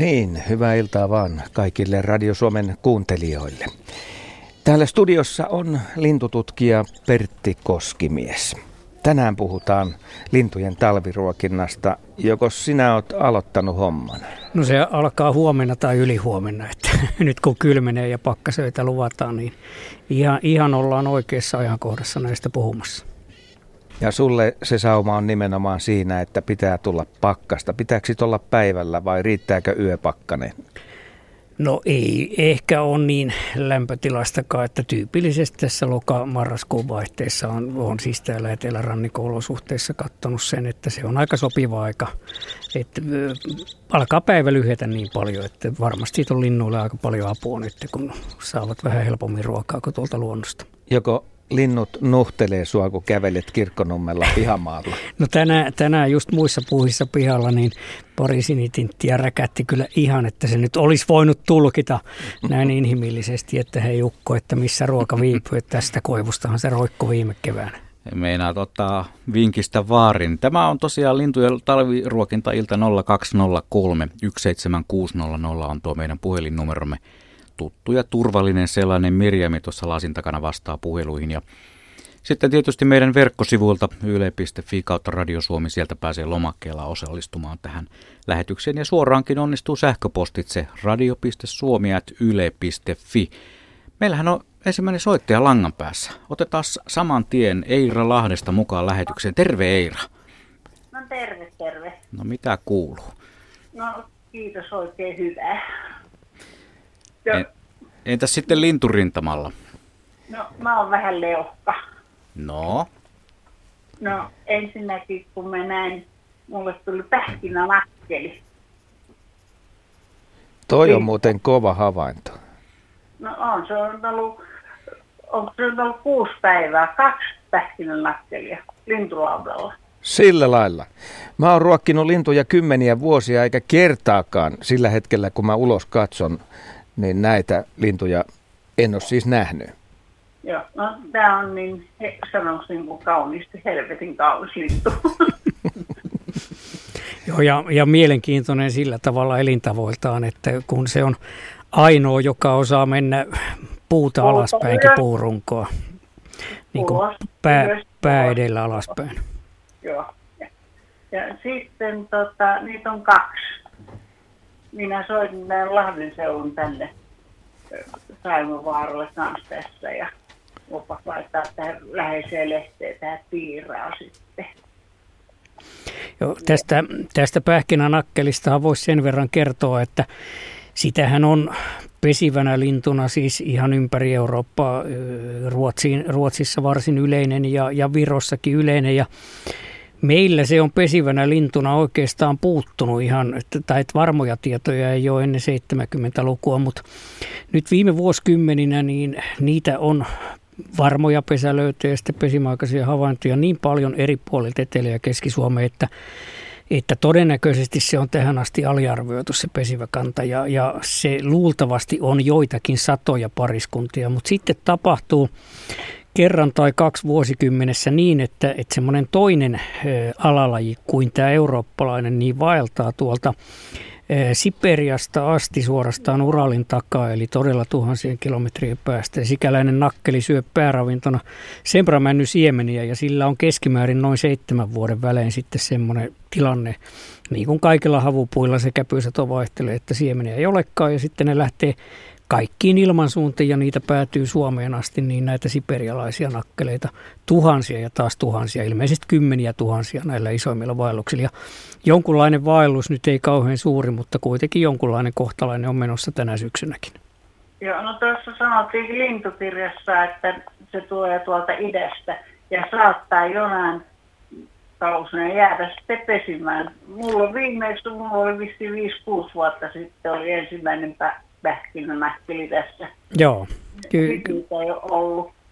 Niin, hyvää iltaa vaan kaikille Radio Suomen kuuntelijoille. Täällä studiossa on lintututkija Pertti Koskimies. Tänään puhutaan lintujen talviruokinnasta. Joko sinä olet aloittanut homman? No se alkaa huomenna tai ylihuomenna. Että nyt kun kylmenee ja pakkasöitä luvataan, niin ihan ollaan oikeassa ajankohdassa näistä puhumassa. Ja sulle se sauma on nimenomaan siinä, että pitää tulla pakkasta. Pitääkö sit olla päivällä vai riittääkö yöpakkanen? No ei ehkä ole niin lämpötilastakaan, että tyypillisesti tässä loka-marraskuun vaihteessa on siis täällä etelärannikko-olosuhteissa katsonut sen, että se on aika sopiva aika. Että alkaa päivä lyhetä niin paljon, että varmasti on linnuille aika paljon apua nyt, kun saavat vähän helpommin ruokaa kuin tuolta luonnosta. Joko linnut nuhtelee sua, kun kävelet Kirkkonummella pihamaalla? No tänään just muissa puuhissa pihalla, niin pari sinitinttiä räkätti kyllä ihan, että se nyt olisi voinut tulkita näin inhimillisesti, että hei Jukko, että missä ruoka viipyy, että tästä koivustahan se roikko viime keväänä. Meinaat ottaa vinkistä vaarin. Tämä on tosiaan lintujen talviruokinta-ilta 0203 17600 on tuo meidän puhelinnumeromme. Tuttu ja turvallinen sellainen. Mirjami tuossa lasin takana vastaa puheluihin. Ja sitten tietysti meidän verkkosivuilta yle.fi kautta Radio Suomi, sieltä pääsee lomakkeella osallistumaan tähän lähetykseen. Ja suoraankin onnistuu sähköpostitse radio.suomi@yle.fi. Meillähän on ensimmäinen soittaja langan päässä. Otetaan saman tien Eira Lahdesta mukaan lähetykseen. Terve Eira. No terve. No mitä kuuluu? No kiitos, oikein hyvää. Entäs sitten linturintamalla? No mä oon vähän leuhka. No Ensinnäkin kun mä näin, mulle tuli pähkinänakkeli. Toi on muuten kova havainto. No se on ollut 6 päivää, 2 pähkinänakkelia lintulaudalla. Sillä lailla. Mä oon ruokkinut lintuja kymmeniä vuosia eikä kertaakaan sillä hetkellä, kun mä ulos katson, niin näitä lintuja en ole siis nähnyt. Joo, no tää on niin, sanoisin niin kuin kauniisti, helvetin kaunis lintu. Joo, ja mielenkiintoinen sillä tavalla elintavoiltaan, että kun se on ainoa, joka osaa mennä puuta alaspäinkin puurunkoa, niin kuin pää edellä alaspäin. Joo, ja sitten niitä on 2. Minä soitin tämän Lahden seudun tänne Saimonvaaralle kanssa tässä ja lupas laittaa tähän läheiseen lehteen tähän piiraan sitten. Joo, tästä pähkinänakkelista voisi sen verran kertoa, että sitähän on pesivänä lintuna siis ihan ympäri Eurooppaa, Ruotsissa varsin yleinen ja Virossakin yleinen ja meillä se on pesivänä lintuna oikeastaan puuttunut ihan, tai varmoja tietoja ei ole ennen 70-lukua, mutta nyt viime vuosikymmeninä niin niitä on varmoja pesälöytöjä ja sitten pesimäaikaisia havaintoja niin paljon eri puolilta Etelä- ja Keski-Suomea, että todennäköisesti se on tähän asti aliarvioitu se pesivä kanta ja se luultavasti on joitakin satoja pariskuntia, mutta sitten tapahtuu kerran tai 2 vuosikymmenessä niin, että semmoinen toinen alalaji kuin tämä eurooppalainen niin vaeltaa tuolta Siperiasta asti suorastaan Uralin takaa, eli todella tuhansien kilometrien päästä. Sikäläinen nakkeli syö pääravintona sempramännyn siemeniä ja sillä on keskimäärin noin 7 vuoden välein sitten semmoinen tilanne, niin kuin kaikilla havupuilla se käpysato vaihtelee, että siemeniä ei olekaan ja sitten ne lähtee kaikkiin ilmansuuntiin ja niitä päätyy Suomeen asti, niin näitä siperialaisia nakkeleita tuhansia ja taas tuhansia, ilmeisesti 10 000 näillä isoimmilla vaelluksilla. Ja jonkunlainen vaellus nyt ei kauhean suuri, mutta kuitenkin jonkunlainen kohtalainen on menossa tänä syksynäkin. Joo, no tuossa sanottiin lintukirjassa, että se tulee tuolta idästä ja saattaa jonain kausina jäädä sitten pesimään. Mulla oli vissiin 5-6 vuotta sitten oli ensimmäinen pähkinänakkeli tässä. Joo,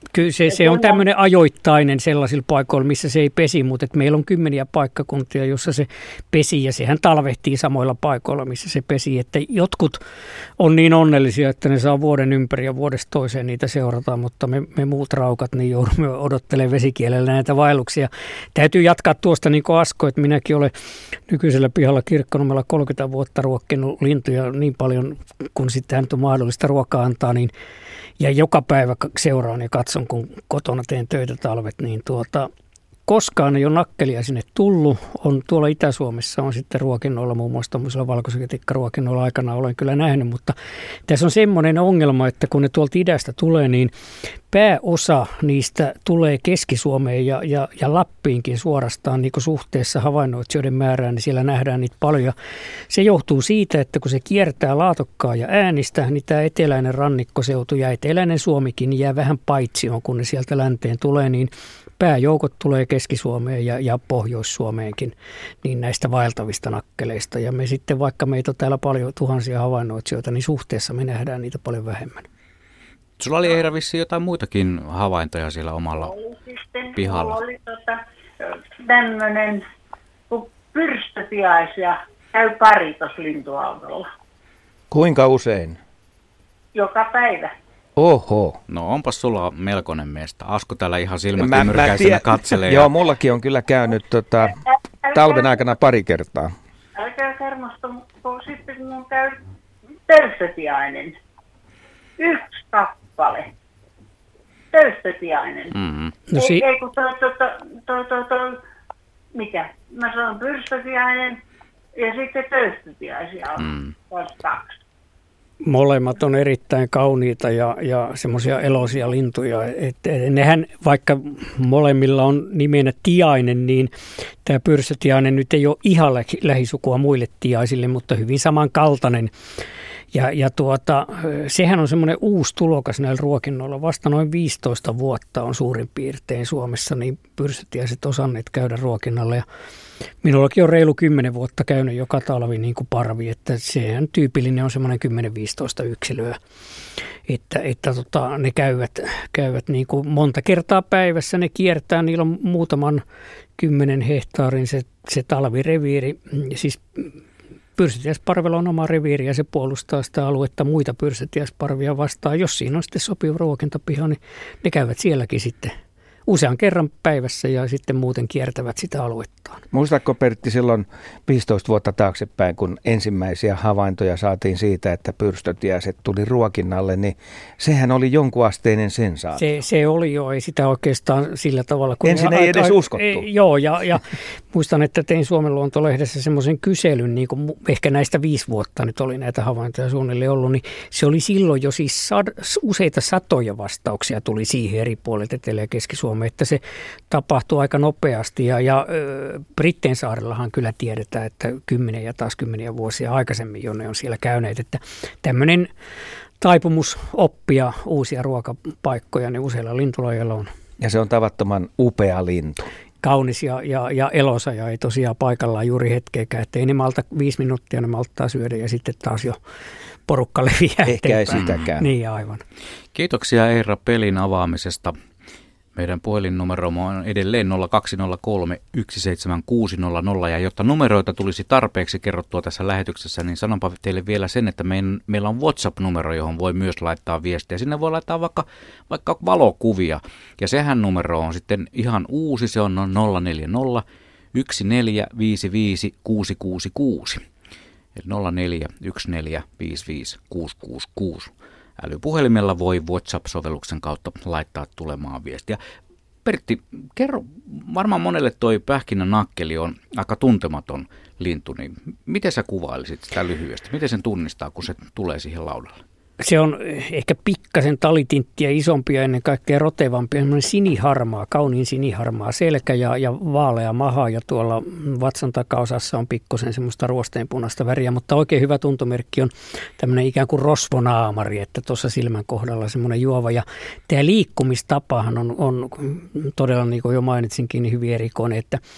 Kyllä se on tämmöinen ajoittainen sellaisilla paikoilla, missä se ei pesi, mutta meillä on kymmeniä paikkakuntia, jossa se pesi ja sehän talvehtii samoilla paikoilla, missä se pesi. Että jotkut on niin onnellisia, että ne saa vuoden ympäri ja vuodesta toiseen niitä seurataan, mutta me muut raukat niin joudumme odottelemaan vesikielellä näitä vaelluksia. Täytyy jatkaa tuosta niin kuin Asko, että minäkin olen nykyisellä pihalla Kirkkonummella 30 vuotta ruokkinut lintuja niin paljon, kun sitten on mahdollista ruokaa antaa, niin ja joka päivä seuraan ja katson, kun kotona teen töitä talvet, niin koskaan ei ole nakkelia sinne tullut. On tuolla Itä-Suomessa on sitten ruokinnoilla, muun muassa tuollaisella valkoisetikkaruokinnoilla aikana olen kyllä nähnyt, mutta tässä on semmoinen ongelma, että kun ne tuolta idästä tulee, niin pääosa niistä tulee Keski-Suomeen ja Lappiinkin suorastaan niin kuin suhteessa havainnoitsijoiden määrään, niin siellä nähdään niitä paljon. Se johtuu siitä, että kun se kiertää Laatokkaa ja Äänistä, niin tämä eteläinen rannikkoseutu ja eteläinen Suomikin jää vähän paitsioon, kun ne sieltä länteen tulee, niin pääjoukot tulee Keski-Suomeen ja Pohjois-Suomeenkin niin näistä vaeltavista nakkeleista. Ja me sitten, vaikka meitä on täällä paljon tuhansia havainnoitsijoita, niin suhteessa me nähdään niitä paljon vähemmän. Sulla oli Eira vissiin jotain muitakin havaintoja siellä omalla pihalla. Oli tämmöinen, kun pyrstötiaisia käy pari tuossa lintuautolla. Kuinka usein? Joka päivä. Oho. No onpas sulla melkoinen meistä. Asko täällä ihan silmätymyrkäisenä katselee. Joo, mullakin on kyllä käynyt talven aikana pari kertaa. Älkää kermosta, kun sitten mun käy töystötiainen. 1 kappale. Töystötiainen. Mm-hmm. No Ei kun mikä? Mä sanon pyrstötiainen ja sitten töystötiaisia on 2. Molemmat on erittäin kauniita ja semmoisia eloisia lintuja. Että nehän, vaikka molemmilla on nimenä tiainen, niin tämä pyrstötiainen nyt ei ole ihan lähisukua muille tiaisille, mutta hyvin samankaltainen. Ja sehän on semmoinen uusi tulokas näillä ruokinnoilla. Vasta noin 15 vuotta on suurin piirtein Suomessa niin pyrstötiaiset osanneet käydä ruokinnalla. Ja minullakin on reilu 10 vuotta käynyt joka talvi niin kuin parvi, että sehän tyypillinen on semmoinen 10-15 yksilöä. Että ne käyvät niin kuin monta kertaa päivässä, ne kiertää, niillä on muutaman 10 hehtaarin se talvireviiri, siis pyrstötiaisparvella on oma reviiri ja se puolustaa sitä aluetta muita pyrstötiaisparvia vastaan. Jos siinä on sitten sopiva ruokintapiha, niin ne käyvät sielläkin sitten usean kerran päivässä ja sitten muuten kiertävät sitä aluettaan. Muistatko Pertti silloin 15 vuotta taaksepäin, kun ensimmäisiä havaintoja saatiin siitä, että pyrstötiaiset tuli ruokinnalle, niin sehän oli jonkunasteinen sensaatio. Se oli jo, ei sitä oikeastaan sillä tavalla. Kun ensin ei edes uskottu. Joo, ja muistan, että tein Suomen Luontolehdessä semmoisen kyselyn, niin kuin ehkä näistä 5 vuotta nyt oli näitä havaintoja suunnilleen ollut, niin se oli silloin jo siis useita satoja vastauksia tuli siihen eri puolilta Etelä- ja Keski-Suomeen, että se tapahtuu aika nopeasti ja Brittein saarellahan kyllä tiedetään, että 10 ja taas 10 vuosia aikaisemmin jo ne on siellä käyneet, että tämmöinen taipumus oppia uusia ruokapaikkoja ne useilla lintulajeilla on. Ja se on tavattoman upea lintu. Kaunis ja elosa ja ei tosiaan paikallaan juuri hetkeäkään, että ei ne malta 5 minuuttia, ne malttaa syödä ja sitten taas jo porukka leviää eteenpäin. Ehkä ei sitäkään. Niin aivan. Kiitoksia Eira pelin avaamisesta. Meidän puhelinnumero on edelleen 0203 17600 ja jotta numeroita tulisi tarpeeksi kerrottua tässä lähetyksessä, niin sanonpa teille vielä sen, että meillä on WhatsApp-numero, johon voi myös laittaa viestiä. Sinne voi laittaa vaikka valokuvia ja sehän numero on sitten ihan uusi, se on 040 1455 666. Eli 0414 55 666. Älypuhelimella voi WhatsApp-sovelluksen kautta laittaa tulemaan viestiä. Pertti, kerro, varmaan monelle toi pähkinänakkeli on aika tuntematon lintu, niin miten sä kuvailisit sitä lyhyesti? Miten sen tunnistaa, kun se tulee siihen laudalle? Se on ehkä pikkasen talitinttiä isompi ja ennen kaikkea rotevampi. Semmoinen siniharmaa, kauniin siniharmaa selkä ja vaalea maha ja tuolla vatsan takaosassa on pikkusen semmoista ruosteenpunaista väriä, mutta oikein hyvä tuntomerkki on tämmöinen ikään kuin rosvonaamari, että tuossa silmän kohdalla semmoinen juova. Ja tämä liikkumistapahan on todella, niin kuin jo mainitsinkin, niin hyvin erikoinen, että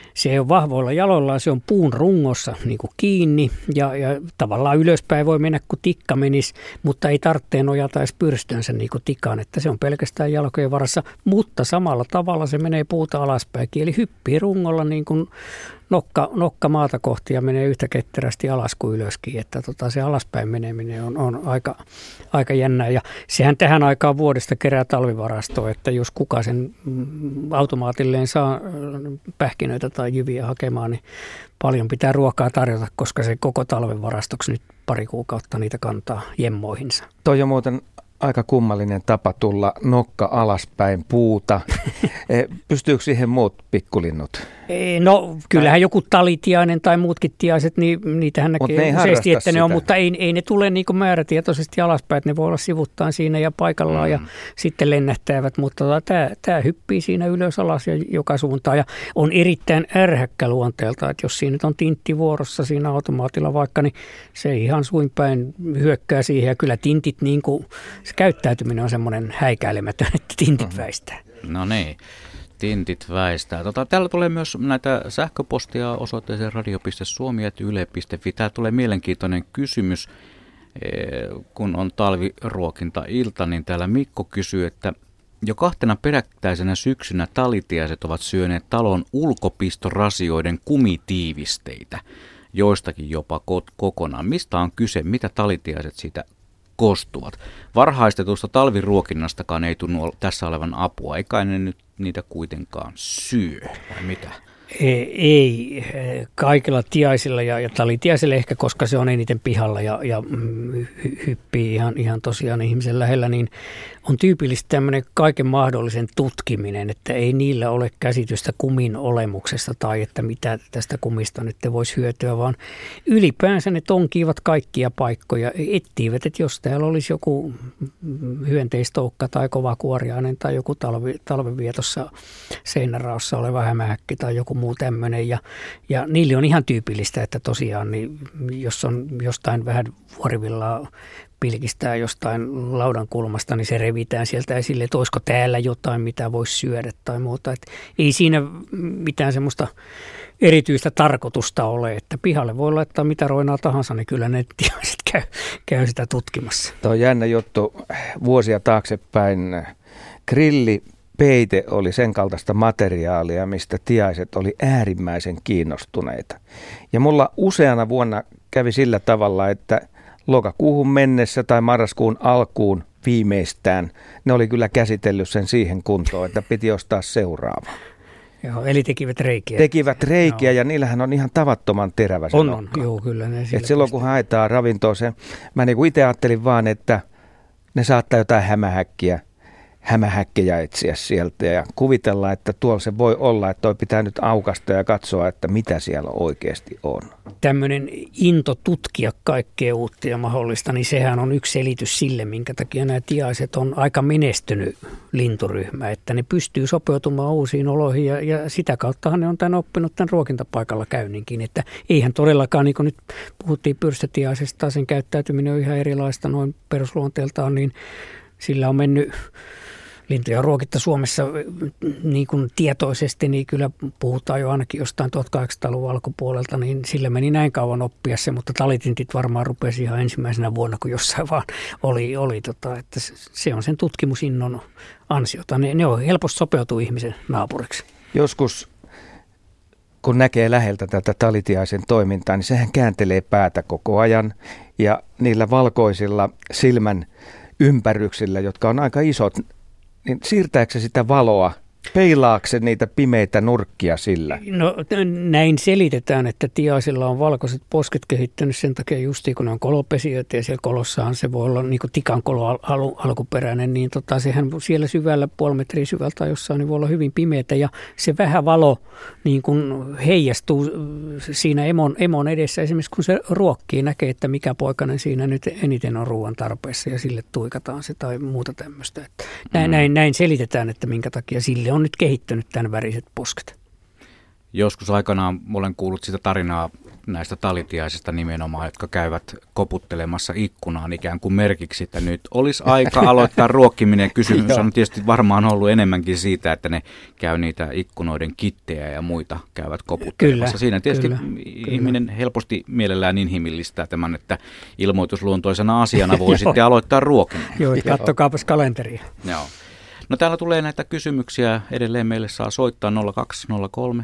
se on vahvoilla jaloillaan, se on puun rungossa niin kuin kiinni ja tavallaan ylöspäin voi mennä kuin tikka menisi, mutta ei tarvitse nojata edes pyrstönsä niin kuin tikaan, että se on pelkästään jalkojen varassa, mutta samalla tavalla se menee puuta alaspäinkin, eli hyppii rungolla niin kuin nokka maata kohti ja menee yhtä ketterästi alas kuin ylöskin, että se alaspäin meneminen on aika jännää ja sehän tähän aikaan vuodesta kerää talvivarastoa, että jos kuka sen automaatilleen saa pähkinöitä tai jyviä hakemaan, niin paljon pitää ruokaa tarjota, koska se koko talven varastoksi nyt pari kuukautta niitä kantaa jemmoihinsa. Toi on muuten aika kummallinen tapa tulla nokka alaspäin puuta. Pystyykö siihen muut pikkulinnut? No kyllähän joku talitiainen tai muutkin tiaiset, niin niitähän näkee useasti, että ne on, mutta ei ne tule niin kuin määrätietoisesti alaspäin, että ne voi olla sivuttaan siinä ja paikallaan ja sitten lennähtävät, mutta tämä hyppii siinä ylös alas ja joka suuntaan ja on erittäin ärhäkkä luonteelta, että jos siinä nyt on tintti vuorossa siinä automaatilla vaikka, niin se ihan suin päin hyökkää siihen ja kyllä tintit niin kuin, se käyttäytyminen on semmoinen häikäilemätön, että tintit väistää. No niin. Tintit väistää. Täällä tulee myös näitä sähköpostia osoitteeseen radio.suomi@yle.fi. Täällä tulee mielenkiintoinen kysymys, kun on talviruokinta-ilta, niin täällä Mikko kysyy, että jo 2 perättäisenä syksynä talitiaiset ovat syöneet talon ulkopistorasioiden kumitiivisteitä, joistakin jopa kokonaan. Mistä on kyse? Mitä talitiaiset siitä koostuvat? Varhaistetusta talviruokinnastakaan ei tunnu tässä olevan apua, eikä ne nyt niitä kuitenkaan syö, vai mitä? Ei, kaikilla tiaisilla ja talitiaisilla ehkä, koska se on eniten pihalla ja hyppii ihan tosiaan ihmisen lähellä, niin on tyypillistä tämmöinen kaiken mahdollisen tutkiminen, että ei niillä ole käsitystä kumin olemuksesta tai että mitä tästä kumista nyt voisi hyötyä, vaan ylipäänsä ne tonkivat kaikkia paikkoja, etsivät, että jos täällä olisi joku hyönteistoukka tai kovakuoriainen tai joku talvenvietossa seinäraossa oleva hämähäkki tai joku muu tämmöinen ja niille on ihan tyypillistä, että tosiaan niin jos on jostain vähän vuorivillaa pilkistää jostain laudan kulmasta, niin se revitään sieltä esille, että olisiko täällä jotain, mitä voisi syödä tai muuta. Että ei siinä mitään semmoista erityistä tarkoitusta ole, että pihalle voi laittaa mitä roinaa tahansa, niin kyllä ne tiaiset käy sitä tutkimassa. Tuo on jännä juttu. Vuosia taaksepäin grillipeite oli sen kaltaista materiaalia, mistä tiaiset oli äärimmäisen kiinnostuneita. Ja mulla useana vuonna kävi sillä tavalla, että lokakuuhun mennessä tai marraskuun alkuun viimeistään ne oli kyllä käsitellyt sen siihen kuntoon, että piti ostaa seuraava. Joo, eli tekivät reikiä. Tekivät reikiä, ja niillähän on ihan tavattoman terävä se nokka. Joo, kyllä. Ne silloin kun haetaan ravintoa, mä niin kuin itse ajattelin vaan, että ne saattaa jotain hämähäkkejä etsiä sieltä ja kuvitella, että tuolla se voi olla, että toi pitää nyt aukasta ja katsoa, että mitä siellä oikeasti on. Tämmöinen into tutkia kaikkea uutta ja mahdollista, niin sehän on yksi selitys sille, minkä takia nämä tiaiset on aika menestynyt linturyhmä, että ne pystyy sopeutumaan uusiin oloihin ja sitä kauttahan ne on tämän oppinut tämän ruokintapaikalla käynninkin, että eihän todellakaan, niin kuin nyt puhuttiin pyrstötiaisesta, sen käyttäytyminen on ihan erilaista noin perusluonteeltaan, niin sillä on mennyt lintuja ruokittu Suomessa niin kuin tietoisesti, niin kyllä puhutaan jo ainakin jostain 1800-luvun alkupuolelta, niin sillä meni näin kauan oppia se, mutta talitintit varmaan rupesi ihan ensimmäisenä vuonna, kun jossain vaan oli että se on sen tutkimusinnon ansiota. Ne on helposti sopeutuu ihmisen naapuriksi. Joskus, kun näkee läheltä tätä talitiaisen toimintaa, niin sehän kääntelee päätä koko ajan ja niillä valkoisilla silmän ympäryksillä, jotka on aika isot, niin siirtääkö se sitä valoa? Peilaako se niitä pimeitä nurkkia sillä? No näin selitetään, että tiaisilla on valkoiset posket kehittynyt sen takia justiin, kun ne on kolopesijöitä ja siellä kolossahan se voi olla niin kuin tikan kolo alkuperäinen, niin sehän siellä syvällä, puoli metriä syvältä tai jossain, niin voi olla hyvin pimeätä ja se vähän valo niin kuin heijastuu siinä emon edessä. Esimerkiksi kun se ruokkii, näkee, että mikä poikainen siinä nyt eniten on ruoan tarpeessa ja sille tuikataan se tai muuta tämmöistä. Näin selitetään, että minkä takia sille on nyt kehittynyt tämän väriset posket. Joskus aikanaan olen kuullut sitä tarinaa näistä talitiaisista nimenomaan, jotka käyvät koputtelemassa ikkunaan ikään kuin merkiksi, että nyt olisi aika aloittaa ruokkiminen. Kysymys on tietysti varmaan ollut enemmänkin siitä, että ne käy niitä ikkunoiden kittejä ja muita käyvät koputtelemassa. Siinä tietysti ihminen helposti mielellään inhimillistää tämän, että ilmoitusluontoisena asiana voi sitten aloittaa ruokinnan. Joo, kattokaapas kalenteria. Joo. No täällä tulee näitä kysymyksiä. Edelleen meille saa soittaa 0203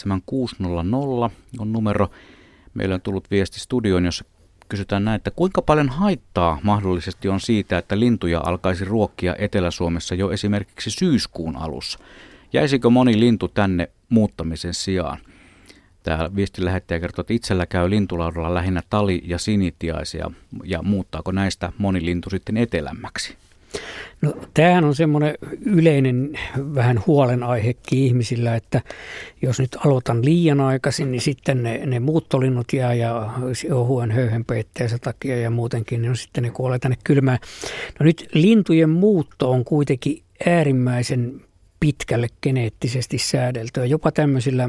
17600 on numero. Meillä on tullut viesti studioon, jossa kysytään näin, että kuinka paljon haittaa mahdollisesti on siitä, että lintuja alkaisi ruokkia Etelä-Suomessa jo esimerkiksi syyskuun alussa. Jäisikö moni lintu tänne muuttamisen sijaan? Täällä viestin lähettäjä kertoo, että itsellä käy lintulaudalla lähinnä tali- ja sinitiaisia, ja muuttaako näistä moni lintu sitten etelämmäksi? No, tämähän on semmoinen yleinen vähän huolenaihekin ihmisillä, että jos nyt aloitan liian aikaisin, niin sitten ne muuttolinnut jää ja ohuen höyhenpeitteensä takia ja muutenkin, niin sitten ne kuolee tänne kylmään. No nyt lintujen muutto on kuitenkin äärimmäisen pitkälle geneettisesti säädeltyä, jopa tämmöisillä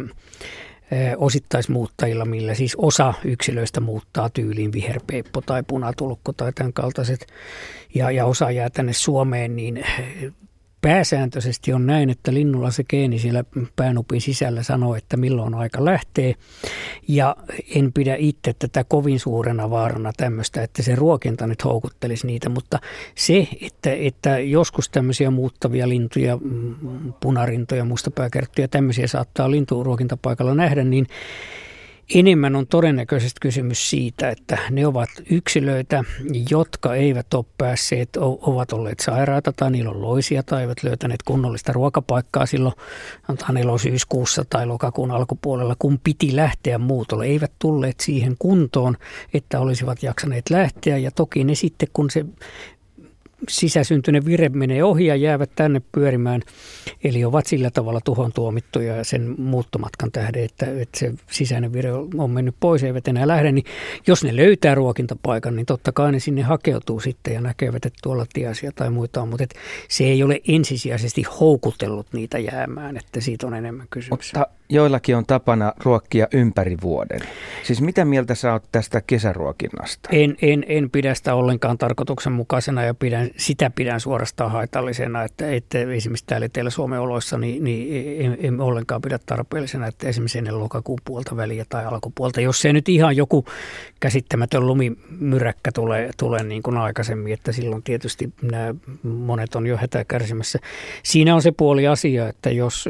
osittaismuuttajilla, millä siis osa yksilöistä muuttaa tyyliin viherpeippo tai punatulkko tai tämän kaltaiset, ja osa jää tänne Suomeen, niin pääsääntöisesti on näin, että linnulla se geeni siellä päänupin sisällä sanoo, että milloin aika lähtee, ja en pidä itse tätä kovin suurena vaarana tämmöistä, että se ruokinta nyt houkuttelisi niitä, mutta se, että joskus tämmöisiä muuttavia lintuja, punarintoja, mustapääkerttuja, tämmöisiä saattaa linturuokintapaikalla nähdä, niin enemmän on todennäköisesti kysymys siitä, että ne ovat yksilöitä, jotka eivät ole päässeet, ovat olleet sairaata tai niillä on loisia tai eivät löytäneet kunnollista ruokapaikkaa silloin syyskuussa tai lokakuun alkupuolella, kun piti lähteä muutolle. Eivät tulleet siihen kuntoon, että olisivat jaksaneet lähteä, ja toki ne sitten, kun se sisäsyntyinen vire menee ohi ja jäävät tänne pyörimään, eli ovat sillä tavalla tuhon tuomittuja sen muuttomatkan tähden, että se sisäinen vire on mennyt pois, eivät enää lähde, niin jos ne löytää ruokintapaikan, niin totta kai ne sinne hakeutuu sitten ja näkevät, että tuolla tiaisia tai muita on, mutta se ei ole ensisijaisesti houkutellut niitä jäämään, että siitä on enemmän kysymys. Mutta joillakin on tapana ruokkia ympäri vuoden. Siis mitä mieltä sä oot tästä kesäruokinnasta? En pidä sitä ollenkaan tarkoituksenmukaisena ja pidän suorastaan haitallisena, että esimerkiksi täällä Etelä-Suomen oloissa niin en ollenkaan pidä tarpeellisena, että esimerkiksi ennen lokakuun puolta väliä tai alkupuolta, jos se nyt ihan joku käsittämätön lumimyräkkä tulee niin kuin aikaisemmin, että silloin tietysti nämä monet on jo hätää kärsimässä. Siinä on se puoli asia, että jos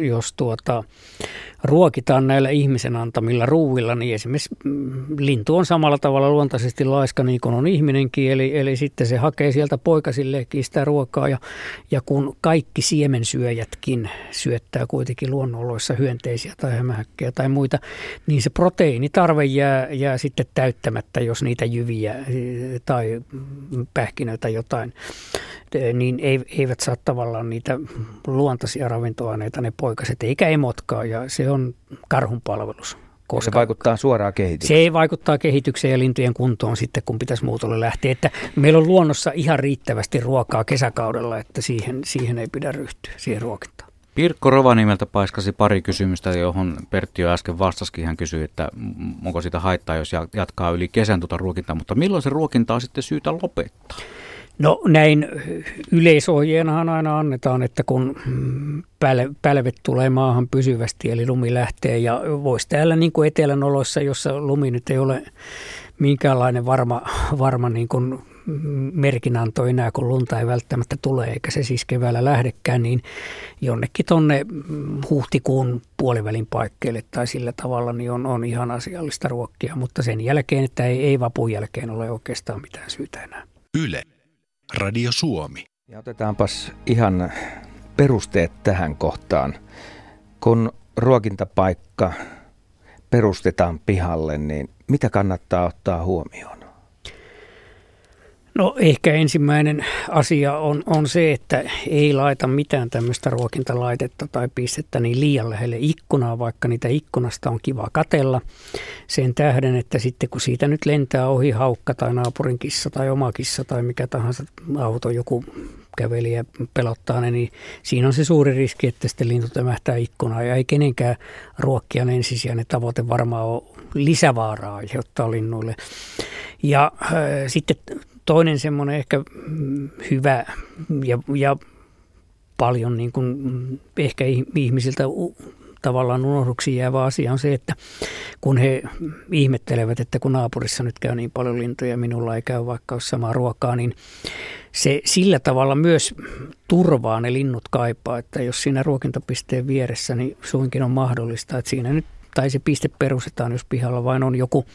ruokitaan näillä ihmisen antamilla ruuilla, niin esimerkiksi lintu on samalla tavalla luontaisesti laiska niin kuin on ihminenkin, eli sitten se hakee sieltä poikasillekin sitä ruokaa, ja kun kaikki siemensyöjätkin syöttää kuitenkin luonnonoloissa hyönteisiä tai hämähäkkejä tai muita, niin se proteiinitarve jää sitten täyttämättä, jos niitä jyviä tai pähkinöitä jotain, niin eivät saa tavallaan niitä luontaisia ravintoaineita ne poikaset, eikä emotkaan, ja se on karhunpalvelus. Koska se vaikuttaa suoraan kehitykseen. Se vaikuttaa kehitykseen ja lintujen kuntoon sitten, kun pitäisi muutolle lähteä. Että meillä on luonnossa ihan riittävästi ruokaa kesäkaudella, että siihen ei pidä ryhtyä, siihen ruokintaan. Pirkko Rovaniemeltä paiskasi pari kysymystä, johon Pertti jo äsken vastasikin. Hän kysyi, että onko sitä haittaa, jos jatkaa yli kesän ruokintaa, mutta milloin se ruokinta on sitten syytä lopettaa? No näin yleisohjeenahan aina annetaan, että kun pälvet tulee maahan pysyvästi, eli lumi lähtee, ja voisi täällä niin kuin etelän oloissa, jossa lumi nyt ei ole minkäänlainen varma niin kuin merkinanto enää, kun lunta ei välttämättä tule, eikä se siis keväällä lähdekään, niin jonnekin tuonne huhtikuun puolivälin paikkeille tai sillä tavalla niin on ihan asiallista ruokkia, mutta sen jälkeen, että ei vapun jälkeen ole oikeastaan mitään syytä enää. Yle. Radio Suomi. Ja otetaanpas ihan perusteet tähän kohtaan. Kun ruokintapaikka perustetaan pihalle, niin mitä kannattaa ottaa huomioon? No ehkä ensimmäinen asia on se, että ei laita mitään tämmöistä ruokintalaitetta tai pistettä niin liian lähelle ikkunaa, vaikka niitä ikkunasta on kiva katsella. Sen tähden, että sitten kun siitä nyt lentää ohi haukka tai naapurin kissa tai oma kissa tai mikä tahansa auto, joku kävelijä pelottaa ne, niin siinä on se suuri riski, että sitten lintu tömähtää ikkunaa ja ei kenenkään ruokkijan ensisijainen tavoite varmaan ole lisävaaraa aiheuttaa linnuille. Ja sitten toinen semmoinen ehkä hyvä ja paljon niin kuin ehkä ihmisiltä tavallaan unohduksiin jäävä asia on se, että kun he ihmettelevät, että kun naapurissa nyt käy niin paljon lintuja ja minulla ei käy vaikka olisi samaa ruokaa, niin se sillä tavalla myös turvaa ne linnut kaipaa, että jos siinä ruokintapisteen vieressä, niin suinkin on mahdollista, että siinä nyt, tai se piste perustetaan, jos pihalla vain on joku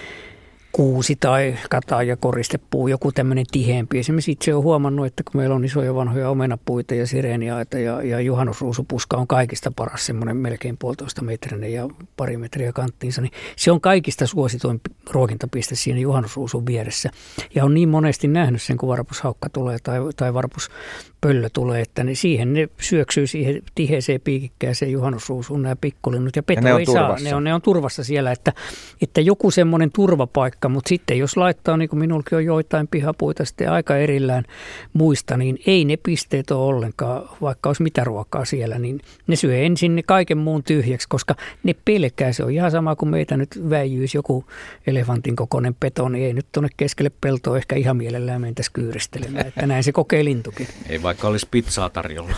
kuusi tai kata- ja koristepuu, joku tämmöinen tiheämpi. Esimerkiksi itse olen huomannut, että kun meillä on isoja vanhoja omenapuita ja sireeniaita ja juhannusruusupuska on kaikista paras, semmoinen melkein 1,5 metrinen ja pari metriä kanttiinsa, niin se on kaikista suosituin ruokintapiste siinä juhannusruusun vieressä. Ja on niin monesti nähnyt sen, kun varpushaukka tulee tai varpuspöllö tulee, että niin siihen ne syöksyy siihen tiheeseen piikikkääseen juhannusruusuun nämä pikkulinnut. Ja peto ei saa, ne on turvassa siellä, että joku semmoinen turvapaikka. Mutta sitten jos laittaa, niin kuin minullakin on joitain pihapuita sitten aika erillään muista, niin ei ne pisteet ole ollenkaan, vaikka olisi mitä ruokaa siellä, niin ne syö ensin ne kaiken muun tyhjäksi, koska ne pelkää. Se on ihan sama kuin meitä nyt väijyisi joku elefantin kokoinen peto, niin ei nyt tuonne keskelle peltoa ehkä ihan mielellään mentäisi kyyristelemään, että näin se kokee lintukin. Ei vaikka olisi pizzaa tarjolla.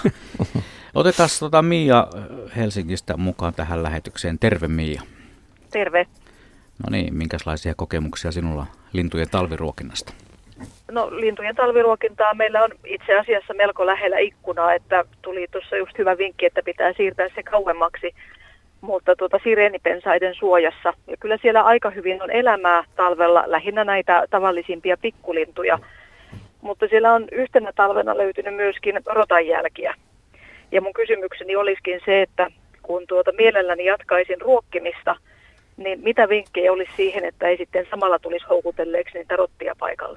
Otetaan Mia Helsingistä mukaan tähän lähetykseen. Terve Mia. Terve. No niin, minkälaisia kokemuksia sinulla lintujen talviruokinnasta? No lintujen talviruokintaa meillä on itse asiassa melko lähellä ikkunaa, että tuli tuossa just hyvä vinkki, että pitää siirtää se kauemmaksi, mutta sireenipensaiden suojassa. Ja kyllä siellä aika hyvin on elämää talvella, lähinnä näitä tavallisimpia pikkulintuja, mutta siellä on yhtenä talvena löytynyt myöskin rotanjälkiä. Ja mun kysymykseni olisikin se, että kun mielelläni jatkaisin ruokkimista, niin mitä vinkkejä olisi siihen, että ei sitten samalla tulisi houkutelleeksi niitä rottia paikalle?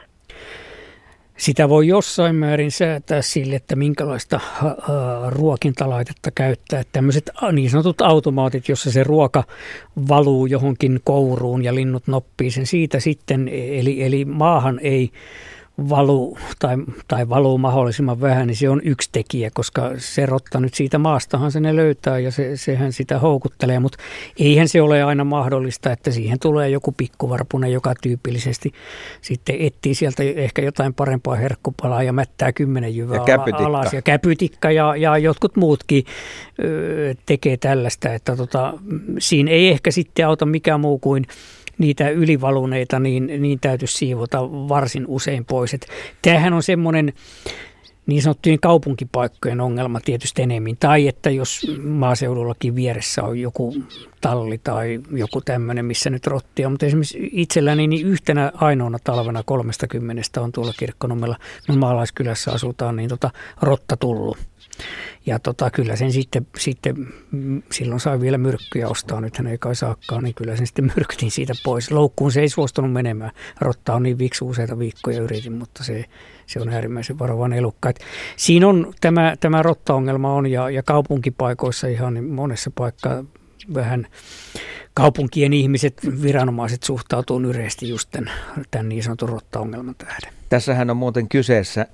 Sitä voi jossain määrin säätää sille, että minkälaista ruokintalaitetta käyttää. Tämmöiset niin sanotut automaatit, jossa se ruoka valuu johonkin kouruun ja linnut noppii sen siitä sitten. Eli maahan ei valuu tai valuu mahdollisimman vähän, niin se on yksi tekijä, koska se rotta nyt siitä maastahan se ne löytää ja sehän sitä houkuttelee, mutta eihän se ole aina mahdollista, että siihen tulee joku pikkuvarpunen, joka tyypillisesti sitten etsii sieltä ehkä jotain parempaa herkkupalaa ja mättää 10 jyvää alas ja käpytikka ja jotkut muutkin tekee tällaista, että siinä ei ehkä sitten auta mikään muu kuin niitä ylivaluneita, niin täytyisi siivota varsin usein pois. Tämähän on semmoinen niin sanottujen kaupunkipaikkojen ongelma tietysti enemmän. Tai että jos maaseudullakin vieressä on joku talli tai joku tämmöinen, missä nyt rottia. Mutta esimerkiksi itselläni niin yhtenä ainoana talvena 30 on tuolla Kirkkonummella, kun maalaiskylässä asutaan, niin rotta tullut. Ja kyllä sen sitten silloin sai vielä myrkkyjä ostaa, nythän ei kai saakaan, niin kyllä sen sitten myrkytin siitä pois. Loukkuun se ei suostunut menemään. Rotta on niin viksu useita viikkoja yritin, mutta se on äärimmäisen varovainen elukka. Siinä on tämä rotta-ongelma on ja kaupunkipaikoissa ihan niin monessa paikkaa vähän kaupunkien ihmiset, viranomaiset suhtautuu nyreesti just tämän niin sanotun rotta-ongelman tähden. Tässähän on muuten kyseessä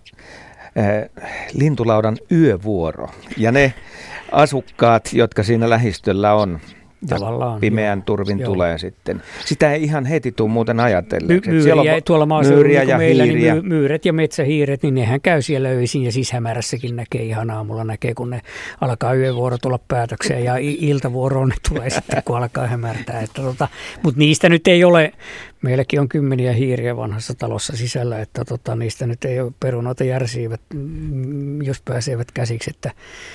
lintulaudan yövuoro ja ne asukkaat, jotka siinä lähistöllä on, pimeän turvin tulee sitten. Sitä ei ihan heti tule muuten ajatelleeksi. Tuolla maaseudulla niin meillä, niin myyret ja metsähiiret, niin nehän käy siellä öisin ja siis hämärässäkin näkee ihan aamulla kun ne alkaa yövuoro tulla päätökseen ja iltavuoroon ne tulee sitten, kun alkaa hämärtää. Mutta niistä nyt ei ole, meilläkin on 10 hiiriä vanhassa talossa sisällä, että niistä nyt ei ole perunoita järsivät, jos pääsevät käsiksi, että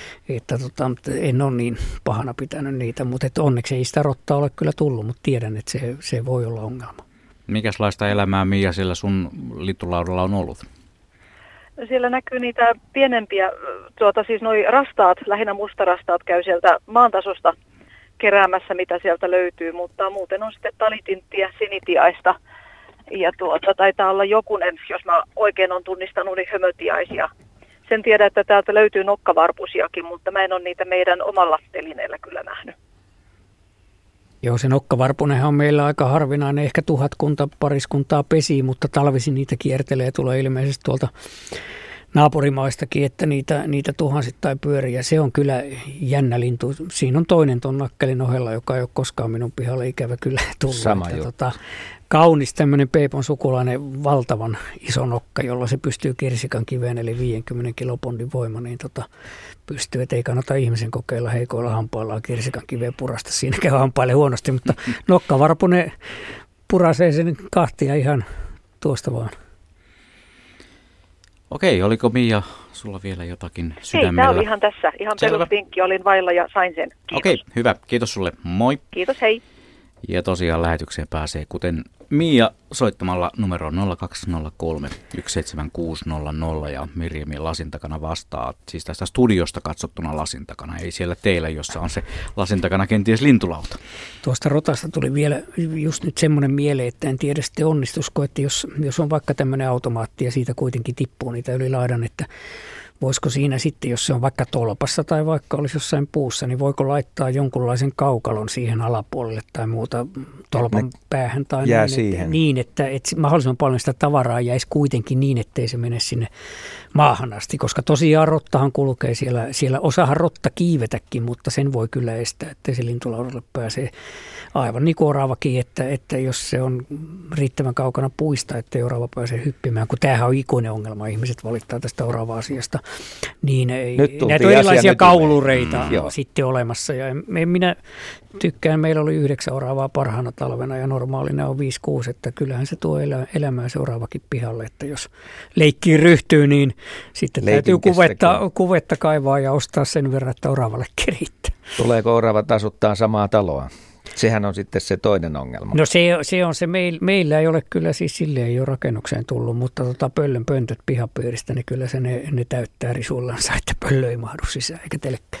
en ole niin pahana pitänyt niitä, mutta onneksi ei sitä rottaa ole kyllä tullut, mutta tiedän, että se voi olla ongelma. Mikäslaista elämää, Mia, siellä sun lintulaudalla on ollut? Siellä näkyy niitä pienempiä, siis noi rastaat, lähinnä mustarastaat käy sieltä maantasosta keräämässä, mitä sieltä löytyy, mutta muuten on sitten talitinttiä, sinitiaista, Ja taitaa olla jokunen, jos mä oikein on tunnistanut, niin hömötiaisia. Sen tiedän, että täältä löytyy nokkavarpusiakin, mutta mä en ole niitä meidän omalla telineellä kyllä nähnyt. Joo, se nokkavarpunenhan on meillä aika harvinainen. Ehkä 1000 pariskuntaa pesii, mutta talvisin niitä kiertelee. Tulee ilmeisesti tuolta naapurimaistakin, että niitä tuhansittain pyörii. Ja se on kyllä jännä lintu. Siinä on toinen tuon nakkelin ohella, joka ei ole koskaan minun pihalle ikävä kyllä tullut. Sama juttu. Kaunis tämmöinen peipon sukulainen valtavan iso nokka, jolla se pystyy kirsikan kiveen, eli 50 kilopondin voima, niin pystyy, että ei kannata ihmisen kokeilla heikoilla hampaillaan kirsikan kiveen purasta. Siinä käy hampaille huonosti, mutta nokkavarpunen purasee sen kahtia ihan tuosta vaan. Okei, oliko Mia sulla vielä jotakin sydämellä? Ei, tämä oli ihan tässä. Ihan perusvinkki olin vailla ja sain sen. Kiitos. Okei, hyvä. Kiitos sulle. Moi. Kiitos, hei. Ja tosiaan lähetykseen pääsee, kuten Mia, soittamalla numeroon 0203 17600 ja Mirjami lasin takana vastaa. Siis tästä studiosta katsottuna lasin takana, ei siellä teillä, jossa on se lasin takana kenties lintulauta. Tuosta rotasta tuli vielä just nyt semmoinen mieleen, että en tiedä sitten onnistusko, että jos on vaikka tämmöinen automaatti ja siitä kuitenkin tippuu niitä yli laidan, että voisiko siinä sitten, jos se on vaikka tolpassa tai vaikka olisi jossain puussa, niin voiko laittaa jonkunlaisen kaukalon siihen alapuolelle tai muuta tolpan päähän tai niin, että mahdollisimman paljon sitä tavaraa jäisi kuitenkin niin, ettei se mene sinne maahan asti, koska tosiaan rottahan kulkee siellä osahan rotta kiivetäkin, mutta sen voi kyllä estää, ettei se lintulaudalle pääsee aivan niin kuin oravakin, että jos se on riittävän kaukana puista, ettei orava pääse hyppimään, kun tämähän on ikuinen ongelma, ihmiset valittaa tästä orava-asiasta, niin näitä on erilaisia kaulureita sitten olemassa. Ja minä tykkään, meillä oli 9 oravaa parhaana talvena ja normaalina on 5-6, että kyllähän se tuo elämää seuraavakin pihalle, että jos leikkiin ryhtyy, niin sitten täytyy kuvetta kaivaa ja ostaa sen verran, että oravalle riittää. Tuleeko oravat asuttaa samaa taloa? Sehän on sitten se toinen ongelma. No se on se. Meillä ei ole kyllä siis silleen ei ole rakennukseen tullut, mutta pöllön pöntöt pihapiiristä, niin kyllä se ne täyttää risuillansa, että pöllö ei mahdu sisään eikä telkkää.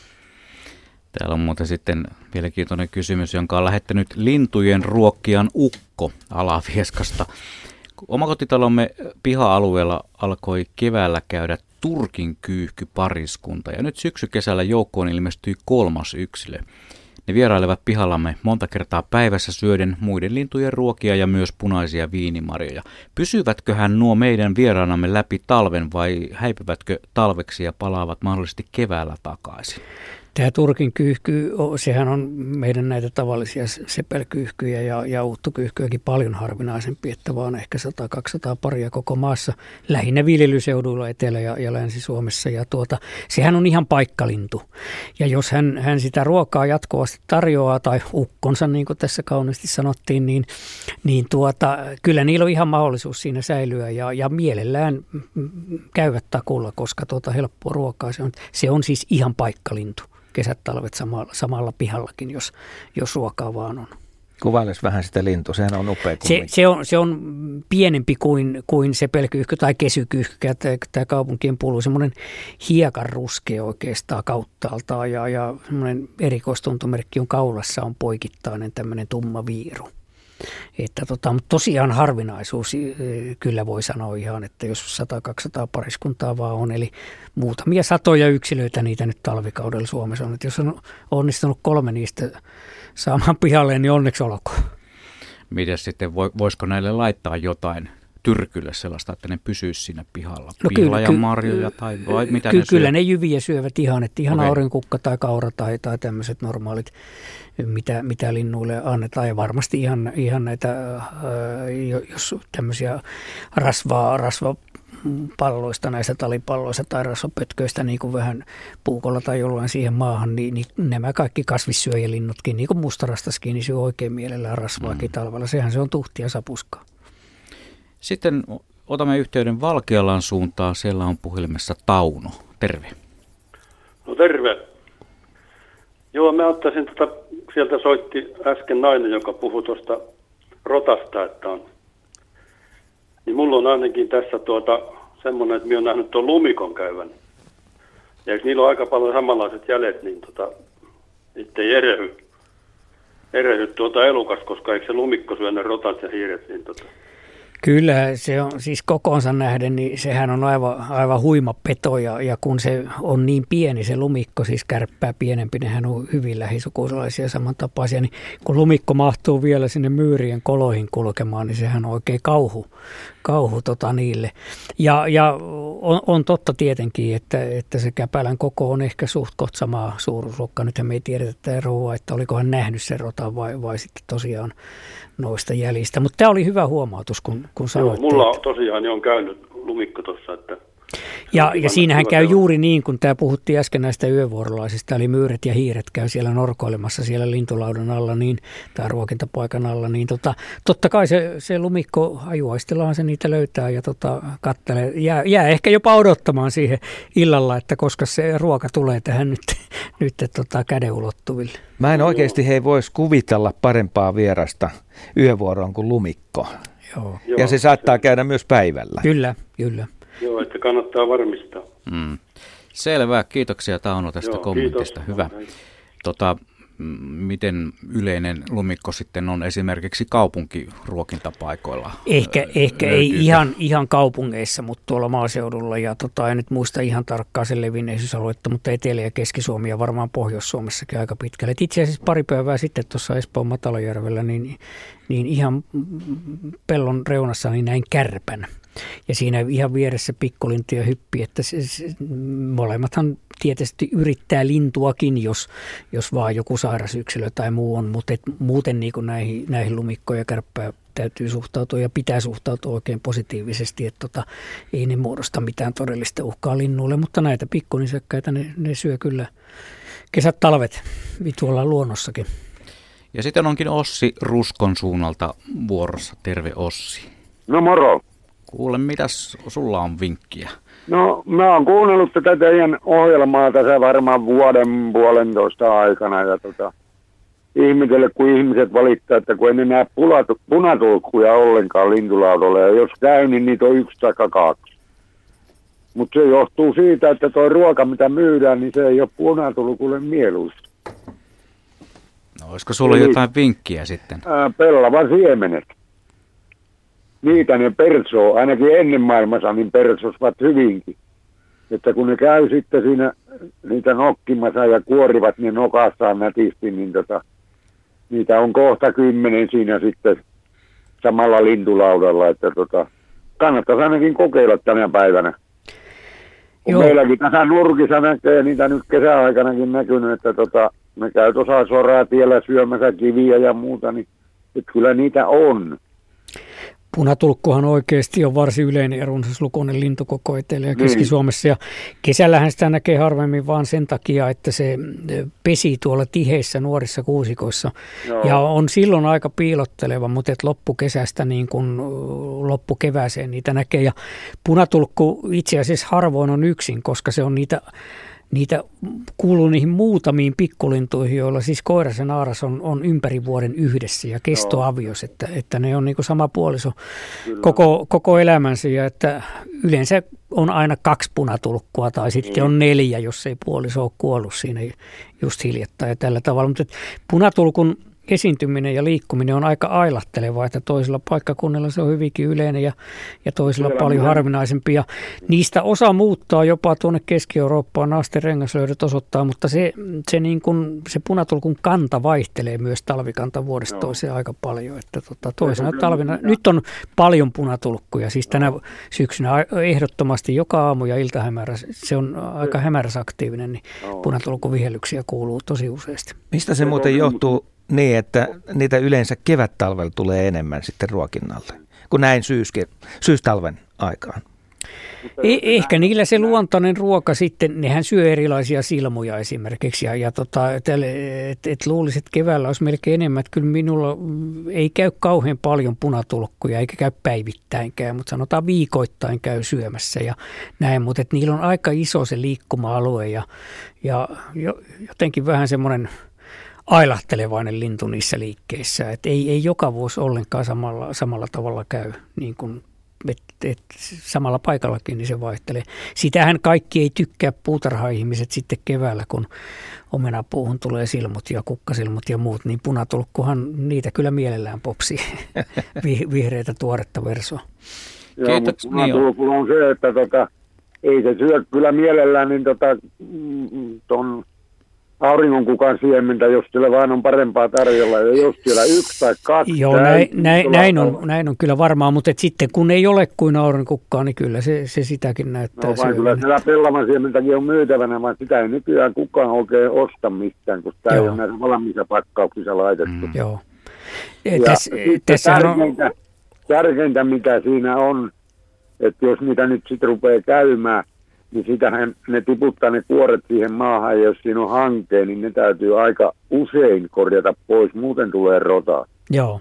Täällä on muuten sitten mielenkiintoinen kysymys, jonka on lähettänyt lintujen ruokkijan Ukko Alavieskasta. Omakotitalomme piha-alueella alkoi keväällä käydä turkin kyyhkypariskunta ja nyt syksykesällä joukkoon ilmestyi 3. yksilö. Ne vierailevat pihallamme monta kertaa päivässä syöden muiden lintujen ruokia ja myös punaisia viinimarjoja. Pysyvätköhän nuo meidän vieraanamme läpi talven vai häipyvätkö talveksi ja palaavat mahdollisesti keväällä takaisin? Tämä turkin kyyhky, sehän on meidän näitä tavallisia sepelkyyhkyjä ja uuttukyyhkyjäkin paljon harvinaisempi, että vaan ehkä 100-200 paria koko maassa, lähinnä viljelyseuduilla Etelä- ja Länsi-Suomessa. Ja sehän on ihan paikkalintu. Ja jos hän sitä ruokaa jatkuvasti tarjoaa, tai ukkonsa, niin kuin tässä kauniisti sanottiin, niin kyllä niillä on ihan mahdollisuus siinä säilyä ja mielellään käyvät takulla, koska helppoa ruokaa se on siis ihan paikkalintu. Kesät, talvet samalla pihallakin, jos ruokaa vaan on. Kuvailisi vähän sitä lintua, sehän on upea kumminkin. Se on pienempi kuin se pelkyyhky tai kesykyyhky, tämä kaupunkien pulu, semmoinen hiekanruskea oikeastaan kauttaaltaan ja semmoinen erikoistuntomerkki on kaulassa on poikittainen tämmöinen tumma viiru. Mutta tosiaan harvinaisuus kyllä voi sanoa ihan, että jos 100-200 pariskuntaa vaan on, eli muutamia satoja yksilöitä niitä nyt talvikaudella Suomessa on. Että jos on onnistunut 3 niistä saamaan pihalle, niin onneksi olkoon. Miten sitten, voisiko näille laittaa jotain tyrkylle sellaista, että ne pysyisi siinä pihalla? No Pihlajanmarjoja tai vai mitä ne syö? Kyllä ne jyviä syövät ihan aurinkonkukka tai kaura tai tämmöiset normaalit, mitä linnuille annetaan. Ja varmasti ihan näitä, jos tämmöisiä rasvapalloista, näistä talipalloista tai rasvapötköistä niin kuin vähän puukolla tai jollain siihen maahan, niin nämä kaikki kasvissyöjälinnutkin, niin kuin mustarastaskin, niin syö oikein mielellään rasvaakin talvella. Sehän se on tuhtia sapuskaa. Sitten otamme yhteyden Valkealan suuntaan. Siellä on puhelimessa Tauno. Terve. No terve. Joo, mä ottaisin sieltä soitti äsken nainen, joka puhui tuosta rotasta, että on. Niin mulla on ainakin tässä semmoinen, että minä olen nähnyt tuon lumikon käyvän. Ja niillä on aika paljon samanlaiset jäljet, niin ettei erehdy elukas, koska eikö se lumikko syö ne rotat ja hiiret, niin Kyllä, se on siis kokoonsa nähden, niin sehän on aivan huima peto ja kun se on niin pieni se lumikko, siis kärppää pienempi, nehän on hyvin lähisukulaisia samantapaisia, niin kun lumikko mahtuu vielä sinne myyrien koloihin kulkemaan, niin sehän on oikein kauhu niille. Ja on totta tietenkin, että se käpälän koko on ehkä suht koht samaa suuruusluokkaa. Nythän me ei tiedetä tämä rouva, että oliko hän nähnyt sen rotan vai sitten tosiaan noista jäljistä. Mutta tämä oli hyvä huomautus, kun sanoitte. Joo, mulla tosiaan on käynyt lumikko tuossa, että... Ja siinähän käy juuri niin, kun tämä puhuttiin äsken näistä yövuorolaisista, eli myyret ja hiiret käy siellä norkoilemassa siellä lintulaudan alla niin, tai ruokintapaikan alla, niin totta kai se lumikko hajuaistellaan se niitä löytää ja kattelee. Jää ehkä jopa odottamaan siihen illalla, että koska se ruoka tulee tähän nyt käden ulottuville. Mä en oikeasti voisi kuvitella parempaa vierasta yövuoroon kuin lumikko. Joo. Ja se saattaa käydä myös päivällä. Kyllä. Joo, että kannattaa varmistaa. Selvä, kiitoksia Tauno tästä kommentista. Kiitos. Hyvä. Miten yleinen lumikko sitten on esimerkiksi kaupunkiruokintapaikoilla? Ehkä ei ihan kaupungeissa, mutta tuolla maaseudulla ja en nyt muista ihan tarkkaan sen levinneisyysaluetta, mutta Etelä- ja Keski-Suomi ja varmaan Pohjois-Suomessakin aika pitkälle. Et itse asiassa pari päivää sitten tuossa Espoon Matalajärvellä niin ihan pellon reunassa niin näin kärpän. Ja siinä ihan vieressä pikkulintu ja hyppi, että molemmathan tietysti yrittää lintuakin, jos vaan joku sairas yksilö tai muu on, mutta muuten niin kuin näihin lumikkoja ja kärppää täytyy suhtautua ja pitää suhtautua oikein positiivisesti, että ei ne muodosta mitään todellista uhkaa linnuille, mutta näitä pikkunisäkkäitä ne syö kyllä kesät talvet tuolla luonnossakin. Ja sitten onkin Ossi Ruskon suunnalta vuorossa. Terve Ossi. No moro. Kuule, mitäs sulla on vinkkiä? No mä oon kuunnellut tätä teidän ohjelmaa tässä varmaan puolentoista aikana ja ihmiselle kun ihmiset valittaa, että kun en näe punatulkkuja ollenkaan lintulaudolla ja jos käy, niin niitä on 1 tai 2. Mutta se johtuu siitä, että tuo ruoka mitä myydään, niin se ei ole punatulkulle mieluista. No olisiko sulla jotain vinkkiä sitten? Pellava siemenet. Niitä ne persoo, ainakin ennen maailmassa, niin persosvat hyvinkin. Että kun ne käy sitten siinä niitä nokkimassa ja kuorivat ne nokassaan nätisti, niin niitä on kohta 10 siinä sitten samalla lintulaudalla. Että kannattaisi ainakin kokeilla tänä päivänä. Kun meilläkin tässä nurkissa näkee niitä nyt kesäaikanakin näkynyt, että ne käy tuossa soratiellä syömässä kiviä ja muuta, niin että kyllä niitä on. Punatulkkuhan oikeasti on varsin yleinen ja runsaslukuinen lintu koko Etelä- ja Keski-Suomessa. Ja kesällähän sitä näkee harvemmin vaan sen takia, että se pesii tuolla tiheissä nuorissa kuusikoissa. Joo. Ja on silloin aika piilotteleva, mutta loppukesästä niin kuin loppukevääseen niitä näkee. Ja punatulkku itse asiassa harvoin on yksin, koska se on niitä kuuluu niihin muutamiin pikkulintuihin, joilla siis koiras ja naaras on ympäri vuoden yhdessä ja kestoavios, että ne on niin kuin sama puoliso koko elämänsä ja että yleensä on aina 2 punatulkkua tai sitten on 4, jos ei puoliso ole kuollut siinä just hiljattain ja tällä tavalla, mutta punatulkun esiintyminen ja liikkuminen on aika ailahtelevaa, että toisilla paikkakunnilla se on hyvinkin yleinen ja toisilla paljon harvinaisempi. Ja niistä osa muuttaa jopa tuonne Keski-Eurooppaan, naasten rengaslöydöt osoittaa, mutta se, niin kuin, se punatulkun kanta vaihtelee myös talvikanta vuodesta toiseen aika paljon. Että toisena talvina, nyt on paljon punatulkkuja, siis tänä syksynä ehdottomasti joka aamu ja iltahämärä, se on aika hämäräsaktiivinen, niin punatulkuvihellyksiä kuuluu tosi useasti. Mistä se muuten johtuu? Niin, että niitä yleensä kevät-talvella tulee enemmän sitten ruokinnalle, kuin näin syystalven aikaan. Ehkä niillä se luontainen ruoka sitten, nehän syö erilaisia silmuja esimerkiksi. Et luulisin, että keväällä olisi melkein enemmän. Että kyllä minulla ei käy kauhean paljon punatulkkuja, eikä käy päivittäinkään, mutta sanotaan viikoittain käy syömässä ja näin. Mutta niillä on aika iso se liikkuma-alue ja jotenkin vähän semmoinen ailahtelevainen lintu niissä liikkeissä. Et ei joka vuosi ollenkaan samalla tavalla käy niin kuin samalla paikallakin niin se vaihtelee. Sitähän kaikki ei tykkää puutarha-ihmiset sitten keväällä, kun omenapuuhun tulee silmut ja kukkasilmut ja muut, niin punatulkkuhan niitä kyllä mielellään popsii vihreitä tuoretta versoa. Joo, mutta punatulkulla on se, että ei se syö kyllä mielellään niin ton auringonkukan siementä, jos siellä vaan on parempaa tarjolla, ja jos siellä 1 tai 2. Joo, näin on kyllä varmaan, mutta sitten kun ei ole kuin auringonkukkaa, niin kyllä se sitäkin näyttää. No vaan kyllä siellä pellavan siementäkin on myytävänä, vaan sitä ei nykyään kukaan oikein osta mistään, kun sitä ei ole näissä valmiissa pakkauksissa laitettu. Joo. Tärkeintä, mitä siinä on, että jos niitä nyt sitten rupeaa käymään, niin sitähän ne tiputtaa ne kuoret siihen maahan, ja jos siinä on hankea, niin ne täytyy aika usein korjata pois, muuten tulee rotaa. Joo.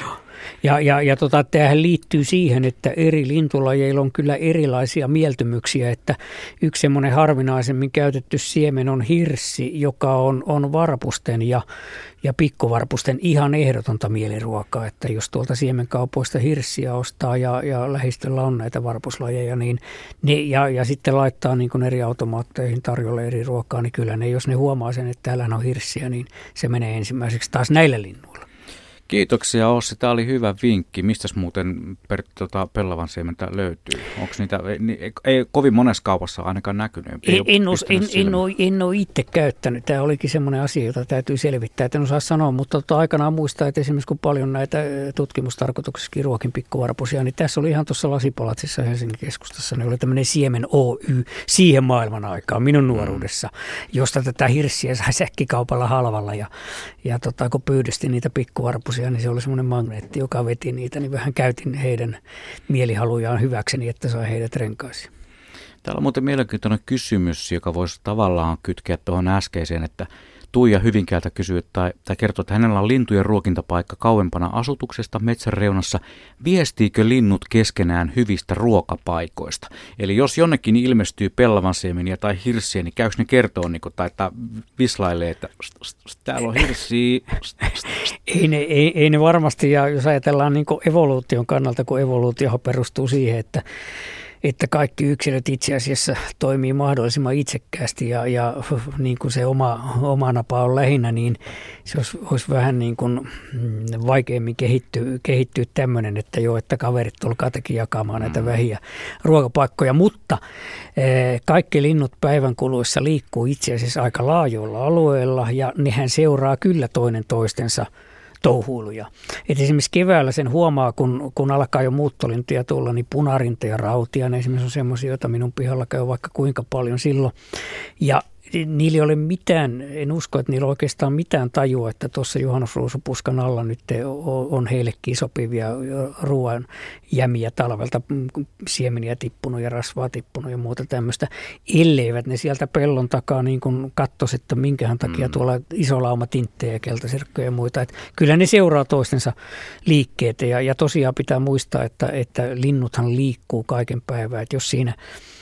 Ja tämähän liittyy siihen, että eri lintulajeilla on kyllä erilaisia mieltymyksiä, että yksi semmoinen harvinaisemmin käytetty siemen on hirssi, joka on varpusten ja pikkuvarpusten ihan ehdotonta mieliruokaa, että jos tuolta siemenkaupoista hirssiä ostaa ja lähistöllä on näitä varpuslajeja, niin ja sitten laittaa niin kuin eri automaatteihin tarjolle eri ruokaa, niin kyllä ne, jos ne huomaa sen, että täällä on hirssiä, niin se menee ensimmäiseksi taas näillä linnuilla. Kiitoksia Ossi, tämä oli hyvä vinkki. Mistäs muuten pellavan siementä löytyy? Onko niitä, ei kovin monessa kaupassa ainakaan näkynyt? En ole itse käyttänyt. Tämä olikin semmoinen asia, jota täytyy selvittää. Et en osaa sanoa, mutta aikanaan muistaa, että esimerkiksi kun paljon näitä tutkimustarkoituksessakin ruokin pikkuvarpusia, niin tässä oli ihan tuossa Lasipalatsissa Helsingin keskustassa, niin oli tämmöinen Siemen Oy siihen maailman aikaan minun nuoruudessa, josta tätä hirssiä sai säkkikaupalla halvalla ja kun pyydystin niitä pikkuvarpusia, niin se oli semmoinen magneetti, joka veti niitä, niin vähän käytin heidän mielihalujaan hyväkseni, että sai heidät renkaisiin. Täällä on muuten mielenkiintoinen kysymys, joka voisi tavallaan kytkeä tuohon äskeiseen, että Tuija Hyvinkäältä kysyy tai kertoo, että hänellä on lintujen ruokintapaikka kauempana asutuksesta metsän reunassa. Viestiikö linnut keskenään hyvistä ruokapaikoista? Eli jos jonnekin ilmestyy pellavansiemeniä tai hirssiä, niin käykö ne kertoo niin tai vislailee, että täällä on hirssiä? Ei ne varmasti, ja jos ajatellaan niin kuin evoluution kannalta, kun evoluutio perustuu siihen, että kaikki yksilöt itse asiassa toimii mahdollisimman itsekkäästi ja niin kuin se oma napa on lähinnä, niin se olisi vähän niin kuin vaikeammin kehittyä tämmöinen, että että kaverit tulkaa tekin jakamaan näitä vähiä ruokapaikkoja, mutta kaikki linnut päivän kuluessa liikkuu itse asiassa aika laajoilla alueilla ja nehän seuraa kyllä toinen toistensa touhuiluja. Et esimerkiksi keväällä sen huomaa, kun alkaa jo muuttolintuja tulla, niin punarinta ja rautia, ne esimerkiksi on semmoisia, joita minun pihalla käy vaikka kuinka paljon silloin. Ja niillä ei ole mitään, en usko, että niillä on oikeastaan mitään tajua, että tuossa juhannusruusupuskan alla nyt on heillekin sopivia ruoan jämiä talvelta, siemeniä tippunut ja rasvaa tippunut ja muuta tämmöistä, elleivät ne sieltä pellon takaa niin kuin kattoisi, että minkähän takia tuolla iso lauma tinttejä ja keltasirkkoja ja muita. Että kyllä ne seuraa toistensa liikkeet ja tosiaan pitää muistaa, että linnuthan liikkuu kaiken päivää, että jos siinä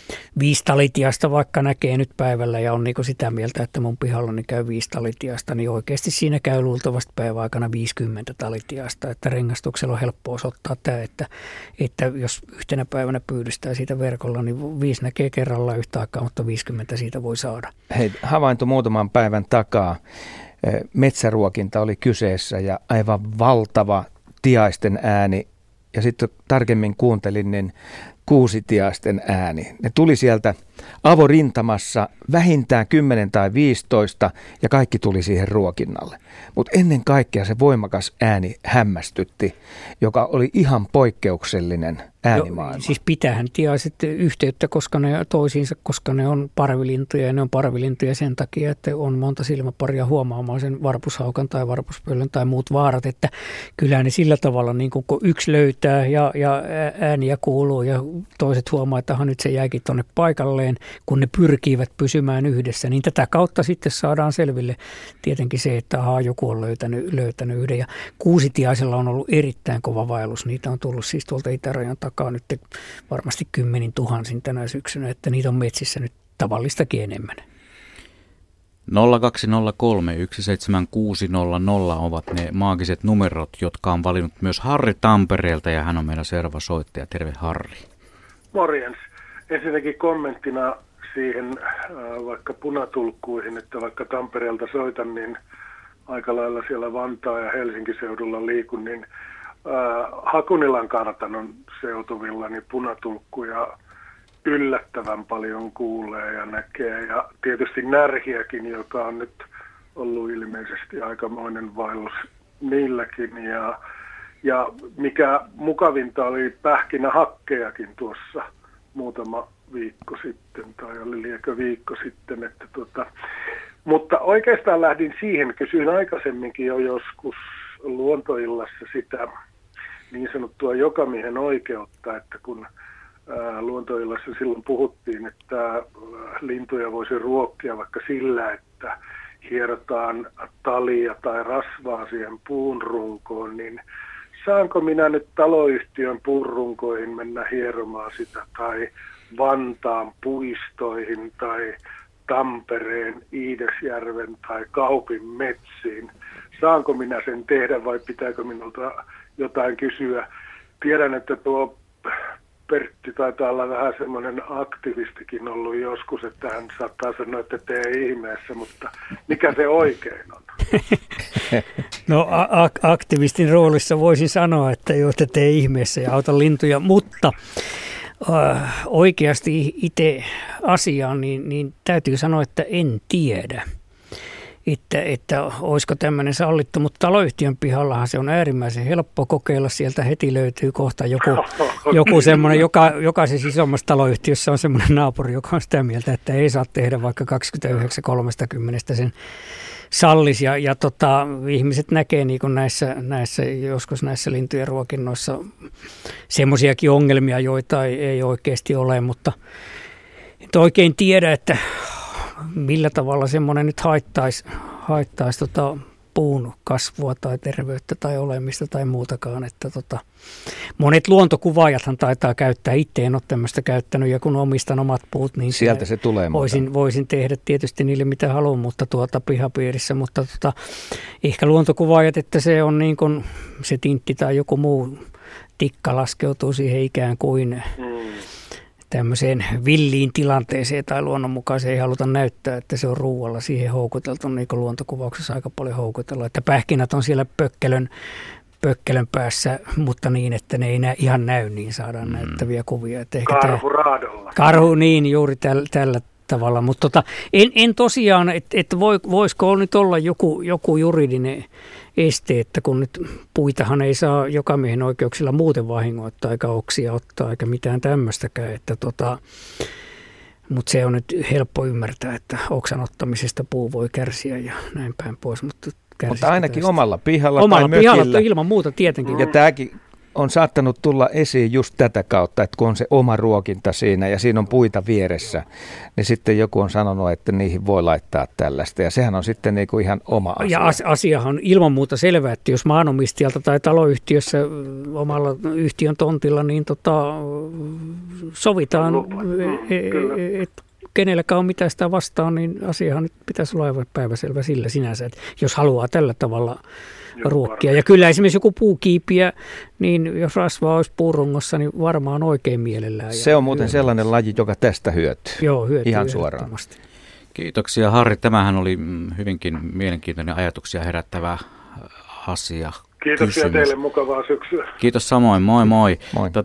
5 talitiasta vaikka näkee nyt päivällä ja on niin sitä mieltä, että mun pihallani käy 5 talitiasta, niin oikeasti siinä käy luultavasti päiväaikana 50 talitiasta. Että rengastuksella on helppo osoittaa tämä, että jos yhtenä päivänä pyydystää siitä verkolla, niin 5 näkee kerrallaan yhtä aikaa, mutta 50 siitä voi saada. Hei, havainto muutaman päivän takaa. Metsäruokinta oli kyseessä ja aivan valtava tiaisten ääni. Ja sitten tarkemmin kuuntelin, niin kuusitiaisten ääni. Ne tuli sieltä avorintamassa vähintään 10 tai 15 ja kaikki tuli siihen ruokinnalle. Mutta ennen kaikkea se voimakas ääni hämmästytti, joka oli ihan poikkeuksellinen äänimaailma. Siis pitäähän tiaiset yhteyttä toisiinsa, koska ne on parvilintuja ja ne on parvilintuja sen takia, että on monta silmäparia huomaamaan sen varpushaukan tai varpuspöllön tai muut vaarat, että kyllä ne sillä tavalla niin kun yksi löytää ja ääniä kuuluu ja toiset huomaa, että nyt se jääkin tuonne paikalleen, kun ne pyrkivät pysymään yhdessä, niin tätä kautta sitten saadaan selville tietenkin se, että joku on löytänyt yhden. Ja kuusitiaisella on ollut erittäin kova vaellus. Niitä on tullut siis tuolta itärajan takaa nyt varmasti 10 000 tänä syksynä, että niitä on metsissä nyt tavallistakin enemmän. 0203 17600 ovat ne maagiset numerot, jotka on valinnut myös Harri Tampereelta, ja hän on meidän seuraava soittaja. Terve Harri. Morjens. Ensinnäkin kommenttina siihen vaikka punatulkkuihin, että vaikka Tampereelta soitan, niin aika lailla siellä Vantaa ja Helsingin seudulla liikun, niin Hakunilan kartanon seutuvilla niin punatulkkuja yllättävän paljon kuulee ja näkee. Ja tietysti närhiäkin, joka on nyt ollut ilmeisesti aikamoinen vaellus niilläkin. Ja mikä mukavinta oli pähkinähakkejakin tuossa muutama viikko sitten, tai oli liekö viikko sitten. Mutta oikeastaan lähdin siihen, kysyin aikaisemminkin jo joskus luontoillassa sitä niin sanottua jokamiehen oikeutta, että kun luontoillassa silloin puhuttiin, että lintuja voisi ruokkia vaikka sillä, että hierotaan talia tai rasvaa siihen puun runkoon, niin saanko minä nyt taloyhtiön puunrunkoihin mennä hieromaan sitä tai Vantaan puistoihin tai Tampereen, Iidesjärven tai Kaupin metsiin? Saanko minä sen tehdä vai pitääkö minulta jotain kysyä? Tiedän, että tuo Pertti taitaa olla vähän semmoinen aktivistikin ollut joskus, että hän saattaa sanoa, että tee ihmeessä, mutta mikä se oikein on? No aktivistin roolissa voisin sanoa, että joo, että tee ihmeessä ja auta lintuja, mutta oikeasti itse asiaan, niin täytyy sanoa, että en tiedä, että olisiko tämmöinen sallittu, mutta taloyhtiön pihallahan se on äärimmäisen helppo kokeilla. Sieltä heti löytyy kohta joku semmoinen, jokaisessa isommassa taloyhtiössä on semmoinen naapuri, joka on sitä mieltä, että ei saa tehdä vaikka 29.30 sen sallis. Ja ihmiset näkee niin kuin joskus näissä lintujen ruokinnoissa semmoisiakin ongelmia, joita ei oikeasti ole, mutta et oikein tiedä, että millä tavalla semmoinen nyt haittaisi puun kasvua tai terveyttä tai olemista tai muutakaan. Että monet luontokuvaajathan taitaa käyttää, itse en ole tämmöistä käyttänyt, ja kun omistan omat puut, niin sieltä se tulee. Voisin tehdä tietysti niille mitä haluan, mutta pihapiirissä, mutta ehkä luontokuvaajat, että se on niin kuin se tintti tai joku muu tikka laskeutuu siihen ikään kuin tämmöiseen villiin tilanteeseen tai luonnonmukaiseen ei haluta näyttää, että se on ruualla siihen houkuteltu, niin kuin luontokuvauksessa aika paljon houkutella. Että pähkinät on siellä pökkelön päässä, mutta niin, että ne ei ihan näy, niin saadaan näyttäviä kuvia. Karhuraadolla. Karhu, niin juuri tällä tavalla. Mutta en tosiaan, että voisiko nyt olla joku juridinen este, että kun nyt puitahan ei saa jokamiehen oikeuksilla muuten vahingoittaa, eikä oksia ottaa, eikä mitään tämmöistäkään, mutta se on nyt helppo ymmärtää, että oksan ottamisesta puu voi kärsiä ja näin päin pois. Mutta ainakin tästä omalla pihalla omalla tai pihalla mökillä. Ilman muuta tietenkin. Ja tämäkin on saattanut tulla esiin just tätä kautta, että kun on se oma ruokinta siinä ja siinä on puita vieressä, niin sitten joku on sanonut, että niihin voi laittaa tällaista. Ja sehän on sitten niin kuin ihan oma asia. Ja asiahan on ilman muuta selvä, että jos maanomistajalta tai taloyhtiössä omalla yhtiön tontilla, niin sovitaan, että kenelläkään on mitään sitä vastaan, niin asiahan nyt pitäisi olla aivan päiväselvä sillä sinänsä, että jos haluaa tällä tavalla ruokkia. Ja kyllä esimerkiksi joku puukiipiä, niin jos rasvaa olisi puurungossa, niin varmaan oikein mielellään. Se on muuten sellainen laji, joka tästä hyötyy. Joo, hyötyy ihan suoraan. Kiitoksia Harri. Tämähän oli hyvinkin mielenkiintoinen ajatuksia herättävä asia. Kiitoksia kysymys. Teille, mukavaa syksyä. Kiitos samoin, moi. Moi.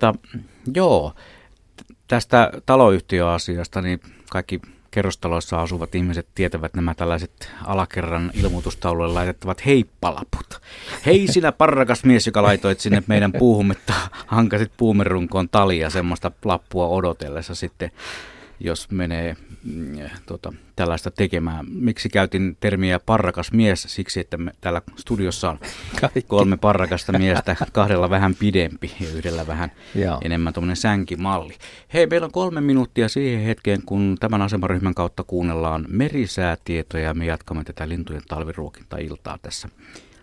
Tästä taloyhtiöasiasta, niin kaikki kerrostaloissa asuvat ihmiset tietävät nämä tällaiset alakerran ilmoitustaululle laitettavat heippalaput. Hei sinä parrakas mies, joka laitoit sinne meidän puuhumme, hankasit puumerunkoon talia, semmoista lappua odotellessa sitten, jos menee tällaista tekemään. Miksi käytin termiä parrakas mies? Siksi, että me täällä studiossa on 3 parrakasta miestä, 2 vähän pidempi ja 1 vähän enemmän tuommoinen sänkimalli. Hei, meillä on 3 minuuttia siihen hetkeen, kun tämän asemaryhmän kautta kuunnellaan merisäätietoja ja me jatkamme tätä lintujen talviruokintailtaa tässä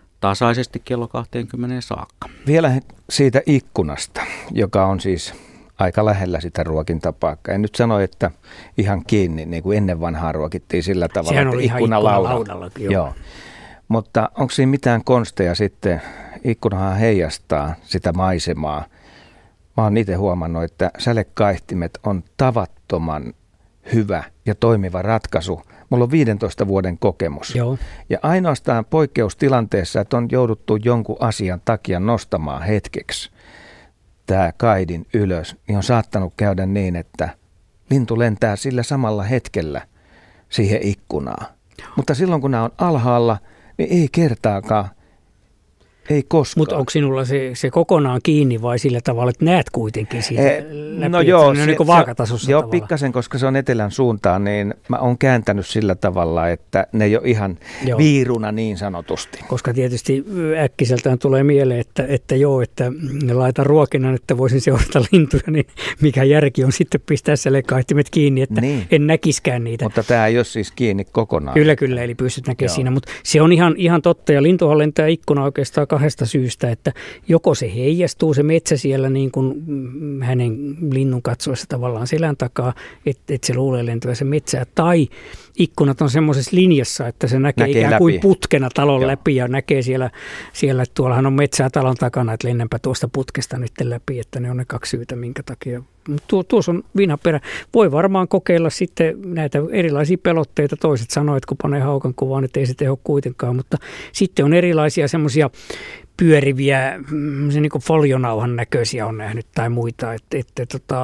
tasaisesti kello 20 saakka. Vielä siitä ikkunasta, joka on siis aika lähellä sitä ruokintapaikkaa. En nyt sano, että ihan kiinni, niin kuin ennen vanhaa ruokittiin sillä tavalla, sehän että oli ihan ikkunalaudalla. Joo. Mutta onko siinä mitään konsteja sitten? Ikkunahan heijastaa sitä maisemaa. Mä oon itse huomannut, että sälekaihtimet on tavattoman hyvä ja toimiva ratkaisu. Mulla on 15 vuoden kokemus. Joo. Ja ainoastaan poikkeustilanteessa, että on jouduttu jonkun asian takia nostamaan hetkeksi tämä kaidin ylös, niin on saattanut käydä niin, että lintu lentää sillä samalla hetkellä siihen ikkunaan. Mutta silloin kun nämä on alhaalla, niin ei kertaakaan, ei koskaan. Mutta onko sinulla se kokonaan kiinni vai sillä tavalla, että näet kuitenkin siitä läpi, no joo, se on niin vaakatasossa joo, tavalla? pikkasen, koska se on etelän suuntaan, niin mä oon kääntänyt sillä tavalla, että ne ei ole ihan viiruna niin sanotusti. Koska tietysti äkkiseltään tulee mieleen, että laitan ruokinnan, että voisin seurata lintuja, niin mikä järki on sitten pistää sälekaihtimet kiinni, että en näkiskään niitä. Mutta tämä ei ole siis kiinni kokonaan. Kyllä, eli pystyt näkemään siinä, mutta se on ihan totta, ja lintuhan lentää ikkuna oikeastaan kahdesta syystä, että joko se heijastuu se metsä siellä niin kuin hänen linnun katsoessa tavallaan selän takaa, että se luulee lentävä se metsää, tai ikkunat on semmoisessa linjassa, että se näkee ikään kuin läpi. putkena talon läpi ja näkee siellä, että tuollahan on metsää talon takana, että lennänpä tuosta putkesta nyt läpi, että ne on ne kaksi syytä, minkä takia. Tuossa on vinhaperä. Voi varmaan kokeilla sitten näitä erilaisia pelotteita. Toiset sanoo, että kun panee haukan kuvaan, että ei se teho kuitenkaan, mutta sitten on erilaisia semmoisia pyöriviä, se niin kuin folionauhan näköisiä on nähnyt tai muita, että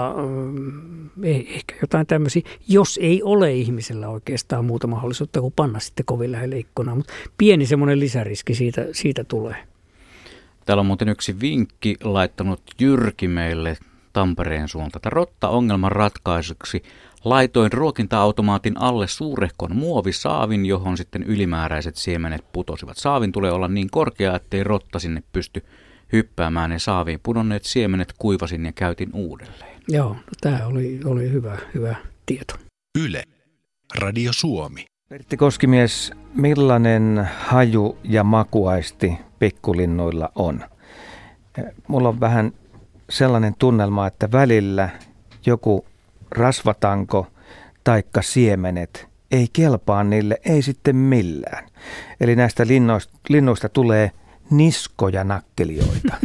ehkä jotain tämmöisiä, jos ei ole ihmisellä oikeastaan muuta mahdollisuutta kuin panna sitten kovin lähelle ikkunaa, mutta pieni semmoinen lisäriski siitä tulee. Täällä on muuten yksi vinkki laittanut Jyrki meille Tampereen suuntaan. Rotta-ongelman ratkaisuksi laitoin ruokinta-automaatin alle suurehkon muovisaavin, johon sitten ylimääräiset siemenet putosivat. Saavin tulee olla niin korkea, ettei rotta sinne pysty hyppäämään, ja saaviin pudonneet siemenet kuivasin ja käytin uudelleen. Joo, no tämä oli hyvä tieto. Yle, Radio Suomi. Pertti Koskimies, millainen haju- ja makuaisti pikkulinnuilla on? Mulla on vähän sellainen tunnelma, että välillä joku rasvatanko taikka siemenet ei kelpaa niille, ei sitten millään. Eli näistä linnuista tulee niskoja nakkelijoita.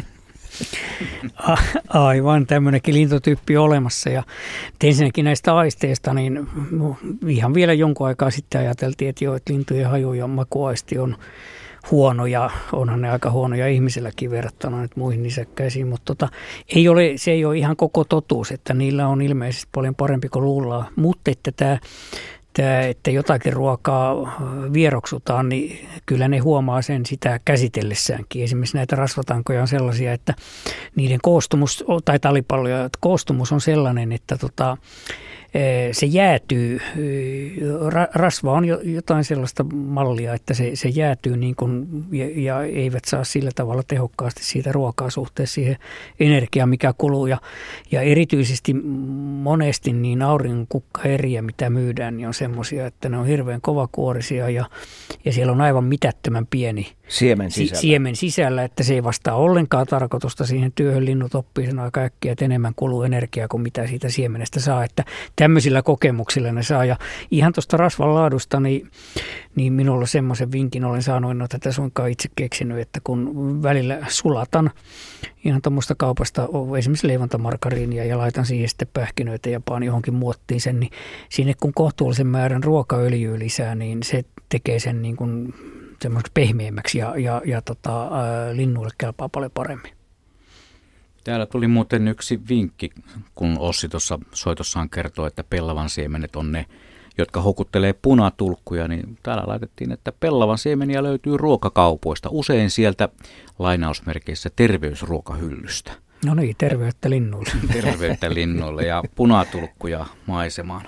Aivan, tämmöinenkin lintutyyppi olemassa. Ja ensinnäkin näistä aisteista, niin ihan vielä jonkun aikaa sitten ajateltiin, että lintujen haju- ja makuaisti on huonoja, onhan ne aika huonoja ihmisilläkin verrattuna nyt muihin nisäkkäisiin, mutta se ei ole ihan koko totuus, että niillä on ilmeisesti paljon parempi kuin luullaan, mutta että jotakin ruokaa vieroksutaan, niin kyllä ne huomaa sen sitä käsitellessäänkin. Esimerkiksi näitä rasvatankoja on sellaisia, että niiden koostumus, tai talipalloja, koostumus on sellainen, että se jäätyy, rasva on jotain sellaista mallia, että se jäätyy niin kuin, ja eivät saa sillä tavalla tehokkaasti siitä ruokaa suhteessa siihen energiaan, mikä kuluu. Ja erityisesti monesti niin auringonkukkaeriä, mitä myydään, niin on semmoisia, että ne on hirveän kovakuorisia ja siellä on aivan mitättömän pieni siemen sisällä, että se ei vastaa ollenkaan tarkoitusta siihen työhön. Linnut oppii sen aika äkkiä, että enemmän kuluu energiaa kuin mitä siitä siemenestä saa, että tämmöisillä kokemuksilla ne saa. Ja ihan tuosta rasvan laadusta, niin minulla semmoisen vinkin olen saanut, en ole tätä suinkaan itse keksinyt, että kun välillä sulatan ihan tuommoista kaupasta esimerkiksi leivontamargariinia ja laitan siihen sitten pähkinöitä ja paan johonkin muottiin sen, niin sinne kun kohtuullisen määrän ruokaöljyä lisää, niin se tekee sen niin kuin semmoiseksi pehmeämmäksi ja linnuille kelpaa paljon paremmin. Täällä tuli muuten yksi vinkki, kun Ossi tuossa soitossaan kertoi, että pellavan siemenet on ne, jotka houkuttelee punatulkkuja, niin täällä laitettiin, että pellavan siemeniä löytyy ruokakaupoista, usein sieltä lainausmerkeissä terveysruokahyllystä. No niin, terveyttä linnuille. Terveyttä linnuille ja punatulkkuja maisemaan.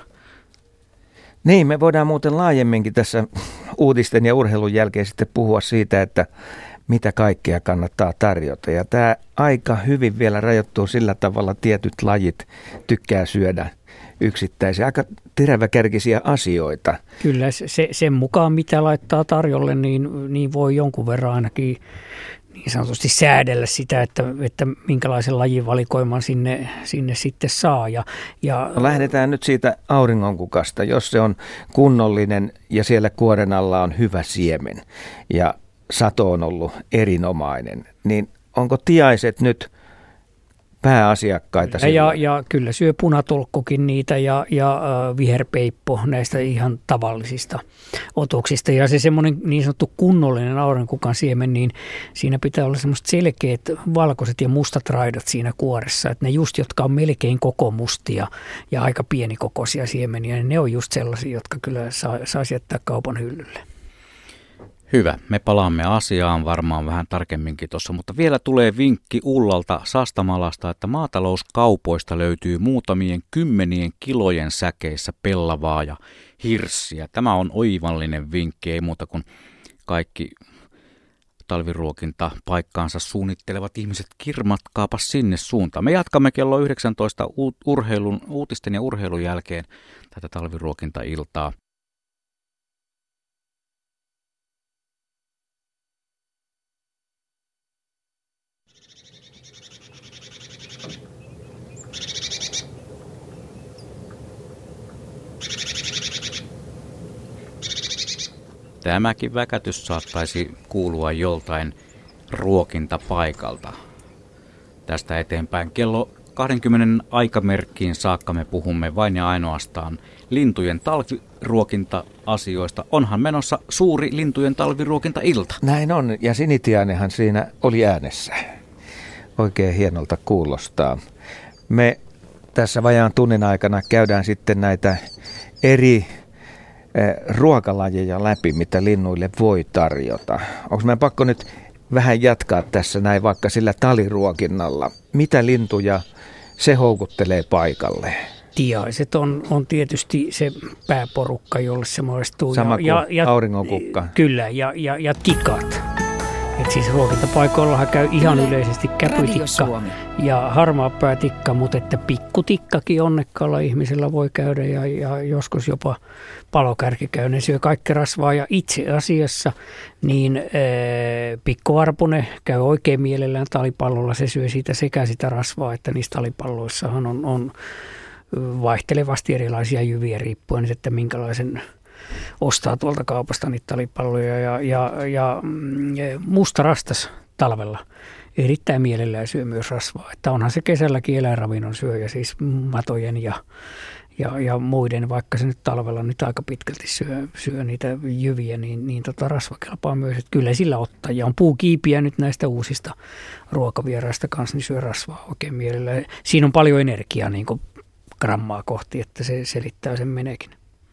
Niin, me voidaan muuten laajemminkin tässä uutisten ja urheilun jälkeen sitten puhua siitä, että mitä kaikkea kannattaa tarjota. Ja tämä aika hyvin vielä rajoittuu sillä tavalla, tietyt lajit tykkää syödä yksittäisiä, aika teräväkärkisiä asioita. Kyllä, sen mukaan mitä laittaa tarjolle, niin voi jonkun verran ainakin niin sanotusti säädellä sitä, että minkälaisen lajivalikoiman sinne sitten saa. Lähdetään nyt siitä auringonkukasta, jos se on kunnollinen ja siellä kuoren alla on hyvä siemen ja sato on ollut erinomainen, niin onko tiaiset nyt pääasiakkaita ja kyllä syö punatolkkukin niitä ja viherpeippo näistä ihan tavallisista otuksista. Ja se semmoinen niin sanottu kunnollinen aurinkokukan siemen, niin siinä pitää olla semmoiset selkeät valkoiset ja mustat raidat siinä kuoressa. Että ne just, jotka on melkein koko mustia ja aika pienikokoisia siemeniä, niin ne on just sellaisia, jotka kyllä saisi jättää kaupan hyllylle. Hyvä, me palaamme asiaan varmaan vähän tarkemminkin tuossa, mutta vielä tulee vinkki Ullalta Sastamalasta, että maatalouskaupoista löytyy muutamien 10 kilojen säkeissä pellavaa ja hirssiä. Tämä on oivallinen vinkki, ei muuta kuin kaikki talviruokinta paikkaansa suunnittelevat ihmiset, kirmatkaapa sinne suuntaan. Me jatkamme kello 19 uutisten ja urheilun jälkeen tätä talviruokinta-iltaa. Tämäkin väkätys saattaisi kuulua joltain ruokintapaikalta. Tästä eteenpäin kello 20 aikamerkkiin saakka me puhumme vain ja ainoastaan lintujen talviruokinta-asioista. Onhan menossa suuri lintujen talviruokinta-ilta. Näin on, ja Sinitiainehan siinä oli äänessä. Oikein hienolta kuulostaa. Me tässä vajaan tunnin aikana käydään sitten näitä eri ruokalajeja läpi, mitä linnuille voi tarjota. Onko meidän pakko nyt vähän jatkaa tässä näin vaikka sillä taliruokinnalla? Mitä lintuja se houkuttelee paikalle? Tiaiset on tietysti se pääporukka, jolle se maistuu. Sama kuin auringonkukka. Kyllä, ja tikat. Et siis ruokintapaikoillahan käy ihan yleisesti käpytikka ja harmaapäätikka, mutta että pikkutikkakin onnekkaalla ihmisellä voi käydä ja joskus jopa palokärki käy. Ne syö kaikki rasvaa ja itse asiassa niin pikkuvarpune käy oikein mielellään talipallolla. Se syö siitä sekä sitä rasvaa, että niissä talipalloissahan on vaihtelevasti erilaisia jyviä riippuen, että minkälaisen ostaa tuolta kaupasta niitä talipalloja ja mustarastas talvella erittäin mielellään syö myös rasvaa. Että onhan se kesälläkin eläinravinnon syöjä, siis matojen ja muiden, vaikka se nyt talvella nyt aika pitkälti syö niitä jyviä, niin rasva kelpaa myös. Että kyllä sillä ottaa. Ja on puukiipiä nyt näistä uusista ruokavieraista kanssa, niin syö rasvaa oikein mielellään. Siinä on paljon energiaa niin kuin grammaa kohti, että se selittää sen menekin.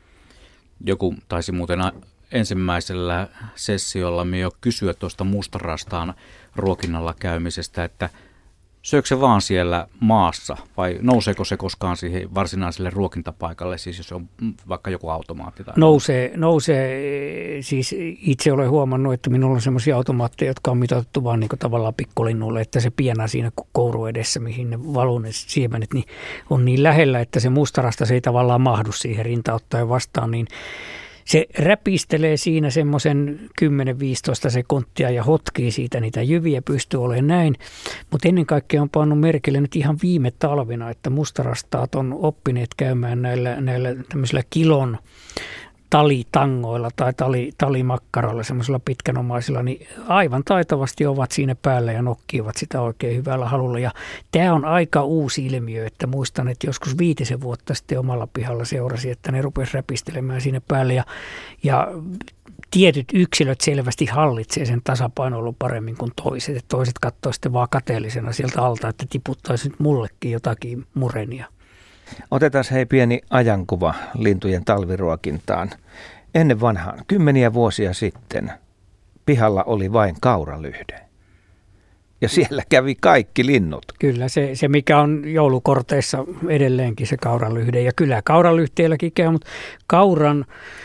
Joku taisi muuten ensimmäisellä sessiolla me jo kysyä tuosta mustarastaan ruokinnalla käymisestä, että syökö se vaan siellä maassa vai nouseeko se koskaan siihen varsinaiselle ruokintapaikalle, siis jos on vaikka joku automaatti? Tai nousee, siis itse olen huomannut, että minulla on sellaisia automaatteja, jotka on mitoitettu vaan niin kuin tavallaan pikkulinnulle, että se piena siinä kouru edessä, mihin ne valuu ne siemenet, niin on niin lähellä, että se mustarasta ei tavallaan mahdu siihen rintaottaen vastaan, niin se räpistelee siinä semmoisen 10-15 sekuntia ja hotkii siitä niitä jyviä, pystyy olemaan näin. Mutta ennen kaikkea on pannut merkille nyt ihan viime talvina, että mustarastaat on oppineet käymään näillä tämmöisillä kilon talitangoilla tai talimakkaroilla, semmoisilla pitkänomaisilla, niin aivan taitavasti ovat siinä päällä ja nokkivat sitä oikein hyvällä halulla. Ja tämä on aika uusi ilmiö, että muistan, että joskus 5 vuotta sitten omalla pihalla seurasi, että ne rupesi räpistelemään siinä päälle ja tietyt yksilöt selvästi hallitsee sen tasapainoilun paremmin kuin toiset. Et toiset katsoo sitten vaan kateellisena sieltä alta, että tiputtaisi nyt mullekin jotakin murenia. Otetaan pieni ajankuva lintujen talviruokintaan. Ennen vanhaan, 10 vuosia sitten, pihalla oli vain kauralyhde. Ja siellä kävi kaikki linnut. Kyllä, se mikä on joulukorteissa edelleenkin se kauralyhde. Ja kyllä kauralyhteelläkin käy, mutta kauran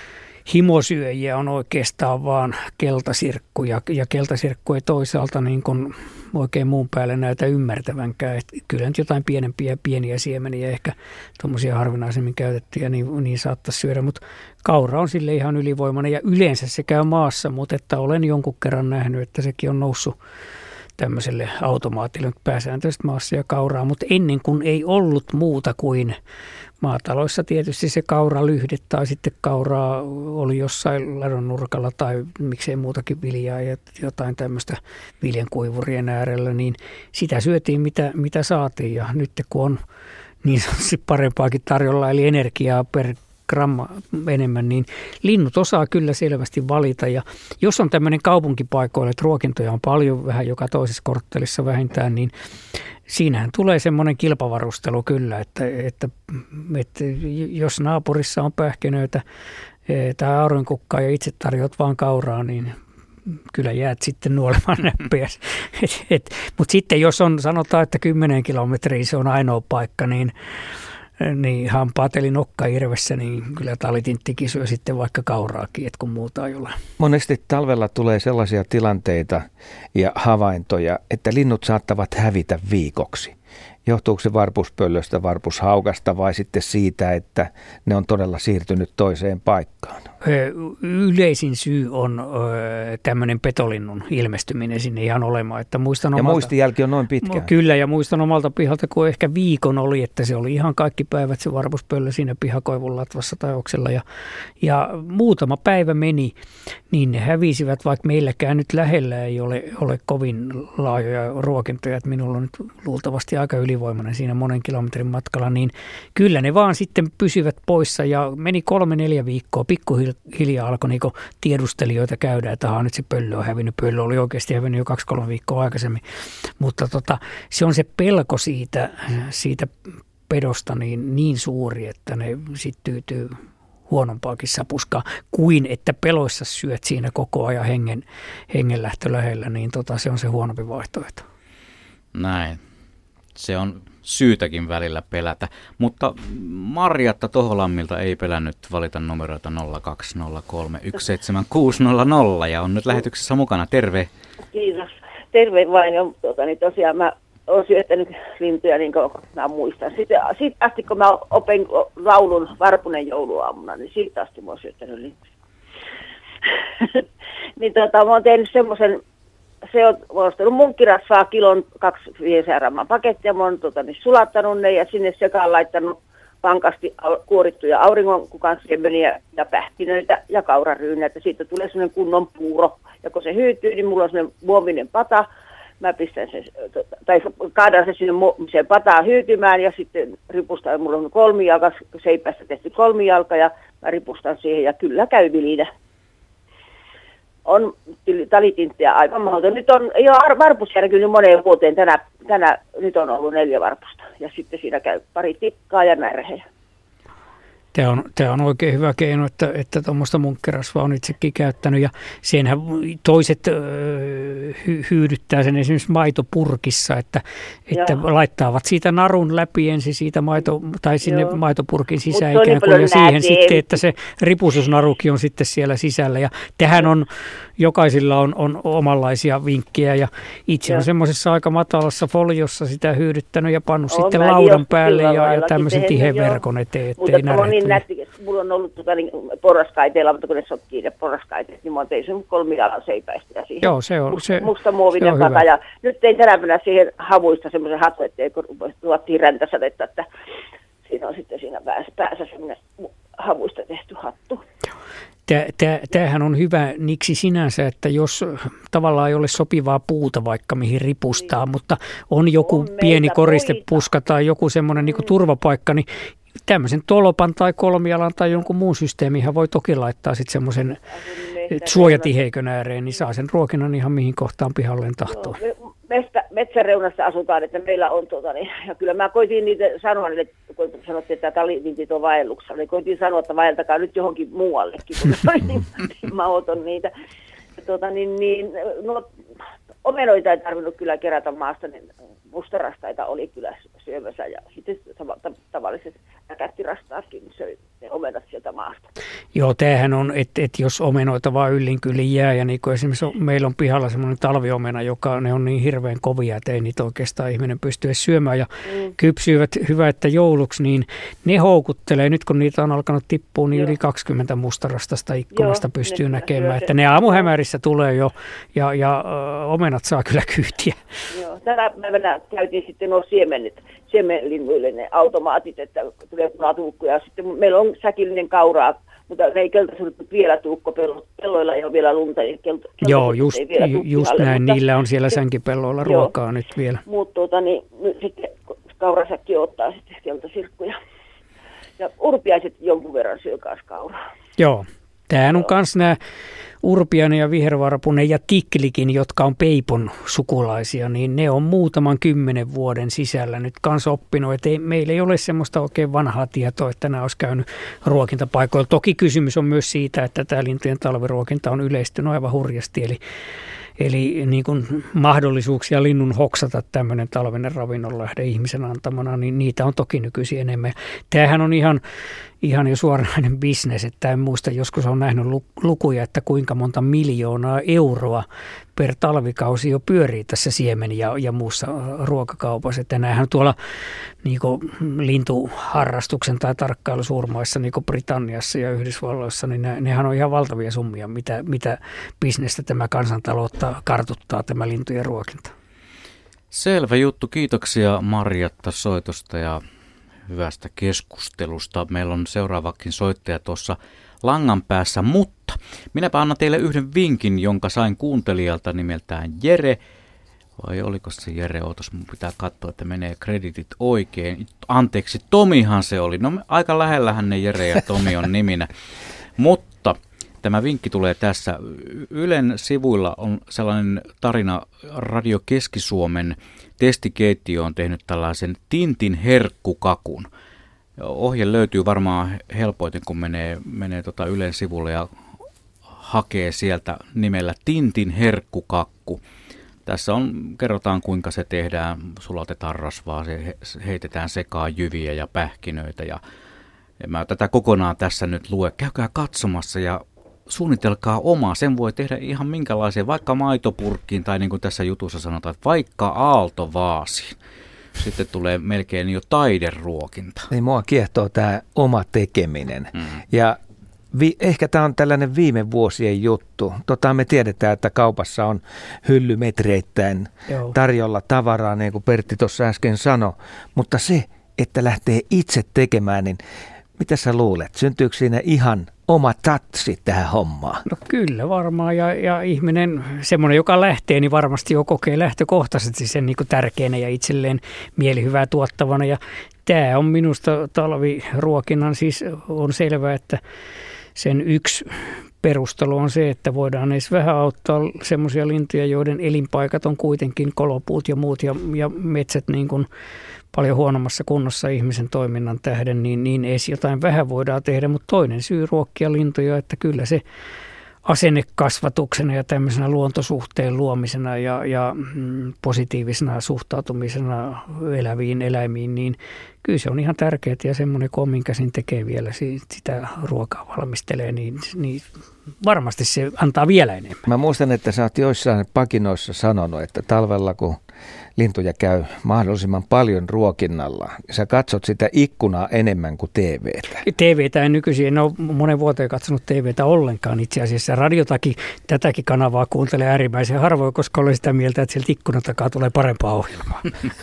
himosyöjiä on oikeastaan vaan keltasirkku. Ja keltasirkku ei toisaalta niin kuin oikein muun päälle näytä ymmärtävänkään. Että kyllä nyt jotain pieniä siemeniä, ehkä tuommoisia harvinaisemmin käytettyjä, niin saattaisi syödä. Mutta kaura on sille ihan ylivoimainen ja yleensä se käy maassa, mutta että olen jonkun kerran nähnyt, että sekin on noussut tämmöiselle automaatille pääsääntöisesti maassa ja kauraa, mutta ennen kuin ei ollut muuta kuin maataloissa tietysti se kauralyhde tai sitten kauraa oli jossain ladon nurkalla tai miksei muutakin viljaa ja jotain tämmöistä viljankuivurien äärellä, niin sitä syötiin mitä saatiin ja nyt kun on niin sanotusti parempaakin tarjolla eli energiaa per gramma enemmän, niin linnut osaa kyllä selvästi valita ja jos on tämmöinen kaupunkipaikoilla, että ruokintoja on paljon vähän joka toisessa korttelissa vähintään, niin siinähän tulee semmoinen kilpavarustelu kyllä, että jos naapurissa on pähkinöitä tai aurinkokkaa ja itse tarjoat vaan kauraa, niin kyllä jäät sitten nuolemaan näppejä. Mutta sitten jos on, sanotaan, että 10 kilometriä se on ainoa paikka, niin hampaat eli nokka irvessä, niin kyllä talitinttikin syö sitten vaikka kauraakin, että kun muuta ei ole. Monesti talvella tulee sellaisia tilanteita ja havaintoja, että linnut saattavat hävitä viikoksi. Johtuuko se varpuspöllöstä, varpushaukasta vai sitten siitä, että ne on todella siirtynyt toiseen paikkaan? Yleisin syy on tämmöinen petolinnun ilmestyminen sinne ihan olemaan. Että ja muistijälki on noin pitkään? Kyllä, ja muistan omalta pihalta, kun ehkä viikon oli, että se oli ihan kaikki päivät se varpuspöllö siinä pihakoivun latvassa tai oksella. Ja muutama päivä meni, niin ne hävisivät, vaikka meilläkään nyt lähellä ei ole kovin laajoja ruokintoja. Että minulla on nyt luultavasti aika ylivoimainen siinä monen kilometrin matkalla, niin kyllä ne vaan sitten pysyvät poissa ja meni 3-4 viikkoa. Pikkuhiljaa alkoi niin tiedustelijoita käydä, että nyt se pöllö on hävinnyt. Pöllö oli oikeasti hävinnyt jo 2-3 viikkoa aikaisemmin. Mutta se on se pelko siitä pedosta niin suuri, että ne sitten tyytyy huonompaakin sapuskaa kuin että peloissa syöt siinä koko ajan hengenlähtö lähellä, niin se on se huonompi vaihtoehto. Näin. Se on syytäkin välillä pelätä, mutta Marjatta Toholammilta ei pelännyt valita numeroita 0203 17600 ja on nyt lähetyksessä mukana. Terve. Kiitos. Terve vain. Tosiaan mä olen syöttänyt lintuja niin kuin mä muistan. Sitten asti kun mä opin laulun Varpunen jouluaamuna, niin siitä asti mä oon syöttänyt lintuja. Niin mä oon tehnyt semmoisen. Se on ostanut munkkirasvaa 1,25 grammaa pakettia. Mä oon sulattanut ne ja sinne sekaan laittanut vankasti kuorittuja auringonkukansiemeniä ja pähkinöitä ja kauraryynäitä. Siitä tulee semmoinen kunnon puuro. Ja kun se hyytyy, niin mulla on semmoinen muovinen pata. Mä pistän sen, tai kaadan se sinne muoviseen pataan hyytymään ja sitten ripustan. Mulla on 3 jalka, seipästä tehty 3 jalka ja mä ripustan siihen ja kyllä käy vilinä. On talitinttiä aivan mahdoton. Nyt on jo varpusjärkynyt moneen vuoteen. Tänä nyt on ollut 4 varpusta. Ja sitten siinä käy pari tikkaa ja närhejä. Tämä on oikein hyvä keino, että tuommoista munkkirasvaa on itsekin käyttänyt. Ja senhän toiset hyydyttää sen esimerkiksi maitopurkissa, että laittavat siitä narun läpi ensin siitä tai sinne maitopurkin sisään ikään kuin ja siihen sitten, että se ripususnarukin on sitten siellä sisällä. Ja tähän on, jokaisilla on omanlaisia vinkkejä ja itse on semmoisessa aika matalassa foliossa sitä hyydyttänyt ja pannut sitten laudan päälle ja tämmöisen tiheverkon eteen, ettei närähtynyt. Mulla on ollut porraskaiteilla, mutta kun ne sotkii ne porraskaiteet, niin mä tein sen 3 jalan seipäistä ja siihen joo, se on musta muovinen pata. Ja nyt tein tänä siihen havuista semmoisen hatun, ettei luottiin räntäsadetta, että siinä on sitten siinä päässä semmoinen havuista tehty hattu. Tämähän on hyvä niksi sinänsä, että jos tavallaan ei ole sopivaa puuta vaikka mihin ripustaa, mutta on joku pieni koristepuska tai joku semmoinen niin kuin turvapaikka, niin tämmöisen tolpan tai kolmialan tai jonkun muun systeemihän voi toki laittaa sitten semmoisen suojatiheikön ääreen, niin saa sen ruokinnan ihan mihin kohtaan pihalleen tahtoo. Metsäreunassa asutaan, että meillä on ja kyllä mä koitin niitä sanoa, kun sanottiin, että talitintit on vaelluksella, niin koitin sanoa, että vaeltakaa nyt johonkin muuallekin, kun niin mahdoton niitä. Omenoita ei tarvinnut kyllä kerätä maasta, niin mustarastaita oli kyllä syömässä ja sitten tavalliset kättirastaatkin söi ne omenat sieltä maasta. Joo, tämähän on, että jos omenoita vaan yllin kyllin jää, ja niin kuin esimerkiksi meillä on pihalla semmoinen talviomena, ne on niin hirveän kovia, että ei niitä oikeastaan ihminen pysty edes syömään, ja kypsyivät hyvä, että jouluksi, niin ne houkuttelee, nyt kun niitä on alkanut tippua, niin yli 20 mustarastasta ikkunasta pystyy näkemään, että ne aamuhämärissä tulee jo, ja omenat saa kyllä kyytiä. Joo, tänä päivänä käytiin sitten nuo siemenlinnuille ne automaatit, että tulee punatulkkuja, sitten meillä on säkillinen kauraa, mutta ne ei keltaisuudet vielä pelloilla ei ole vielä lunta. Joo, just näin. Mutta niillä on siellä sänkipelloilla ruokaa nyt vielä. Mutta nyt sitten kaurasäkki ottaa sitten keltasirkkuja. Ja urpiaiset jonkun verran syö kanssa kauraa. Joo. Tämähän on myös nämä urpiainen ja vihervarpunen ja tikkelikin, jotka on peipon sukulaisia, niin ne on muutaman 10 vuoden sisällä nyt kanssa oppinut, että meillä ei ole semmoista oikein vanhaa tietoa, että nämä olisi käynyt ruokintapaikoilla. Toki kysymys on myös siitä, että tämä lintujen talviruokinta on yleistynyt aivan hurjasti, eli niin kuin mahdollisuuksia linnun hoksata tämmöinen talvinen ravinnonlähde ihmisen antamana, niin niitä on toki nykyisin enemmän. Tämähän on ihan jo suoranainen bisnes, että en muista, joskus on nähnyt lukuja, että kuinka monta miljoonaa euroa per talvikausi jo pyörii tässä siemen- ja muussa ruokakaupassa. Että näähän tuolla niin kuin lintuharrastuksen tai tarkkailusuurmaissa niin kuin Britanniassa ja Yhdysvalloissa, niin nehän on ihan valtavia summia, mitä bisnestä tämä kansantaloutta kartuttaa tämä lintujen ruokinta. Selvä juttu. Kiitoksia Marjatta soitosta ja hyvästä keskustelusta. Meillä on seuraavakin soittaja tuossa langan päässä, mutta minäpä annan teille yhden vinkin, jonka sain kuuntelijalta nimeltään Jere. Vai oliko se Jere? Ootas, mun pitää katsoa, että menee kreditit oikein. Anteeksi, Tomihan se oli. No aika lähellähän ne Jere ja Tomi on niminä. Mutta tämä vinkki tulee tässä. Ylen sivuilla on sellainen tarina, Radio Keski-Suomen testikeittiö on tehnyt tällaisen Tintin herkkukakun. Ohje löytyy varmaan helpoiten, kun menee Ylen sivulle ja hakee sieltä nimellä Tintin herkkukakku. Tässä kerrotaan kuinka se tehdään, sulatetaan rasvaa, se heitetään sekaan jyviä ja pähkinöitä. Ja mä tätä kokonaan tässä nyt lue. Käykää katsomassa ja suunnitelkaa omaa. Sen voi tehdä ihan minkälaiseen, vaikka maitopurkkiin tai niin kuin tässä jutussa sanotaan, että vaikka aaltovaasiin. Sitten tulee melkein jo taideruokinta. Niin mua kiehtoo tämä oma tekeminen. Ja ehkä tämä on tällainen viime vuosien juttu. Me tiedetään, että kaupassa on hyllymetreittäin tarjolla tavaraa, niin kuin Pertti tuossa äsken sanoi. Mutta se, että lähtee itse tekemään, niin mitä sä luulet? Syntyykö siinä ihan oma tatsi tähän hommaan? No kyllä varmaan, ja ihminen, semmoinen joka lähtee, niin varmasti jo kokee lähtökohtaisesti sen niin kuin tärkeänä ja itselleen mielihyvää tuottavana. Ja tämä on minusta talviruokinnan, siis on selvää, että sen yksi perustelu on se, että voidaan edes vähän auttaa semmoisia lintuja, joiden elinpaikat on kuitenkin kolopuut ja muut ja metsät niin kuin paljon huonommassa kunnossa ihmisen toiminnan tähden, niin edes jotain vähän voidaan tehdä, mutta toinen syy ruokkia lintuja, että kyllä se asennekasvatuksena ja tämmöisenä luontosuhteen luomisena ja positiivisena suhtautumisena eläviin eläimiin, niin kyllä se on ihan tärkeää ja semmoinen, kun omin käsin tekee vielä sitä ruokaa valmistelee, niin varmasti se antaa vielä enemmän. Mä muistan, että sä oot joissain pakinoissa sanonut, että talvella kun lintuja käy mahdollisimman paljon ruokinnalla, sä katsot sitä ikkunaa enemmän kuin TVtä. TVtä en nykyisin, en ole monen vuoteen katsonut TVtä ollenkaan itse asiassa. Radiotakin tätäkin kanavaa kuuntelee äärimmäisen harvoin, koska olen sitä mieltä, että sieltä ikkunan takaa tulee parempaa ohjelmaa.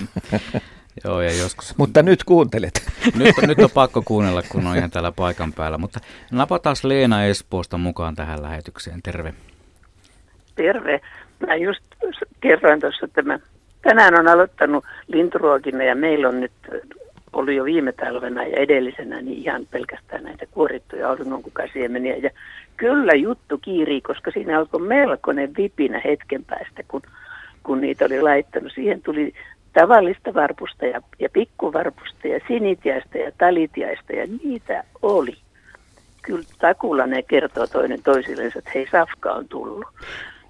Joo, ja joskus. Mutta nyt kuuntelet. Nyt on pakko kuunnella, kun on ihan täällä paikan päällä. Mutta napataan Leena Espoosta mukaan tähän lähetykseen. Terve. Terve. Mä just kerroin tuossa, että mä tänään on aloittanut linturuokinnan ja meillä on nyt ollut jo viime talvena ja edellisenä niin ihan pelkästään näitä kuorittuja auringonkukasiemeniä. Ja kyllä juttu kiirii, koska siinä alkoi melkoinen vipinä hetken päästä, kun niitä oli laittanut. Siihen tuli tavallista varpusta ja pikkuvarpusta ja sinitiaista ja talitiaista ja niitä oli. Kyllä takulla ne kertoo toinen toisillensa, että hei, safka on tullut.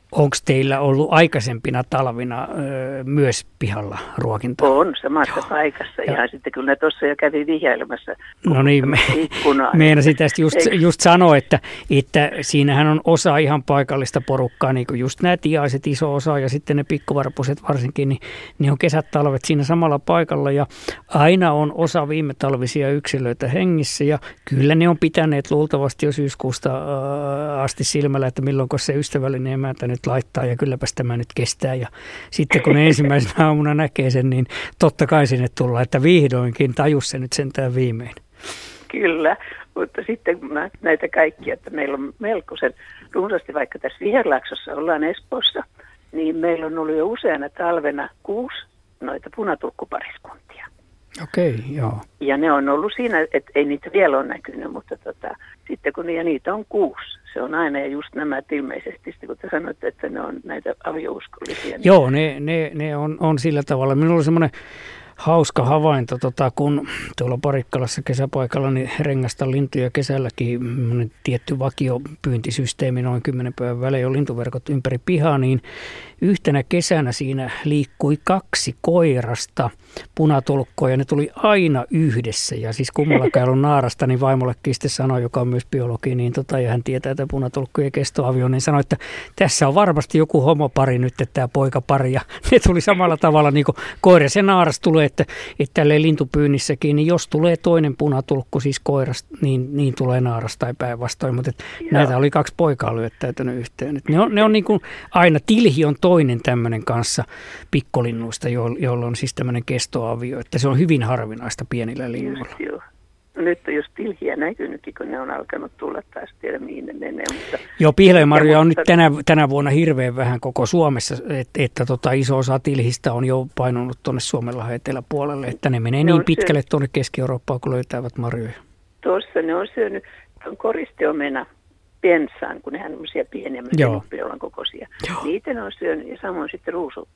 Onko teillä ollut aikaisempina talvina myös pihalla ruokintaa? On, samassa paikassa. Ihan sitten kyllä ne tuossa jo kävi vihjailemassa. No niin, meinasin tästä just sanoa, että siinähän on osa ihan paikallista porukkaa, niin kuin just nämä tiaiset iso osa ja sitten ne pikkuvarpuset varsinkin, niin ne on kesät talvet siinä samalla paikalla ja aina on osa viime talvisia yksilöitä hengissä ja kyllä ne on pitäneet luultavasti jo syyskuusta asti silmällä, että milloinko se ystävällinen emäntä nyt laittaa ja kylläpäs tämä nyt kestää. Ja sitten kun ne ensimmäisenä aamuna näkee sen, niin totta kai sinne tullaan, että vihdoinkin tajus se nyt sentään viimein. Kyllä, mutta sitten kun näitä kaikkia, että meillä on melkoisen runsaasti, vaikka tässä Viherlaaksossa ollaan Espoossa, niin meillä on ollut jo useana talvena 6 noita punatulkkupariskuntia. Okei, joo. Ja ne on ollut siinä, että ei niitä vielä ole näkynyt, mutta sitten kun niitä on 6, se on aina ja just nämä ilmeisesti, kun te sanoitte, että ne on näitä aviouskollisia. Niin... Joo, ne on sillä tavalla. Minulla oli semmoinen hauska havainto, kun tuolla Parikkalassa kesäpaikalla niin rengastan lintuja kesälläkin, tietty vakiopyyntisysteemi noin 10 päivän välein on lintuverkot ympäri pihaa, niin yhtenä kesänä siinä liikkui 2 koirasta punatulkkoa ja ne tuli aina yhdessä ja siis kummallakaan ei ollut naarasta, niin vaimollekin sitten sanoi, joka on myös biologi, niin ja hän tietää tätä punatulkkujen kestoavio, niin sanoi, että tässä on varmasti joku homopari nyt, tämä poikapari ja ne tuli samalla tavalla niin kuin koiras ja naaras tulee, että tälleen lintupyynnissäkin, niin jos tulee toinen punatulkku, siis koirasta, niin tulee naaras tai päinvastoin, mutta näitä oli 2 poikaa lyöttäytynyt yhteen. Ne on niin kuin aina, tilhi on toinen tämmöinen kanssa pikkolinnuista, jolla on siis tämmöinen kestoavio, että se on hyvin harvinaista pienillä linnuilla. Joo. Nyt on jos tilhiä näkynytkin, kun ne on alkanut tulla taas, tiedä mihin ne menee. Mutta... Joo, pihleenmarjoja on nyt tänä vuonna hirveän vähän koko Suomessa, että iso osa tilhistä on jo painunut tuonne Suomenlahden eteläpuolelle, että ne menee niin pitkälle tuonne Keski-Eurooppaan, kun löytävät marjoja. Tuossa ne on syönyt koristeomena pensaan, kun nehän on semmoisia pieniä, melkein kokoisia. Niitä ne on syönyt ja samoin sitten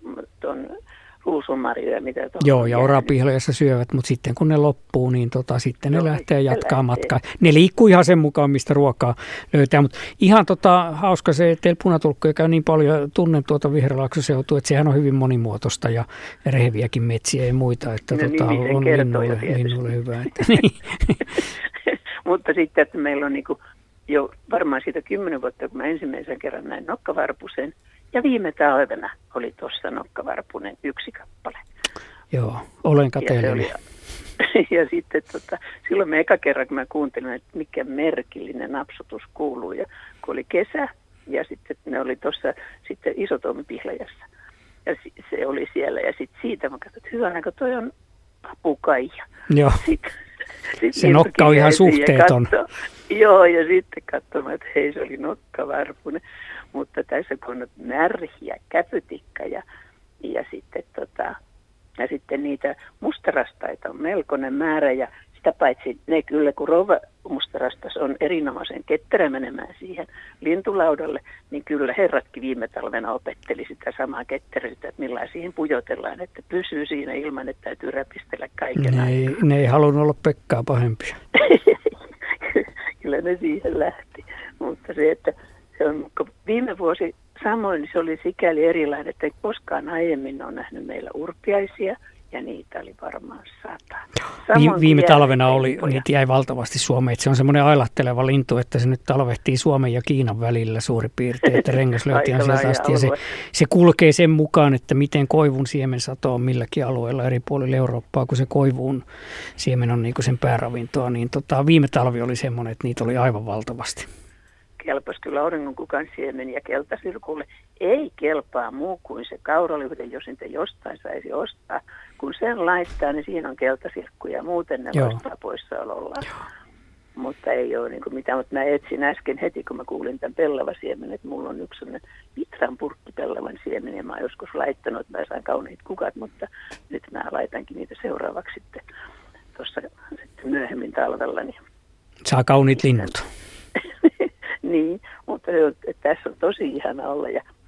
ruusunmarjoja, mitä tuohon. Joo, ja orapihlajassa syövät, mutta sitten kun ne loppuu, niin sitten ne lähtee jatkaa matkaa. Ne liikkuu ihan sen mukaan, mistä ruokaa löytää, mutta ihan hauska se, että teillä punatulkkuja käy niin paljon, tunnen tuota Viherlaaksoseutua, että sehän on hyvin monimuotoista ja reheviäkin metsiä ja muita, että on linnulle hyvä. Että, niin. Mutta sitten, että meillä on niinku jo varmaan siitä 10 vuotta, kun mä ensimmäisen kerran näin nokkavarpusen, ja viime talvena oli tuossa nokkavarpunen 1 kappale. Joo, olen kateellinen. Ja sitten silloin me eka kerran, kun mä kuuntelin, että mikä merkillinen napsutus kuuluu, ja kun oli kesä, ja sitten ne oli tuossa sitten Isotoimipihlajassa, ja se oli siellä, ja sitten siitä mä katsoin, että hyvänä, kun toi on papukaija. Joo, se nokka on ihan suhteeton. Joo, ja sitten katsomaan, että hei, se oli nokkavarpunen. Mutta tässä kun on närhiä, käpytikka ja sitten niitä mustarastaita on melkoinen määrä ja sitä paitsi ne kyllä, kun rouva mustarastas on erinomaisen ketterä menemään siihen lintulaudalle, niin kyllä herratkin viime talvena opetteli sitä samaa ketteryyttä, että millä siihen pujotellaan, että pysyy siinä ilman, että täytyy räpistellä kaiken aikaa. Ne ei halunnut olla Pekkaa pahempia. Kyllä ne siihen lähti, mutta se, että se on, viime vuosi samoin niin se oli sikäli erilainen, että koskaan aiemmin on nähnyt meillä urpiaisia ja niitä oli varmaan 100. Viime talvena niitä jäi valtavasti Suomeen. Se on semmoinen ailahteleva lintu, että se nyt talvehtii Suomen ja Kiinan välillä suurin piirtein, että rengas löyti ihan sieltä asti. Ja se kulkee sen mukaan, että miten koivun siemensato on milläkin alueella eri puolilla Eurooppaa, kun se koivuun siemen on niin kuin sen pääravintoa. Niin viime talvi oli semmoinen, että niitä oli aivan valtavasti. Kelpasi kyllä auringonkukan siemen ja keltasirkulle. Ei kelpaa muu kuin se kauraliuhde, jos niitä jostain saisi ostaa. Kun sen laittaa, niin siinä on keltasirkku ja muuten ne loistaa poissaolollaan. Mutta ei ole niin kuin mitään. Mutta mä etsin äsken heti, kun mä kuulin tämän pellavasiemen, että mulla on yksi sellainen litran purkki pellavan siemen ja mä oon joskus laittanut, että mä saan kauniit kukat, mutta nyt mä laitankin niitä seuraavaksi sitten tuossa sitten myöhemmin talvella. Niin. Saa kauniit linnut. Niin, mutta tässä on tosi ihana olla ja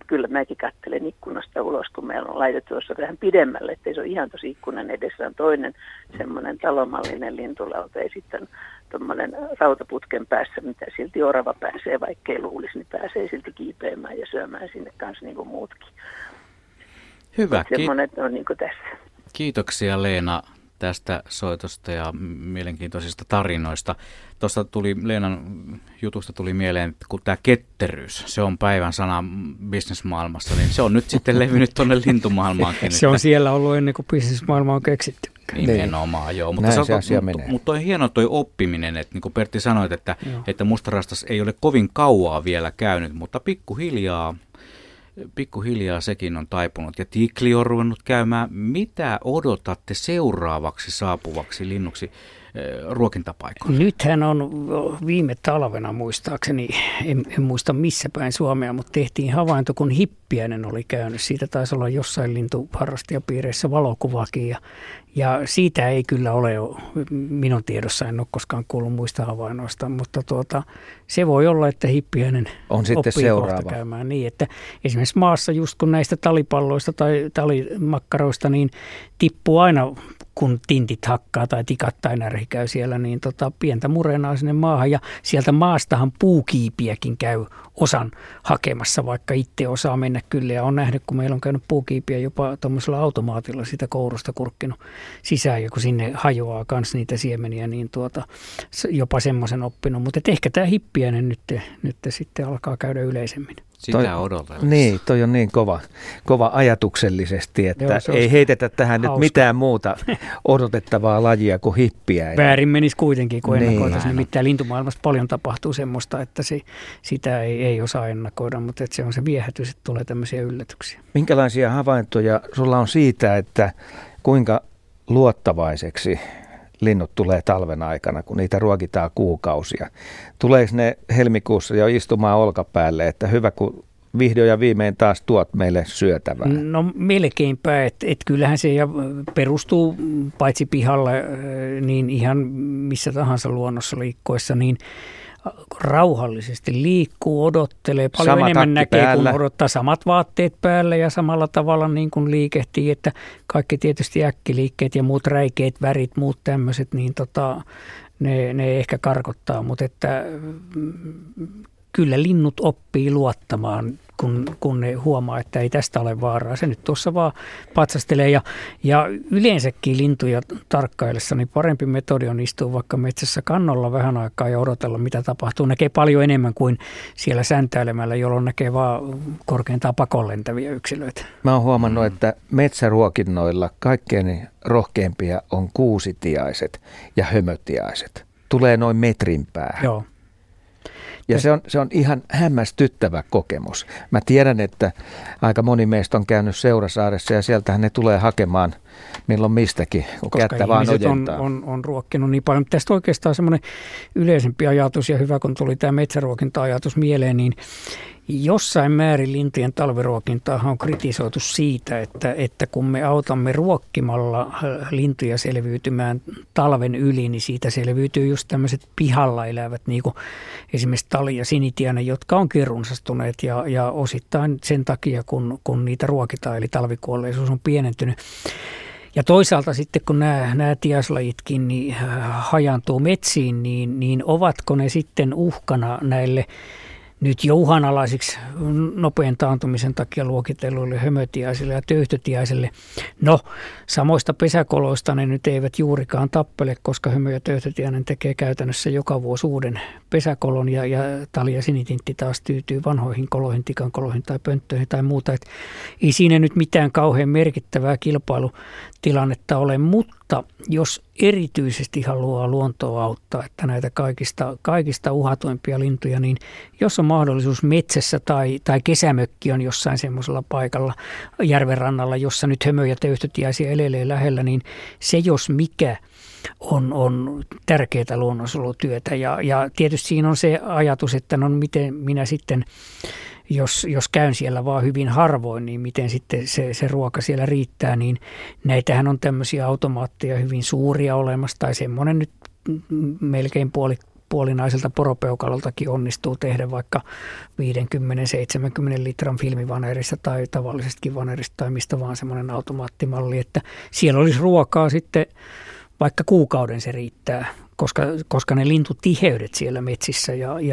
kyllä mäkin katselen ikkunasta ulos, kun meillä on laitettu tuossa vähän pidemmälle, ettei se ole ihan tosi ikkunan edessä on toinen semmoinen talomallinen lintulauta ja sitten tuommoinen rautaputken päässä, mitä silti orava pääsee, vaikkei luulisi, niin pääsee silti kiipeämään ja syömään sinne kanssa niin kuin muutkin. Hyvä. Semmoinen on niin kuin tässä. Kiitoksia Leena tästä soitosta ja mielenkiintoisista tarinoista. Tuosta tuli Leenan jutusta tuli mieleen, että kun tämä ketteryys, se on päivän sana bisnesmaailmassa, niin se on nyt sitten levinnyt tuonne lintumaailmaankin. Se on siellä ollut ennen kuin bisnesmaailma on keksitty. Nimenomaan, joo. Mutta on hieno toi oppiminen, että niin kuin Pertti sanoit, että mustarastas ei ole kovin kauaa vielä käynyt, mutta pikkuhiljaa sekin on taipunut ja tikli on ruvennut käymään. Mitä odotatte seuraavaksi saapuvaksi linnuksi ruokintapaikoille? Nythän on viime talvena muistaakseni, en muista missä päin Suomea, mutta tehtiin havainto, kun hippiäinen oli käynyt. Siitä taisi olla jossain lintuharrastajapiireissä valokuvakin ja siitä ei kyllä ole minun tiedossa, en ole koskaan kuullut muista havainnoista, mutta se voi olla, että hippiäinen on sitten oppii seuraava. Kohta käymään niin, että esimerkiksi maassa just kun näistä talipalloista tai talimakkaroista niin tippuu aina, kun tintit hakkaa tai tikat tai närhi käy siellä, niin pientä murenaa sinne maahan ja sieltä maastahan puukiipiäkin käy osan hakemassa, vaikka itse osaa mennä kyllä ja on nähnyt, kun meillä on käynyt puukiipiä jopa tuommoisella automaatilla sitä kourusta kurkkinut sisään ja kun sinne hajoaa myös niitä siemeniä, niin jopa semmoisen oppinut, mutta ehkä tämä hippiäinen nyt sitten alkaa käydä yleisemmin. Sitä odotellessa. Niin, toi on niin kova ajatuksellisesti, että ei heitetä tähän nyt mitään muuta odotettavaa lajia kuin hippiä. Väärin menisi kuitenkin, kun ennakoitaisiin. Nimittäin lintumaailmassa paljon tapahtuu semmoista, että sitä ei osaa ennakoida, mutta että se on se viehätys, että tulee tämmöisiä yllätyksiä. Minkälaisia havaintoja sulla on siitä, että kuinka luottavaiseksi linnut tulee talven aikana, kun niitä ruokitaan kuukausia? Tuleeko ne helmikuussa jo istumaan olkapäälle, että hyvä kun vihdoin ja viimein taas tuot meille syötävää? No melkeinpä, että kyllähän se perustuu paitsi pihalle, niin ihan missä tahansa luonnossa liikkuessa, niin rauhallisesti liikkuu, odottelee, paljon Sama enemmän näkee, päällä. kun odottaa samat vaatteet päällä ja samalla tavalla niin kuin liikehtii, että kaikki tietysti äkkiliikkeet ja muut räikeät värit, muut tämmöiset, niin ne ehkä karkottaa, mutta että kyllä linnut oppii luottamaan, kun ne huomaa, että ei tästä ole vaaraa. Se nyt tuossa vaan patsastelee ja yleensäkin lintuja tarkkaillessa, niin parempi metodi on istua vaikka metsässä kannolla vähän aikaa ja odotella, mitä tapahtuu. Näkee paljon enemmän kuin siellä säntäilemällä, jolloin näkee vaan korkeintaan pakoon lentäviä yksilöitä. Mä oon huomannut, että metsäruokinnoilla kaikkein rohkeimpia on kuusitiaiset ja hömötiaiset. Tulee noin metrin päähän. Joo. Ja se on ihan hämmästyttävä kokemus. Mä tiedän, että aika moni meistä on käynyt Seurasaaressa ja sieltähän ne tulee hakemaan milloin mistäkin, kun kättä vaan ojentaa. On ruokkinut niin paljon. Tästä oikeastaan semmoinen yleisempi ajatus ja hyvä, kun tuli tämä metsäruokinta-ajatus mieleen, niin jossain määrin lintujen talviruokintaa on kritisoitu siitä, että kun me autamme ruokkimalla lintuja selviytymään talven yli, niin siitä selviytyy just tämmöiset pihalla elävät, niin kuin esimerkiksi tali ja sinitiainen, jotka on runsastuneet ja osittain sen takia, kun niitä ruokitaan, eli talvikuolleisuus on pienentynyt. Ja toisaalta sitten, kun nämä tiaislajitkin niin hajaantuu metsiin, niin ovatko ne sitten uhkana näille nyt jo uhanalaisiksi nopean taantumisen takia luokitelluille hömötiaisille ja töyhtötiaisille? No, samoista pesäkoloista ne nyt eivät juurikaan tappele, koska hömö- ja töyhtötiainen tekee käytännössä joka vuosi uuden pesäkolon ja tali ja sinitintti taas tyytyy vanhoihin koloihin, tikankoloihin tai pönttöihin tai muuta. Et ei siinä nyt mitään kauhean merkittävää kilpailutilannetta ole, mutta jos erityisesti haluaa luontoa auttaa, että näitä kaikista uhatuimpia lintuja, niin jos on mahdollisuus metsässä tai kesämökki on jossain semmoisella paikalla järvenrannalla, jossa nyt hömö- ja töyhtötiaisia elelee lähellä, niin se jos mikä on tärkeää luonnonsuojelutyötä. Ja tietysti siinä on se ajatus, että no miten minä sitten, jos käyn siellä vaan hyvin harvoin, niin miten sitten se ruoka siellä riittää, niin näitähän on tämmöisiä automaatteja hyvin suuria olemassa, tai semmoinen nyt melkein puolinaiselta poropeukaloltakin onnistuu tehdä vaikka 50-70 litran filmivanerista tai tavallisestakin vanerista tai mistä vaan semmoinen automaattimalli, että siellä olisi ruokaa sitten vaikka kuukauden se riittää, koska ne lintutiheydet siellä metsissä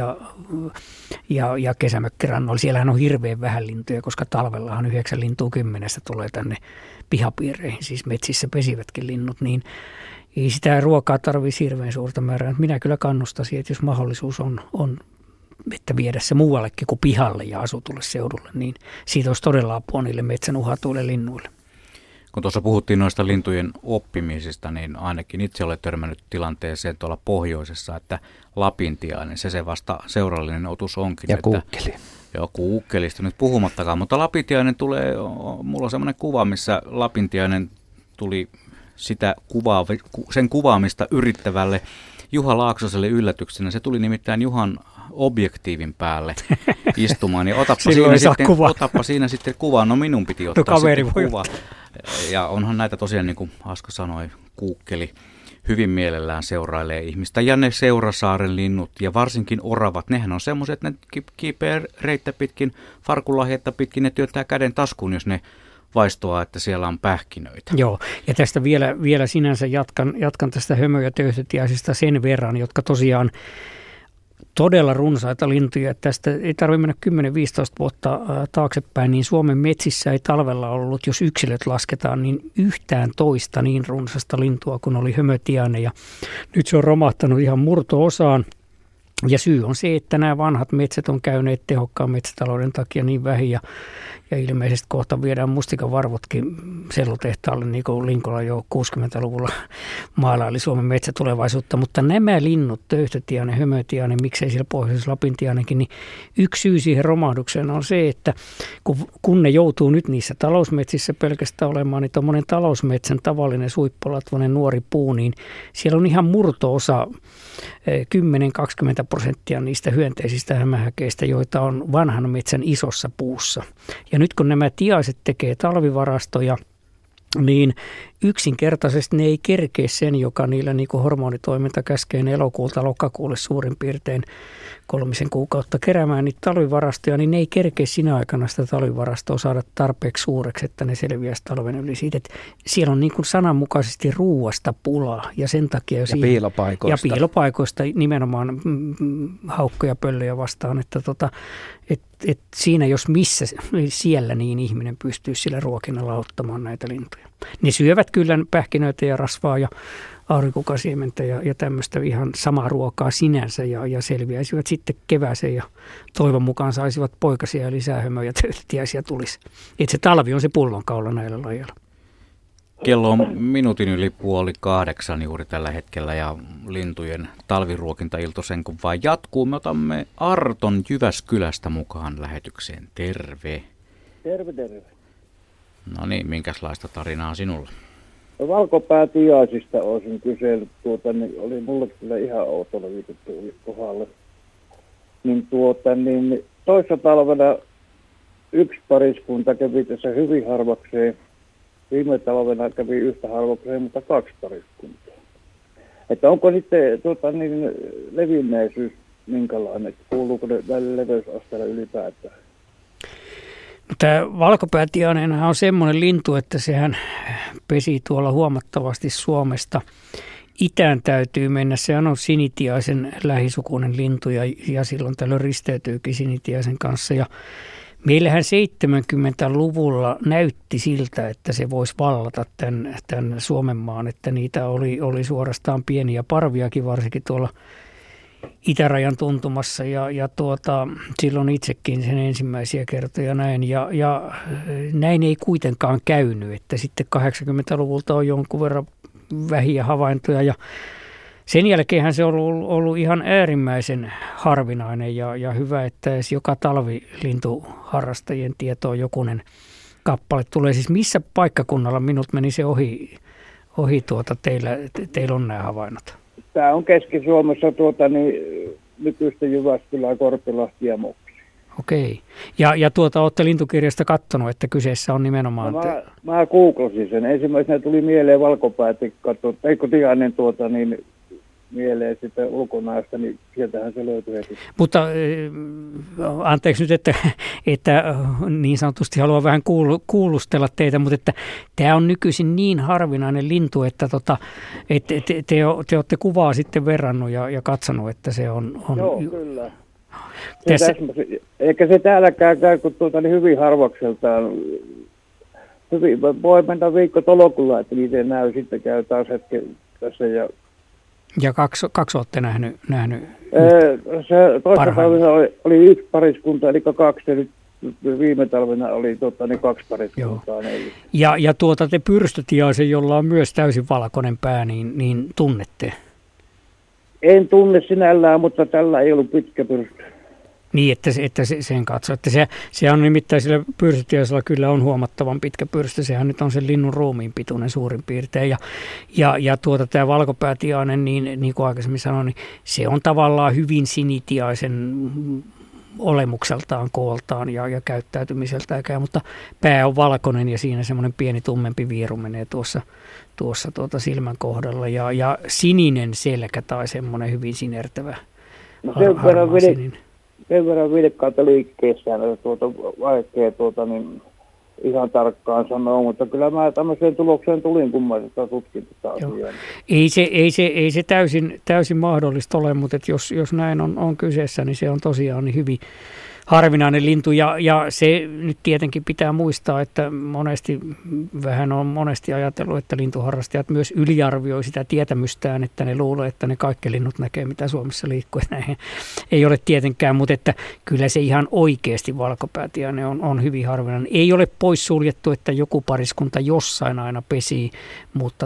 ja kesämökkirannoilla, siellähän on hirveän vähän lintuja, koska talvellahan 9 lintua 10 tulee tänne pihapiireihin, siis metsissä pesivätkin linnut, niin ei sitä ruokaa tarvitse hirveän suurta määrää. Minä kyllä kannustaisin, että jos mahdollisuus on että viedä se muuallekin kuin pihalle ja asutulle seudulle, niin siitä olisi todella apua niille metsän uhatuille linnuille. Kun tuossa puhuttiin noista lintujen oppimisista, niin ainakin itse olen törmännyt tilanteeseen tuolla pohjoisessa, että lapintiainen, se vasta seurallinen otus onkin. Ja että, kuukkeli. Joo, kuukkelista nyt puhumattakaan, mutta lapintiainen tulee, mulla on semmoinen kuva, missä lapintiainen tuli sen kuvaamista yrittävälle Juha Laaksoselle yllätyksenä. Se tuli nimittäin Juhan objektiivin päälle istumaan ja otappa siinä sitten kuvaa. No minun piti ottaa sitten kuva. Ja onhan näitä tosiaan, niin kuin Asko sanoi, kuukkeli hyvin mielellään seurailee ihmistä. Ja ne Seurasaaren linnut ja varsinkin oravat, nehän on semmoiset, että ne kiipeää reittä pitkin, farkulahjetta pitkin, ne työntää käden taskuun, jos ne vaistoaa, että siellä on pähkinöitä. Joo, ja tästä vielä sinänsä jatkan tästä hömö- ja töyhtötiaisista sen verran, jotka tosiaan todella runsaita lintuja. Tästä ei tarvitse mennä 10-15 vuotta taaksepäin, niin Suomen metsissä ei talvella ollut, jos yksilöt lasketaan, niin yhtään toista niin runsasta lintua kuin oli hömötiainen. Ja nyt se on romahtanut ihan murto-osaan. Ja syy on se, että nämä vanhat metsät on käyneet tehokkaan metsätalouden takia niin vähin ja ilmeisesti kohta viedään mustikavarvotkin sellutehtaalle, niin kuin Linkola jo 60-luvulla maalaili Suomen metsätulevaisuutta. Mutta nämä linnut, töyhtötiainen, hömötiainen, miksei siellä pohjoisessa lapintiainenkin, niin yksi syy siihen romahdukseen on se, että kun ne joutuu nyt niissä talousmetsissä pelkästään olemaan, niin tuommoinen talousmetsän tavallinen suippolatvainen nuori puu, niin siellä on ihan murto-osa 10-20% niistä hyönteisistä hämähäkeistä, joita on vanhan metsän isossa puussa. Ja nyt kun nämä tiaiset tekee talvivarastoja, niin yksinkertaisesti ne ei kerkeä sen, joka niillä niin kuin hormonitoiminta käskee elokuulta lokakuulle suurin piirtein 3 kuukautta keräämään niitä talvivarastoja, niin ne ei kerkeä sinä aikana sitä talvivarastoa saada tarpeeksi suureksi, että ne selviäisi talven yli siitä. Että siellä on niin kuin sananmukaisesti ruuasta pulaa ja sen takia ja piilopaikoista. Ja piilopaikoista nimenomaan haukkoja pöllöjä vastaan, että siinä jos missä siellä niin ihminen pystyy sillä ruokinnalla ottamaan näitä lintuja. Ne syövät kyllä pähkinöitä ja rasvaa ja aurinkukasiementä ja tämmöistä ihan samaa ruokaa sinänsä ja selviäisivät sitten kevääseen ja toivon mukaan saisivat poikasia ja lisää hömöjä ja töyhtötiaisia tulisi. Että se talvi on se pullonkaula näillä lajeilla. Kello on minuutin yli 7:30 juuri tällä hetkellä ja lintujen talviruokintailto sen kun vaan jatkuu. Me otamme Arton Jyväskylästä mukaan lähetykseen. Terve. Terve. No niin, minkälaista tarinaa sinulla? Valkopäätiaisista olisin kysellyt, niin oli mulle kyllä ihan outolla viitettu kohdalle. Niin toissa talvena yksi pariskunta kävi tässä hyvin harvakseen. Viime talvena kävi yhtä harvakseen, mutta 2 pariskuntaa. Että onko sitten levinneisyys minkälainen, että kuuluuko ne tälle leveysasteelle ylipäätään? No, tämä valkopäätiainenhan on semmoinen lintu, että sehän pesi tuolla huomattavasti Suomesta. Itään täytyy mennä, se on sinitiaisen lähisukuinen lintu ja silloin tällöin risteytyykin sinitiaisen kanssa. Ja meillähän 70-luvulla näytti siltä, että se voisi vallata tämän Suomenmaan, että niitä oli suorastaan pieniä parviakin, varsinkin tuolla itärajan tuntumassa ja silloin itsekin sen ensimmäisiä kertoja näin ja näin ei kuitenkaan käynyt, että sitten 80-luvulta on jonkun verran vähiä havaintoja ja sen jälkeenhän se on ollut ihan äärimmäisen harvinainen ja hyvä, että edes joka talvilintuharrastajien tietoon jokunen kappale tulee. Siis missä paikkakunnalla minut meni se ohi teillä on nämä havainnot? Tämä on Keski-Suomessa nykyistä Jyväskylää, Korpilahti ja Moksi. Okei. Ja olette lintukirjasta katsonut, että kyseessä on nimenomaan... No, mä googlasin sen. Ensimmäisenä tuli mieleen valkopäätikka, tiainen mieleen sitä ulkonäöstä, niin sieltähän se löytyy heti. Mutta anteeksi nyt, että niin sanotusti haluan vähän kuulustella teitä, mutta että tämä on nykyisin niin harvinainen lintu, että te olette kuvaa sitten verrannut ja katsonut, että se on... Joo, kyllä. Eikä se täälläkään käy, kun niin hyvin harvakseltaan. Voi mennä viikko tolokulla, että niitä ei näy, sitten käy taas hetken tässä. Ja kaksi olette nähnyt se toista talvena oli yksi pariskunta, eli kaksi, ja nyt viime talvena oli kaksi pariskuntaa. Ja te pyrstötiaisen, jolla on myös täysin valkoinen pää, niin tunnette? En tunne sinällään, mutta tällä ei ollut pitkä pyrstö. Niin, että sen katsoo. Että se on nimittäin sillä pyrstötiaisella kyllä on huomattavan pitkä pyrstö. Sehän nyt on sen linnun ruumiin pituinen suurin piirtein. Ja tämä valkopäätiainen, niin kuin aikaisemmin sanoin, niin se on tavallaan hyvin sinitiaisen olemukseltaan, kooltaan ja käyttäytymiseltään. Mutta pää on valkoinen ja siinä semmoinen pieni tummempi viiru menee tuossa silmän kohdalla. Ja sininen selkä tai semmoinen hyvin sinertävä harmaa sininen. Sen verran vilkkaita liikkeessään, että vaikea ihan tarkkaan sanoa, mutta kyllä mä tämmöiseen tulokseen tulin, kun mä sitä tutkin tätä asiaa. Ei se täysin mahdollista ole, mutta jos näin on kyseessä, niin se on tosiaan niin hyvin harvinainen lintu, ja se nyt tietenkin pitää muistaa, että monesti ajatellut, että lintuharrastajat myös yliarvioi sitä tietämystään, että ne luulee, että ne kaikki linnut näkee, mitä Suomessa liikkuu. Näin ei ole tietenkään, mutta että kyllä se ihan oikeasti valkopäätiainen on hyvin harvinainen. Ei ole poissuljettu, että joku pariskunta jossain aina pesii, mutta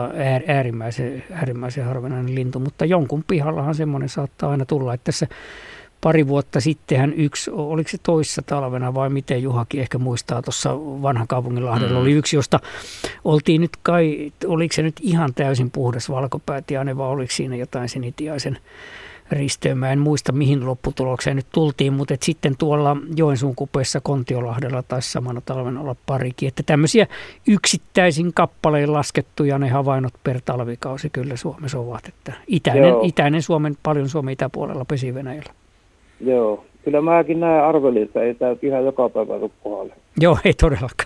äärimmäisen harvinainen lintu, mutta jonkun pihallahan semmoinen saattaa aina tulla, että tässä pari vuotta sittenhän oliko se toissa talvena vai miten Juhakin ehkä muistaa, tuossa Vanhan Kaupunginlahdella oli yksi, josta oltiin nyt oliko se nyt ihan täysin puhdas valkopäätiainen vai oliko siinä jotain sinitiaisen risteä. Mä en muista mihin lopputulokseen nyt tultiin, mutta sitten tuolla Joensuun kupeessa Kontiolahdella taisi samana talvena olla parikin, että tämmöisiä yksittäisin kappalein laskettuja ne havainnot per talvikausi kyllä Suomessa ovat, että itäinen Suomen, paljon Suomen itäpuolella pesi Venäjällä. Joo, kyllä mäkin näen arvelin, että ei tämä ihan joka päivä tule kohdalle. Joo, ei todellakaan.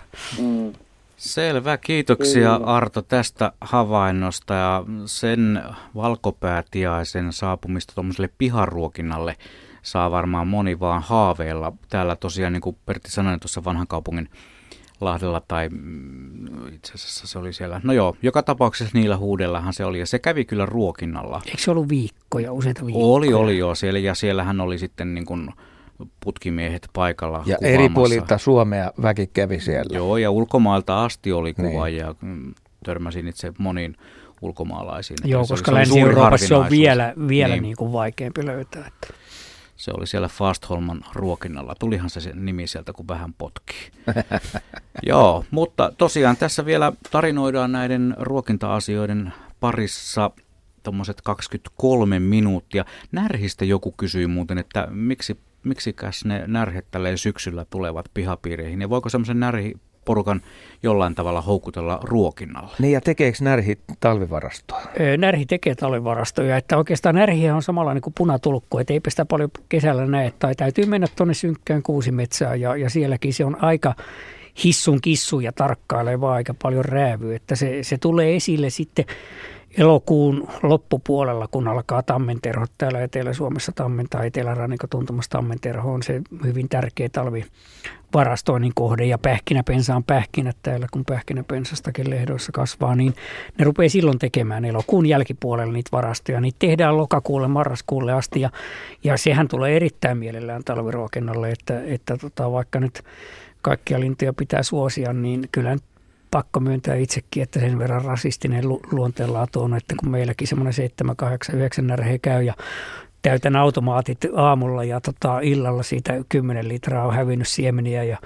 Selvä, kiitoksia Arto tästä havainnosta ja sen valkopäätiaisen saapumista tuommoiselle piharuokinnalle saa varmaan moni vaan haaveilla. Täällä tosiaan, niin kuin Pertti sanoi, tuossa Vanhan Kaupungin Lahdella tai itse asiassa se oli siellä. No joo, joka tapauksessa niillä huudellahan se oli ja se kävi kyllä ruokinnalla. Eikö se ollut useita viikkoja? Oli joo, ja siellähän oli sitten niin kuin putkimiehet paikalla ja kuvaamassa. Eri puolilta Suomea väki kävi siellä. Joo, ja ulkomailta asti oli kuva ja törmäsin itse moniin ulkomaalaisiin. Joo, koska Länsi-Euroopassa se on vielä niin kuin vaikeampi löytää. Että. Se oli siellä Fastholman ruokinnalla. Tulihan se nimi sieltä, kun vähän potkii. Joo, mutta tosiaan tässä vielä tarinoidaan näiden ruokinta-asioiden parissa tuommoiset 23 minuuttia. Närhistä joku kysyi muuten, että miksikäs ne närhet tälleen syksyllä tulevat pihapiireihin. Ja voiko semmoisen närhiporukan jollain tavalla houkutella ruokinnalle? Niin ja tekeekö närhi talvivarastoa? Närhi tekee talvivarastoja, että oikeastaan närhiä on samanlainen kuin punatulkku, että eipä sitä paljon kesällä näe, tai täytyy mennä tuonne synkkään kuusimetsään ja sielläkin se on aika hissun kissu ja tarkkailee vaan aika paljon räävyä, että se tulee esille sitten elokuun loppupuolella, kun alkaa tammenterhot täällä Etelä-Suomessa tai Etelä-rannikon tuntumassa tammenterho on se hyvin tärkeä talvivarastoinnin kohde ja pähkinäpensa on pähkinät täällä, kun pähkinäpensastakin lehdoissa kasvaa, niin ne rupeaa silloin tekemään elokuun jälkipuolella niitä varastoja. Niitä tehdään lokakuulle, marraskuulle asti ja sehän tulee erittäin mielellään talviruokinnalle, että vaikka nyt kaikkia lintuja pitää suosia, niin kyllä pakko myöntää itsekin, että sen verran rasistinen luonteenlaatu on, että kun meilläkin semmoinen 7, 8, 9 närheä käy ja täytän automaatit aamulla ja illalla siitä 10 litraa on hävinnyt siemeniä ja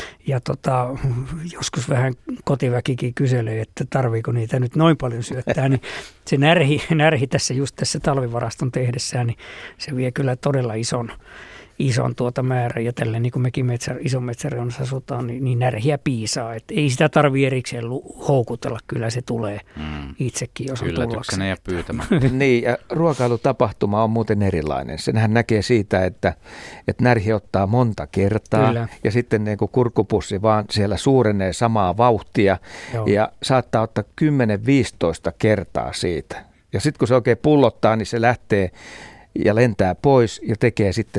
joskus vähän kotiväkikin kyselee, että tarviiko niitä nyt noin paljon syöttää, niin se närhi tässä just tässä talvivaraston tehdessään, niin se vie kyllä todella ison määrän. Ja tällä niin kuin mekin ison metsäreunassa asutaan, niin närhiä piisaa. Et ei sitä tarvitse erikseen houkutella, kyllä se tulee itsekin, jos on tullakseen. Ja pyytämään. Niin, ja ruokailutapahtuma on muuten erilainen. Senhän näkee siitä, että närhi ottaa monta kertaa. Kyllä. Ja sitten niin kuin kurkkupussi vaan siellä suurenee samaa vauhtia. Joo. Ja saattaa ottaa 10-15 kertaa siitä. Ja sitten kun se oikein pullottaa, niin se lähtee ja lentää pois ja tekee sitten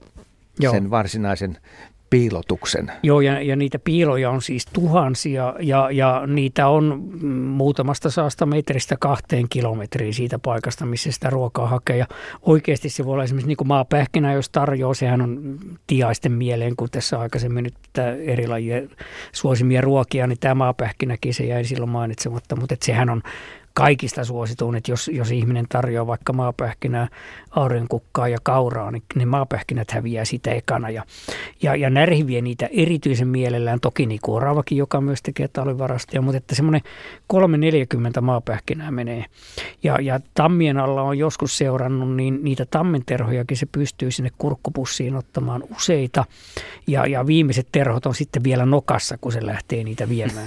sen varsinaisen piilotuksen. Joo, ja niitä piiloja on siis tuhansia, ja niitä on muutamasta 100 metristä 2 kilometriin siitä paikasta, missä sitä ruokaa hakee. Ja oikeasti se voi olla esimerkiksi niin kuin maapähkinä, jos tarjoaa, sehän on tiaisten mieleen, kun tässä aikaisemmin nyt eri lajien suosimia ruokia, niin tämä maapähkinäkin se jäi silloin mainitsematta, mutta sehän on kaikista suosituin, että jos ihminen tarjoaa vaikka maapähkinää, aurinkonkukkaa ja kauraa, niin ne maapähkinät häviää sitä ekana. Ja närhi vie niitä erityisen mielellään, toki niin kuin oravakin, joka myös tekee talvivarastoja, mutta että semmoinen 340 maapähkinää menee. Ja tammien alla on joskus seurannut, niin niitä tammenterhojakin se pystyy sinne kurkkupussiin ottamaan useita. Ja viimeiset terhot on sitten vielä nokassa, kun se lähtee niitä viemään.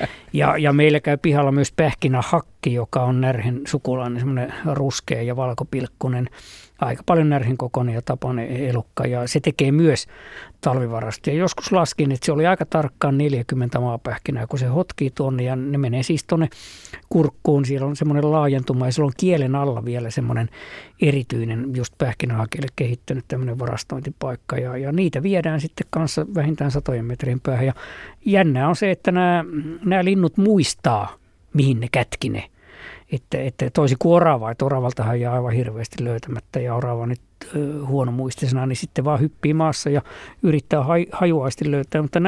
Ja meillä käy pihalla myös pähkinähakki, joka on närhen sukulainen, semmoinen ruskea ja valkopilkkunen, aika paljon närhen kokoinen ja tapainen elukka. Ja se tekee myös talvivarastoja. Joskus laskin, että se oli aika tarkkaan 40 maapähkinää, kun se hotkii tuonne ja ne menee siis tuonne kurkkuun. Siellä on semmoinen laajentuma ja siellä on kielen alla vielä semmoinen erityinen just pähkinähakille kehittynyt tämmöinen varastointipaikka. Ja niitä viedään sitten kanssa vähintään 100 metrin päähän. Ja jännää on se, että nämä linnut muistaa, mihin ne kätki ne. Että toisin kuin orava, että oravaltahan jää aivan hirveästi löytämättä ja orava nyt huonomuistisena, niin sitten vaan hyppii maassa ja yrittää hajuaisesti löytää, mutta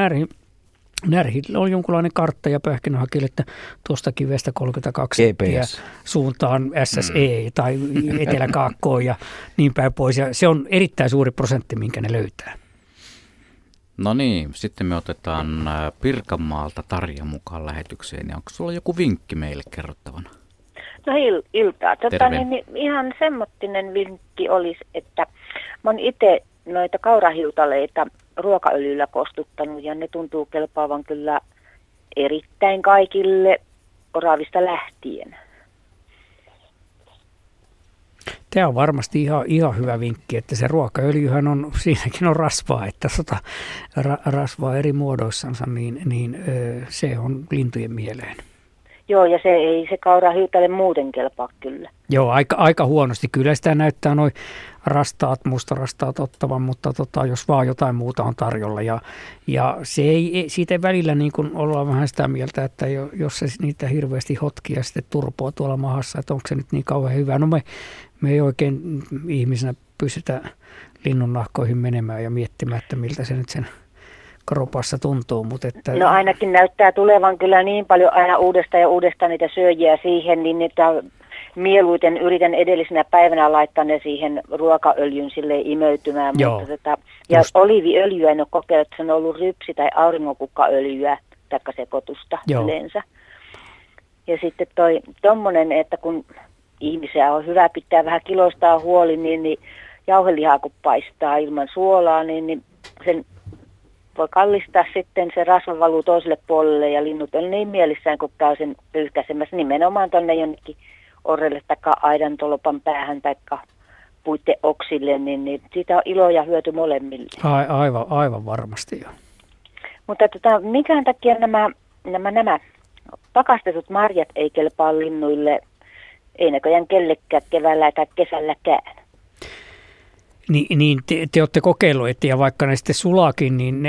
närhi on jonkunlainen kartta ja pähkinähakille, että tuosta kivestä 32 suuntaan SSE tai Etelä-Kaakkoon ja niin päin pois. Ja se on erittäin suuri prosentti, minkä ne löytää. No niin, sitten me otetaan Pirkanmaalta Tarja mukaan lähetykseen. Ja onko sulla joku vinkki meille kerrottavana? No iltaa. Niin ihan semmoinen vinkki olisi, että mä oon itse noita kaurahiutaleita ruokaöljyllä kostuttanut ja ne tuntuu kelpaavan kyllä erittäin kaikille oravista lähtien. Tämä on varmasti ihan hyvä vinkki, että se ruokaöljyhän on, siinäkin on rasvaa, että rasvaa eri muodoissansa, niin se on lintujen mieleen. Joo, ja se kaurahiutale muuten kelpaa kyllä. Joo, aika huonosti. Kyllä sitä näyttää noin mustarastaat ottavan, mutta jos vaan jotain muuta on tarjolla. Ja siitä ei välillä niin kuin ollaan vähän sitä mieltä, että jos se niitä hirveästi hotkii ja sitten turpoa tuolla mahassa, että onko se nyt niin kauhean hyvä. No me ei oikein ihmisenä pystytä linnunahkoihin menemään ja miettimään, että miltä se nyt sen kropassa tuntuu. Mutta että... No ainakin näyttää tulevan kyllä niin paljon aina uudestaan ja uudestaan niitä syöjiä siihen, niin että mieluiten yritän edellisenä päivänä laittaa ne siihen ruokaöljyn silleen imeytymään. Mutta ja oliiviöljyä en ole kokeillut, että se on ollut rypsi- tai auringonkukkaöljyä taikka sekoitusta yleensä. Ja sitten tommonen, että kun ihmisiä on hyvä pitää vähän kiloistaan huoli, niin jauhelihaa kun paistaa ilman suolaa, niin sen voi kallistaa sitten, se rasva valuu toiselle puolelle ja linnut on niin mielissään, kun käy sen pyyhkäisemässä nimenomaan tuonne jonnekin orrelle tai aidantolopan päähän tai puitten oksille, niin siitä on ilo ja hyöty molemmille. Aivan varmasti jo. Mutta minkään takia nämä pakastetut marjat ei kelpaa linnuille, ei näköjään kellekään keväällä tai kesälläkään. Niin te olette kokeilleet, ja vaikka ne sitten sulaakin, niin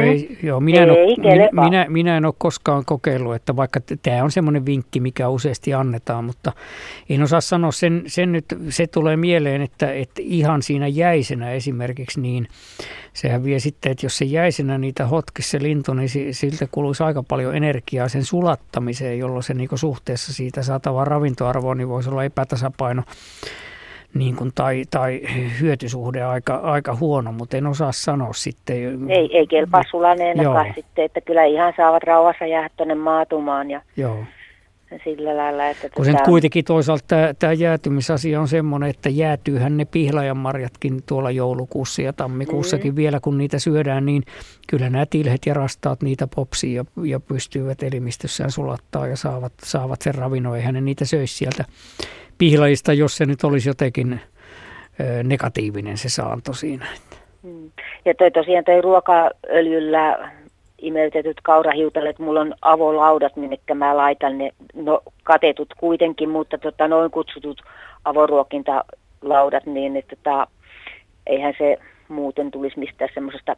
minä en ole koskaan kokeillut, että vaikka tämä on semmoinen vinkki, mikä useasti annetaan, mutta en osaa sanoa sen nyt, se tulee mieleen, että ihan siinä jäisenä esimerkiksi, niin sehän vie sitten, että jos se jäisenä niitä hotkisi se lintu, niin siltä kuluisi aika paljon energiaa sen sulattamiseen, jolloin se niin suhteessa siitä saatavaa ravintoarvoa, niin voisi olla epätasapaino. Niin kuin, tai hyötysuhde aika huono, mutta en osaa sanoa sitten. Ei kelpaa sulaneenakaan sitten, että kyllä ihan saavat rauhassa jäädä tuonne maatumaan. Ja sillä lailla, että kun se kuitenkin toisaalta tämä jäätymisasia on semmoinen, että jäätyyhän ne pihlajanmarjatkin tuolla joulukuussa ja tammikuussakin vielä, kun niitä syödään, niin kyllä nämä tilhet ja rastaat niitä popsii ja pystyvät elimistössään sulattaa ja saavat sen ravinnon. Eihän ne niitä söisi sieltä pihlajista, jos se nyt olisi jotenkin negatiivinen se saanto siinä. Ja tosiaan toi ruokaöljyllä imeytetyt kaurahiutalet, mulla on avolaudat, minne mä laitan ne, no katetut kuitenkin, mutta noin kutsutut avoruokintalaudat, niin että eihän se muuten tulisi mistään semmoisesta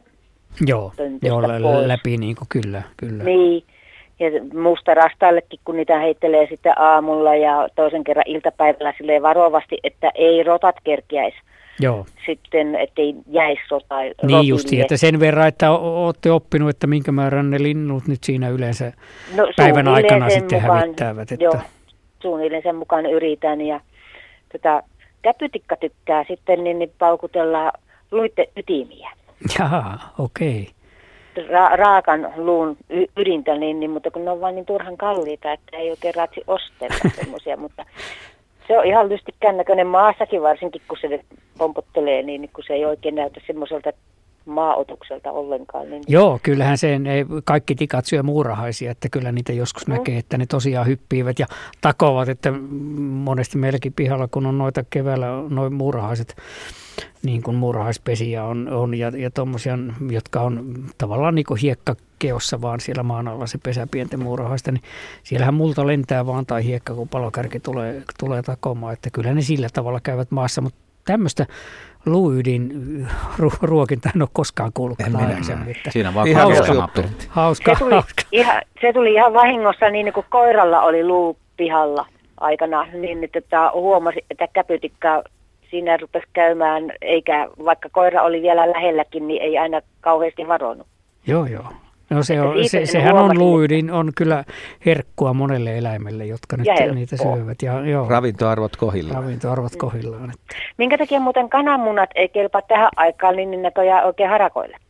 läpi niin kuin kyllä. Niin, ja mustarastaallekin, kun niitä heittelee sitten aamulla ja toisen kerran iltapäivällä silleen varovasti, että ei rotat kerkiäisi. Joo. Sitten, ettei jäisi rotille. Niin justiin, että sen verran, että olette oppinut, että minkä määrän ne linnut nyt siinä yleensä päivän aikana sitten hävittävät. Että... Joo, suunnilleen sen mukaan yritän. Ja käpytikka tykkää sitten niin paukutella luitten ytimiä. Jaa, okei. Raakan luun ydintä, mutta kun ne on vain niin turhan kalliita, että ei oikein raatsi ostella semmoisia, mutta... Se on ihan lystikkään näköinen maassakin, varsinkin kun se pompottelee, niin kun se ei oikein näytä semmoiselta maaotukselta ollenkaan. Niin... Joo, kyllähän kaikki tikat syö muurahaisia, että kyllä niitä joskus näkee, että ne tosiaan hyppiivät ja takovat, että monesti meilläkin pihalla, kun on noita keväällä noin muurahaiset, niin kuin muurahaispesiä on ja tommosia, jotka on tavallaan niin kuin hiekkakeossa vaan siellä maan alla se pesä pienten muurahaista, niin siellähän multa lentää vaan tai hiekka, kun palokärki tulee takomaan, että kyllä ne sillä tavalla käyvät maassa, mutta tämmöistä luuydin ruokintaa en ole koskaan kuullutkaan aikaisemmin. Siinä vaan hauska. Se tuli ihan vahingossa, niin kuin koiralla oli luu pihalla aikana, niin että huomasi, että käpytikka siinä rupesi käymään, eikä vaikka koira oli vielä lähelläkin, niin ei aina kauheasti varonut. Joo. No sehän on luuydin, on kyllä herkkua monelle eläimelle, jotka nyt niitä syövät. Ravintoarvot kohdillaan. Minkä takia muuten kananmunat ei kelpaa tähän aikaan, niin näköjään oikein harakoillekaan?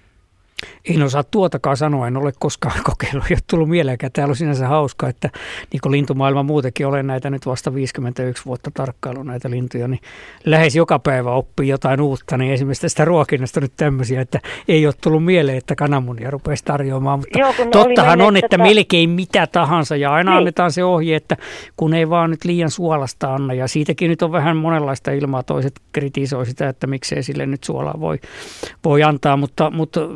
En osaa tuotakaan sanoa, en ole koskaan kokeillut, ei ole tullut mieleenkään. Täällä on sinänsä hauska, että niin kuin lintumaailma muutenkin, olen näitä nyt vasta 51 vuotta tarkkailu näitä lintuja, niin lähes joka päivä oppii jotain uutta, niin esimerkiksi tästä ruokinnasta nyt tämmöisiä, että ei ole tullut mieleen, että kananmunia rupeaisi tarjoamaan, mutta tottahan on, että melkein mitä tahansa ja aina annetaan se ohje, että kun ei vaan nyt liian suolasta anna ja siitäkin nyt on vähän monenlaista ilmaa, toiset kritisoi sitä, että miksei sille nyt suolaa voi antaa, mutta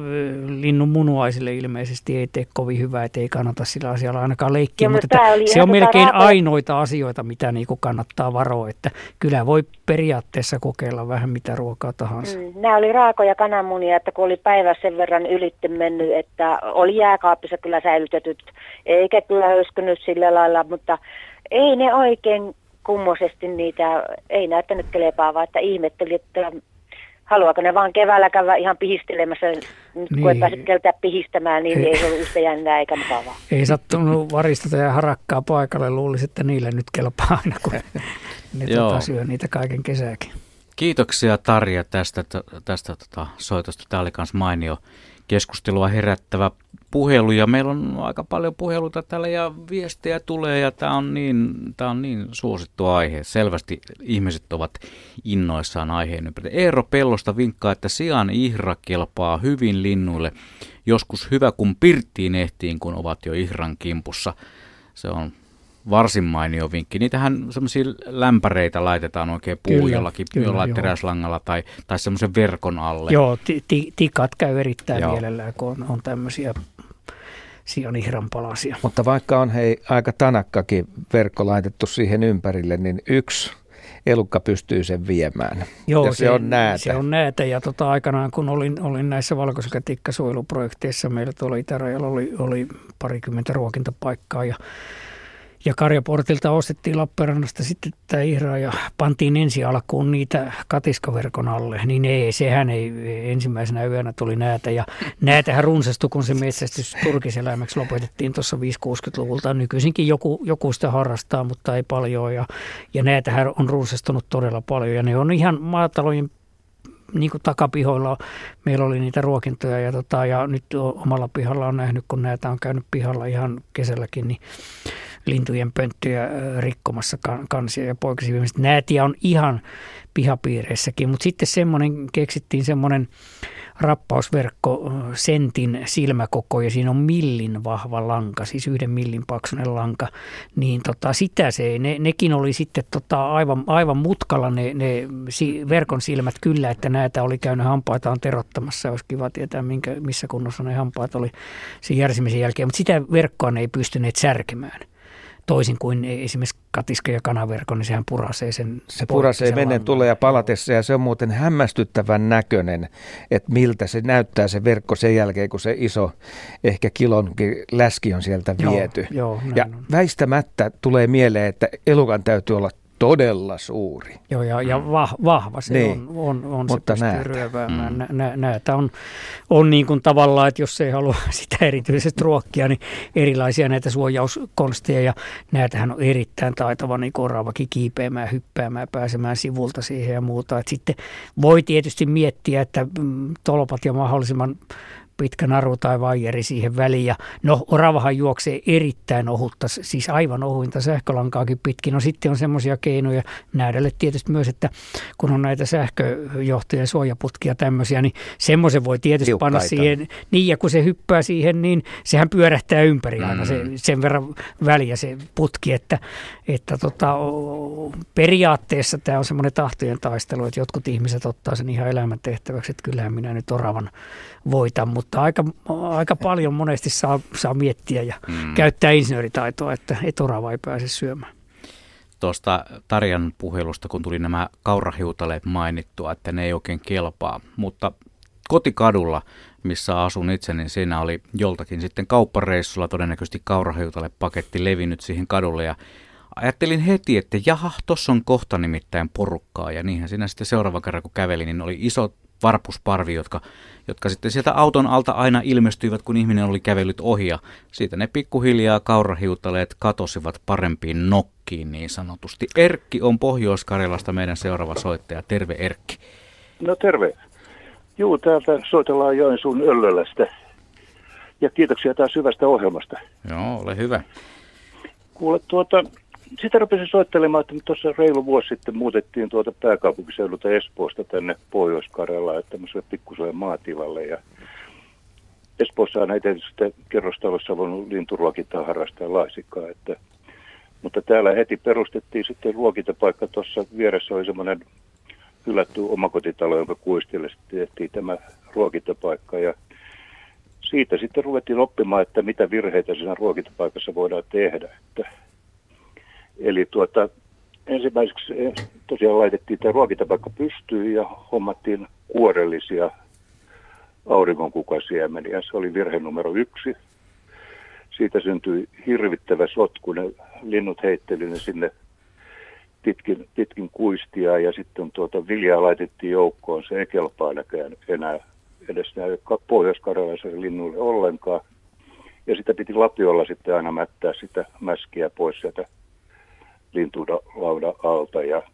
linnun munuaisille ilmeisesti ei tee kovin hyvää, että ei kannata sillä asialla ainakaan leikkiä, mutta se on melkein ainoita asioita, mitä niin kuin kannattaa varoa, että kyllä voi periaatteessa kokeilla vähän mitä ruokaa tahansa. Nämä oli raakoja kananmunia, että kun oli päivä sen verran ylitte mennyt, että oli jääkaapissa kyllä säilytetyt, eikä kyllä höyskynyt sillä lailla, mutta ei ne oikein kummoisesti niitä, ei näyttänyt kelepaa, että ihmetteli, että haluaako ne vaan keväällä käydä ihan pihistelemässä, nyt kun ei pääse keltään pihistämään, niin ei se ollut yhtä jännää eikä mukavaa. Ei sattunut varistota ja harakkaa paikalle, luulisi, että niille nyt kelpaa aina, kun ne syö niitä kaiken kesääkin. Kiitoksia Tarja tästä soitosta. Tämä oli myös mainio keskustelua herättävä puhelu ja meillä on aika paljon puheluita täällä ja viestejä tulee ja tämä on niin suosittu aihe. Selvästi ihmiset ovat innoissaan aiheen ympärillä. Eero Pellosta vinkkaa, että sian ihra kelpaa hyvin linnuille. Joskus hyvä kun pirttiin ehtiin, kun ovat jo ihran kimpussa. Se on varsin mainio vinkki. Niitähän semmoisia lämpäreitä laitetaan oikein jollain teräslangalla tai semmoisen verkon alle. Joo, tikat käy erittäin mielellään, kun on tämmöisiä sianihran palasia. Mutta vaikka on aika tanakkakin verkko laitettu siihen ympärille, niin yksi elukka pystyy sen viemään. Joo, ja se on näätä. Se on näätä ja aikanaan kun olin näissä valkoselkätikkasuojeluprojekteissa, meillä tuolla itärajalla oli parikymmentä ruokintapaikkaa ja Karjaportilta ostettiin Lappeenrannasta sitten tämä ihra ja pantiin ensi alkuun niitä katiskaverkon alle. Niin sehän ei ensimmäisenä yönä tuli näätä. Ja näätähän runsastui, kun se metsästys turkiseläimeksi lopetettiin tuossa 5-60-luvulta. Nykyisinkin joku sitä harrastaa, mutta ei paljon. Ja näätähän on runsastunut todella paljon. Ja ne on ihan maatalojen niin kuin takapihoilla meillä oli niitä ruokintoja ja nyt omalla pihalla on nähnyt, kun näitä on käynyt pihalla ihan kesälläkin, niin lintujen pönttöjä rikkomassa kansia ja poikasi viimeistä. Näätiä on ihan pihapiireissäkin, mutta sitten keksittiin semmoinen rappausverkko sentin silmäkoko ja siinä on millin vahva lanka, siis 1 millin paksuinen lanka, niin nekin oli sitten aivan mutkalla ne verkon silmät kyllä, että näitä oli käynyt hampaitaan terottamassa, olisi kiva tietää missä kunnossa ne hampaat oli sen järsimisen jälkeen, mutta sitä verkkoa ne ei pystyneet särkemään. Toisin kuin esimerkiksi katiska- ja kanaverkko, niin sehän purasee sen. Se purasee menen tulee ja palatessa ja se on muuten hämmästyttävän näköinen, että miltä se näyttää se verkko sen jälkeen, kun se iso ehkä kilonkin läski on sieltä viety. Joo, ja väistämättä tulee mieleen, että elukan täytyy olla todella suuri. Joo, ja vahva se niin. on se pystyy ryöväämään. Näitä on niin kuin tavallaan, että jos ei halua sitä erityisesti ruokkia, niin erilaisia näitä suojauskonsteja, ja näitähän on erittäin taitava niin oravakin kiipeämään, hyppäämään, pääsemään sivulta siihen ja muuta. Et sitten voi tietysti miettiä, että tolpat ja mahdollisimman pitkä naru tai vaijeri siihen väliin. Ja oravahan juoksee erittäin ohutta, siis aivan ohuinta sähkölankaakin pitkin. No sitten on semmoisia keinoja nähdälle tietysti myös, että kun on näitä sähköjohtoja, suojaputkia tämmöisiä, niin semmoisen voi tietysti panna siihen. Niin, ja kun se hyppää siihen, niin sehän pyörähtää ympäri aina sen verran väliä se putki, että periaatteessa tämä on semmoinen tahtojen taistelu, että jotkut ihmiset ottaa sen ihan elämäntehtäväksi, että kyllähän minä nyt oravan voitan, mutta aika paljon monesti saa miettiä ja käyttää insinööritaitoa, että orava ei pääse syömään. Tuosta Tarjan puhelusta, kun tuli nämä kaurahiutaleet mainittua, että ne ei oikein kelpaa, mutta kotikadulla, missä asun itse, niin siinä oli joltakin sitten kauppareissulla todennäköisesti kaurahiutalepaketti levinnyt siihen kadulle ja ajattelin heti, että jaha, tuossa on kohta nimittäin porukkaa ja niinhän siinä sitten seuraava kerran kun kävelin, niin oli isot varpusparvi, jotka sitten sieltä auton alta aina ilmestyivät, kun ihminen oli kävellyt ohi ja siitä ne pikkuhiljaa kaurahiutaleet katosivat parempiin nokkiin niin sanotusti. Erkki on Pohjois-Karjalasta meidän seuraava soittaja. Terve Erkki. No terve. Juu, täältä soitellaan Joensuun Öllölästä ja kiitoksia taas hyvästä ohjelmasta. Joo, ole hyvä. Kuule sitä rupesin soittelemaan, että tuossa reilu vuosi sitten muutettiin pääkaupunkiseudulta Espoosta tänne Pohjois-Karjalaan, tämmöiselle pikkuselle maatilalle. Ja Espoossahan ei tietysti kerrostalossa voinut linturuokintaa harrastaa laisinkaan. Mutta täällä heti perustettiin sitten ruokintapaikka. Tuossa vieressä oli semmoinen hylätty omakotitalo, jonka kuistille sitten tehtiin tämä ruokintapaikka. Ja siitä sitten ruvettiin oppimaan, että mitä virheitä siinä ruokintapaikassa voidaan tehdä. Eli ensimmäiseksi tosiaan laitettiin tämä ruokintapaikka pystyyn ja hommattiin kuorellisia auringonkukasiemeniä. Se oli virhe numero 1. Siitä syntyi hirvittävä sotku. Ne linnut heitteli ne sinne pitkin kuistia ja sitten viljaa laitettiin joukkoon. Se ei kelpaa näkään enää edes pohjois-karjalaisille linnuille ollenkaan. Ja sitä piti lapiolla sitten aina mättää sitä mäskiä pois sieltä lintulaudan alta ja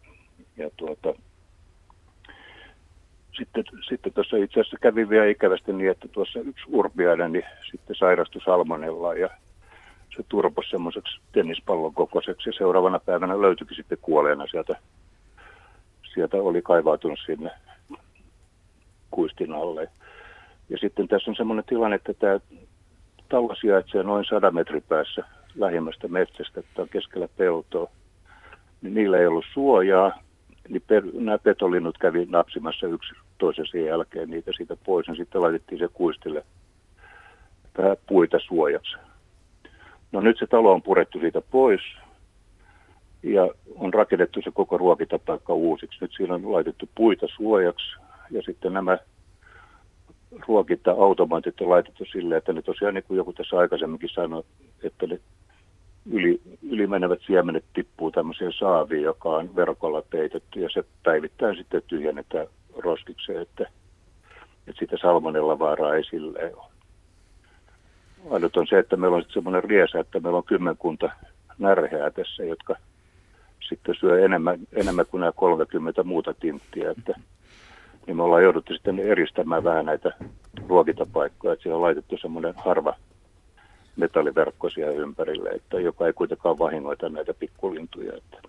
sitten tuossa itse asiassa kävi vielä ikävästi niin, että tuossa yksi urpiainen niin sitten sairastui salmonellaan ja se turposi semmoiseksi tennispallon kokoiseksi ja seuraavana päivänä löytyikin sitten kuolleena sieltä oli kaivautunut sinne kuistin alle. Ja sitten tässä on semmoinen tilanne, että tämä talo sijaitsee noin 100 metrin päässä lähimmästä metsästä, että on keskellä peltoa. Niin niillä ei ollut suojaa, niin nämä petolinnut kävi napsimassa yksi toisensa jälkeen niitä siitä pois, ja sitten laitettiin se kuistille vähän puita suojaksi. No nyt se talo on purettu siitä pois, ja on rakennettu se koko ruokintapaikka uusiksi. Nyt siinä on laitettu puita suojaksi, ja sitten nämä ruokinta-automaatit on laitettu silleen, että ne tosiaan niin kuin joku tässä aikaisemminkin sanoi, että ne ylimenevät siemenet tippuu tämmöiseen saaviin, joka on verkolla peitetty ja se päivittäin sitten tyhjennetään roskikseen, että sitä salmonella vaaraa ei silleen ole. Ainut on se, että meillä on sitten semmoinen riesa, että meillä on 10 närheää tässä, jotka sitten syö enemmän kuin nämä 30 muuta tinttiä, niin me ollaan jouduttu sitten eristämään vähän näitä ruokintapaikkoja, että siellä on laitettu semmoinen harva metalliverkko siellä ympärille, että joka ei kuitenkaan vahingoita näitä pikkulintuja. Että.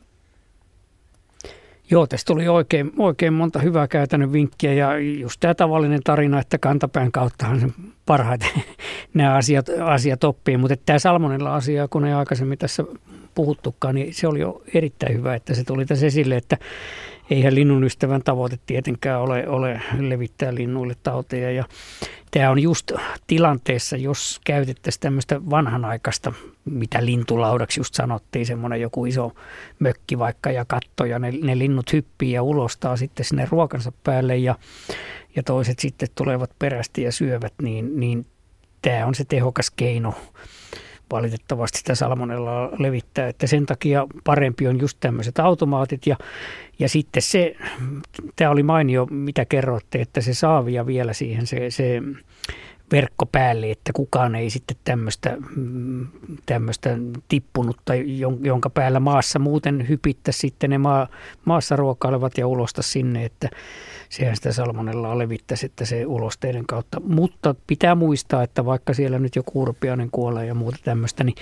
Joo, tästä tuli oikein monta hyvää käytännön vinkkiä ja just tämä tavallinen tarina, että kantapään kauttahan parhaiten nämä asiat oppii. Mutta tämä salmonella-asia, kun ei aikaisemmin tässä puhuttukaan, niin se oli jo erittäin hyvä, että se tuli tässä esille, että eihän linnun ystävän tavoite tietenkään ole levittää linnuille tauteja. Ja tämä on just tilanteessa, jos käytettäisiin tämmöistä vanhanaikaista, mitä lintulaudaksi just sanottiin, semmoinen joku iso mökki vaikka ja katto ja ne linnut hyppii ja ulostaa sitten sinne ruokansa päälle ja toiset sitten tulevat perästi ja syövät, niin tämä on se tehokas keino valitettavasti sitä salmonellaa levittää, että sen takia parempi on just tämmöiset automaatit ja sitten tämä oli mainio, mitä kerroitte, että se saavia vielä siihen se verkko päälle, että kukaan ei sitten tämmöistä tippunutta, jonka päällä maassa muuten hypittäisi sitten ne maassa ruokailevat ja ulosta sinne, että sehän sitä salmonellaa levittäisi, että se ulosteiden kautta. Mutta pitää muistaa, että vaikka siellä nyt joku urpiainen kuolee ja muuta tämmöistä, niin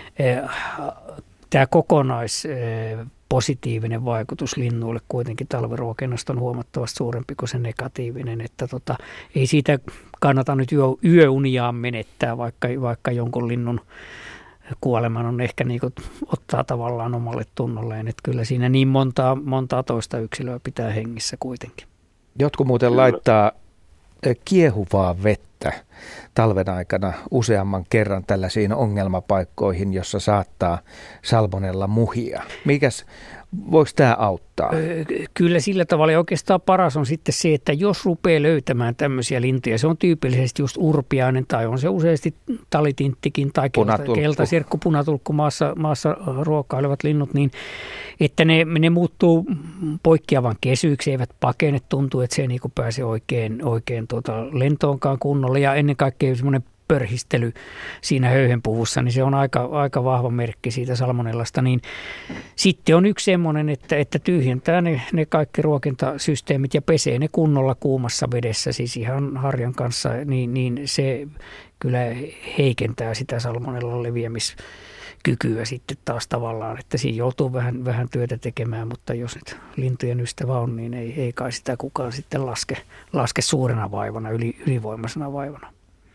tämä positiivinen vaikutus linnuille kuitenkin talviruokinnasta on huomattavasti suurempi kuin se negatiivinen, että ei siitä kannata nyt yöuniaan menettää, vaikka jonkun linnun kuoleman on ehkä niin kuin ottaa tavallaan omalle tunnolleen, että kyllä siinä niin montaa toista yksilöä pitää hengissä kuitenkin. Jotkut muuten laittaa kiehuvaa vettä talven aikana useamman kerran tällaisiin ongelmapaikkoihin, jossa saattaa salmonella muhia. Voiko tämä auttaa? Kyllä sillä tavalla ja oikeastaan paras on sitten se, että jos rupeaa löytämään tämmöisiä lintuja, se on tyypillisesti just urpiainen tai on se useasti talitinttikin tai keltasirkku, punatulkku maassa ruokailevat linnut, niin että ne muuttuu poikkeavan kesyiksi, eivät pakene, tuntuu, että se ei niinku pääse oikein lentoonkaan kunnolla ja ennen kaikkea semmoinen pörhistely siinä höyhenpuvussa, niin se on aika vahva merkki siitä salmonellasta. Niin sitten on yksi semmoinen, että tyhjentää ne kaikki ruokintasysteemit ja pesee ne kunnolla kuumassa vedessä, siis ihan harjan kanssa, niin se kyllä heikentää sitä salmonellan leviämiskykyä sitten taas tavallaan, että siinä joutuu vähän työtä tekemään, mutta jos nyt lintujen ystävä on, niin ei kai sitä kukaan sitten laske suurena vaivana, ylivoimaisena vaivana.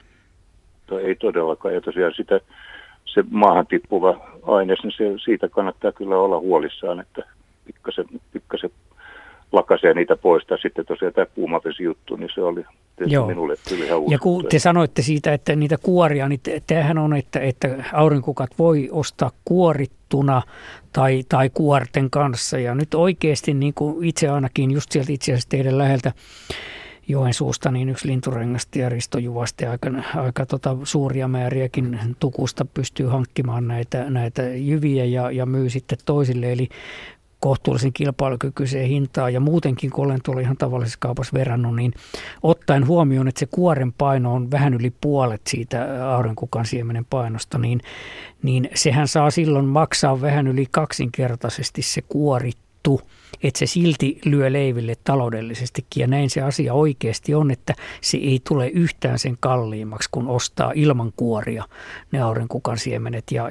Ei todellakaan. Ja tosiaan se maahan tippuva aines, niin siitä kannattaa kyllä olla huolissaan, että pikkasen lakaisee niitä pois. Tai sitten tosiaan tämä puumavesijuttu, niin se oli minulle ihan uusi. Ja kun te sanoitte siitä, että niitä kuoria, niin tämähän on, että aurinkukat voi ostaa kuorittuna tai kuorten kanssa. Ja nyt oikeasti niin kuin itse ainakin just sieltä itse asiassa teidän läheltä Joensuusta, niin yksi linturengasti ja Risto Juvasti aika suuria määriäkin tukusta pystyy hankkimaan näitä jyviä ja myy sitten toisille, eli kohtuullisen kilpailukykyiseen hintaan ja muutenkin, kun olen tuolla ihan tavallisessa kaupassa verrannut, niin ottaen huomioon, että se kuoren paino on vähän yli puolet siitä aurinkukan siemenen painosta, niin sehän saa silloin maksaa vähän yli kaksinkertaisesti se kuorittu, että se silti lyö leiville taloudellisestikin ja näin se asia oikeasti on, että se ei tule yhtään sen kalliimmaksi, kun ostaa ilman kuoria ne aurinkukan siemenet ja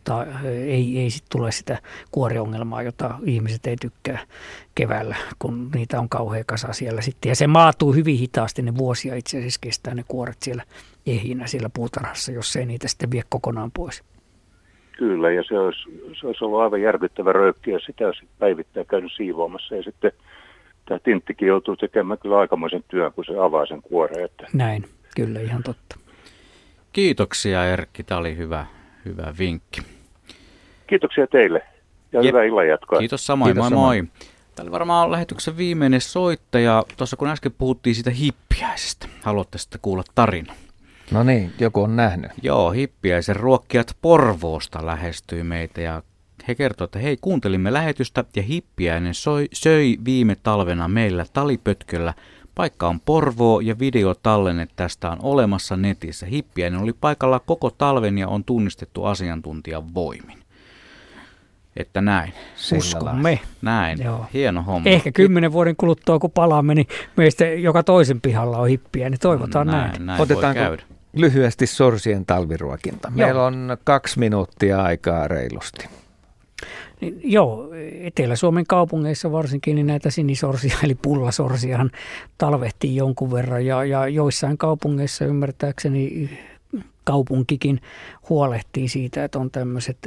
ei sitten tule sitä kuoriongelmaa, jota ihmiset ei tykkää keväällä, kun niitä on kauhea kasa siellä sitten. Ja se maatuu hyvin hitaasti, ne vuosia itse asiassa kestää ne kuoret siellä ehinä siellä puutarhassa, jos ei niitä sitten vie kokonaan pois. Kyllä, ja se olisi ollut aivan järkyttävä röykki, ja sitä olisi päivittäin käynyt siivoamassa. Ja sitten tämä tinttikin joutuu tekemään kyllä aikamoisen työn, kun se avaa sen kuoreen. Että. Näin, kyllä ihan totta. Kiitoksia Erkki, tämä oli hyvä vinkki. Kiitoksia teille, ja hyvää illan jatkoa. Kiitos samoin, Kiitos moi. Täällä varmaan on lähetyksen viimeinen soittaja. Tuossa kun äsken puhuttiin siitä hippiäisestä, haluatte sitten kuulla tarinan? No niin, joku on nähnyt. Joo, hippiäisen ruokkijat Porvoosta lähestyi meitä ja he kertoivat, että hei, kuuntelimme lähetystä ja hippiäinen söi viime talvena meillä talipötköllä. Paikka on Porvoo ja videotallenne tästä on olemassa netissä. Hippiäinen oli paikalla koko talven ja on tunnistettu asiantuntijan voimin. Että näin. Uskomme. Näin. Joo. Hieno homma. Ehkä 10 vuoden kuluttua, kun palaamme, niin meistä joka toisen pihalla on hippiä, niin toivotaan näin. Otetaanko lyhyesti sorsien talviruokinta. Meillä on 2 minuuttia aikaa reilusti. Niin, joo, Etelä-Suomen kaupungeissa varsinkin niin näitä sinisorsia eli pullasorsiahan talvehtii jonkun verran ja joissain kaupungeissa ymmärtääkseni kaupunkikin huolehtii siitä, että on tämmöiset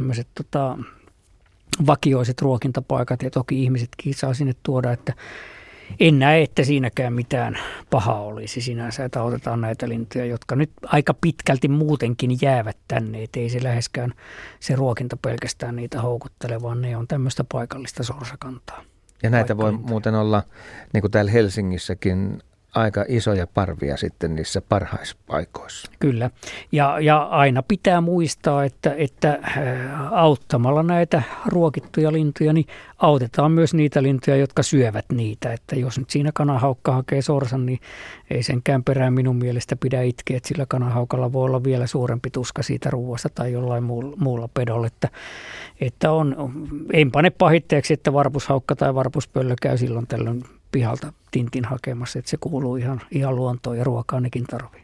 vakioiset ruokintapaikat ja toki ihmisetkin saa sinne tuoda, että en näe, että siinäkään mitään pahaa olisi sinänsä, että autetaan näitä lintuja, jotka nyt aika pitkälti muutenkin jäävät tänne, että ei se läheskään se ruokinta pelkästään niitä houkuttele, vaan ne on tämmöistä paikallista sorsakantaa. Ja näitä voi muuten olla, niin kuin täällä Helsingissäkin, aika isoja parvia sitten niissä parhaispaikoissa. Kyllä. Ja aina pitää muistaa, että auttamalla näitä ruokittuja lintuja, niin autetaan myös niitä lintuja, jotka syövät niitä. Että jos nyt siinä kanahaukka hakee sorsan, niin ei senkään perään minun mielestä pidä itkeä, että sillä kanahaukalla voi olla vielä suurempi tuska siitä ruuasta tai jollain muulla pedolla. Että en pane pahitteeksi, että varpushaukka tai varpuspöllö käy silloin tällöin pihalta tintin hakemassa, että se kuuluu ihan luontoon ja ruokaa nekin tarvii.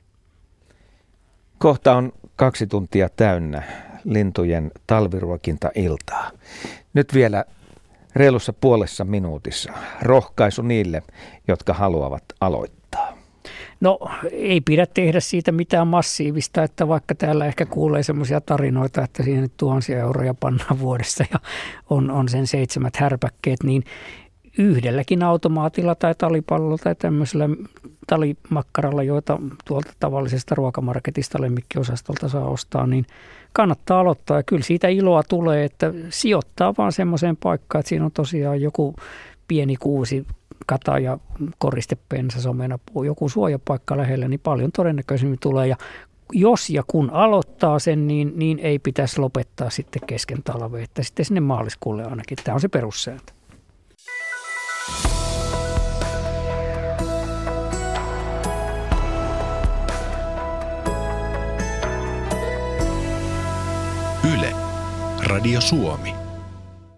Kohta on 2 tuntia täynnä lintujen talviruokintailtaa. Nyt vielä reilussa puolessa minuutissa rohkaisu niille, jotka haluavat aloittaa. No ei pidä tehdä siitä mitään massiivista, että vaikka täällä ehkä kuulee semmoisia tarinoita, että siihen nyt 1000 euroja pannaan vuodessa ja on sen 7 härpäkkeet, niin yhdelläkin automaatilla tai talipallolla tai tämmöisellä talimakkaralla, joita tuolta tavallisesta ruokamarketista lemmikkiosastolta saa ostaa, niin kannattaa aloittaa. Ja kyllä siitä iloa tulee, että sijoittaa vaan semmoiseen paikkaan, että siinä on tosiaan joku pieni kuusi, kata ja koristepensas, omenapuu, joku suojapaikka lähellä, niin paljon todennäköisemmin tulee. Ja jos ja kun aloittaa sen, niin ei pitäisi lopettaa sitten kesken talveen, että sitten sinne maaliskuulle ainakin. Tämä on se perussääntö. Yle, Radio Suomi.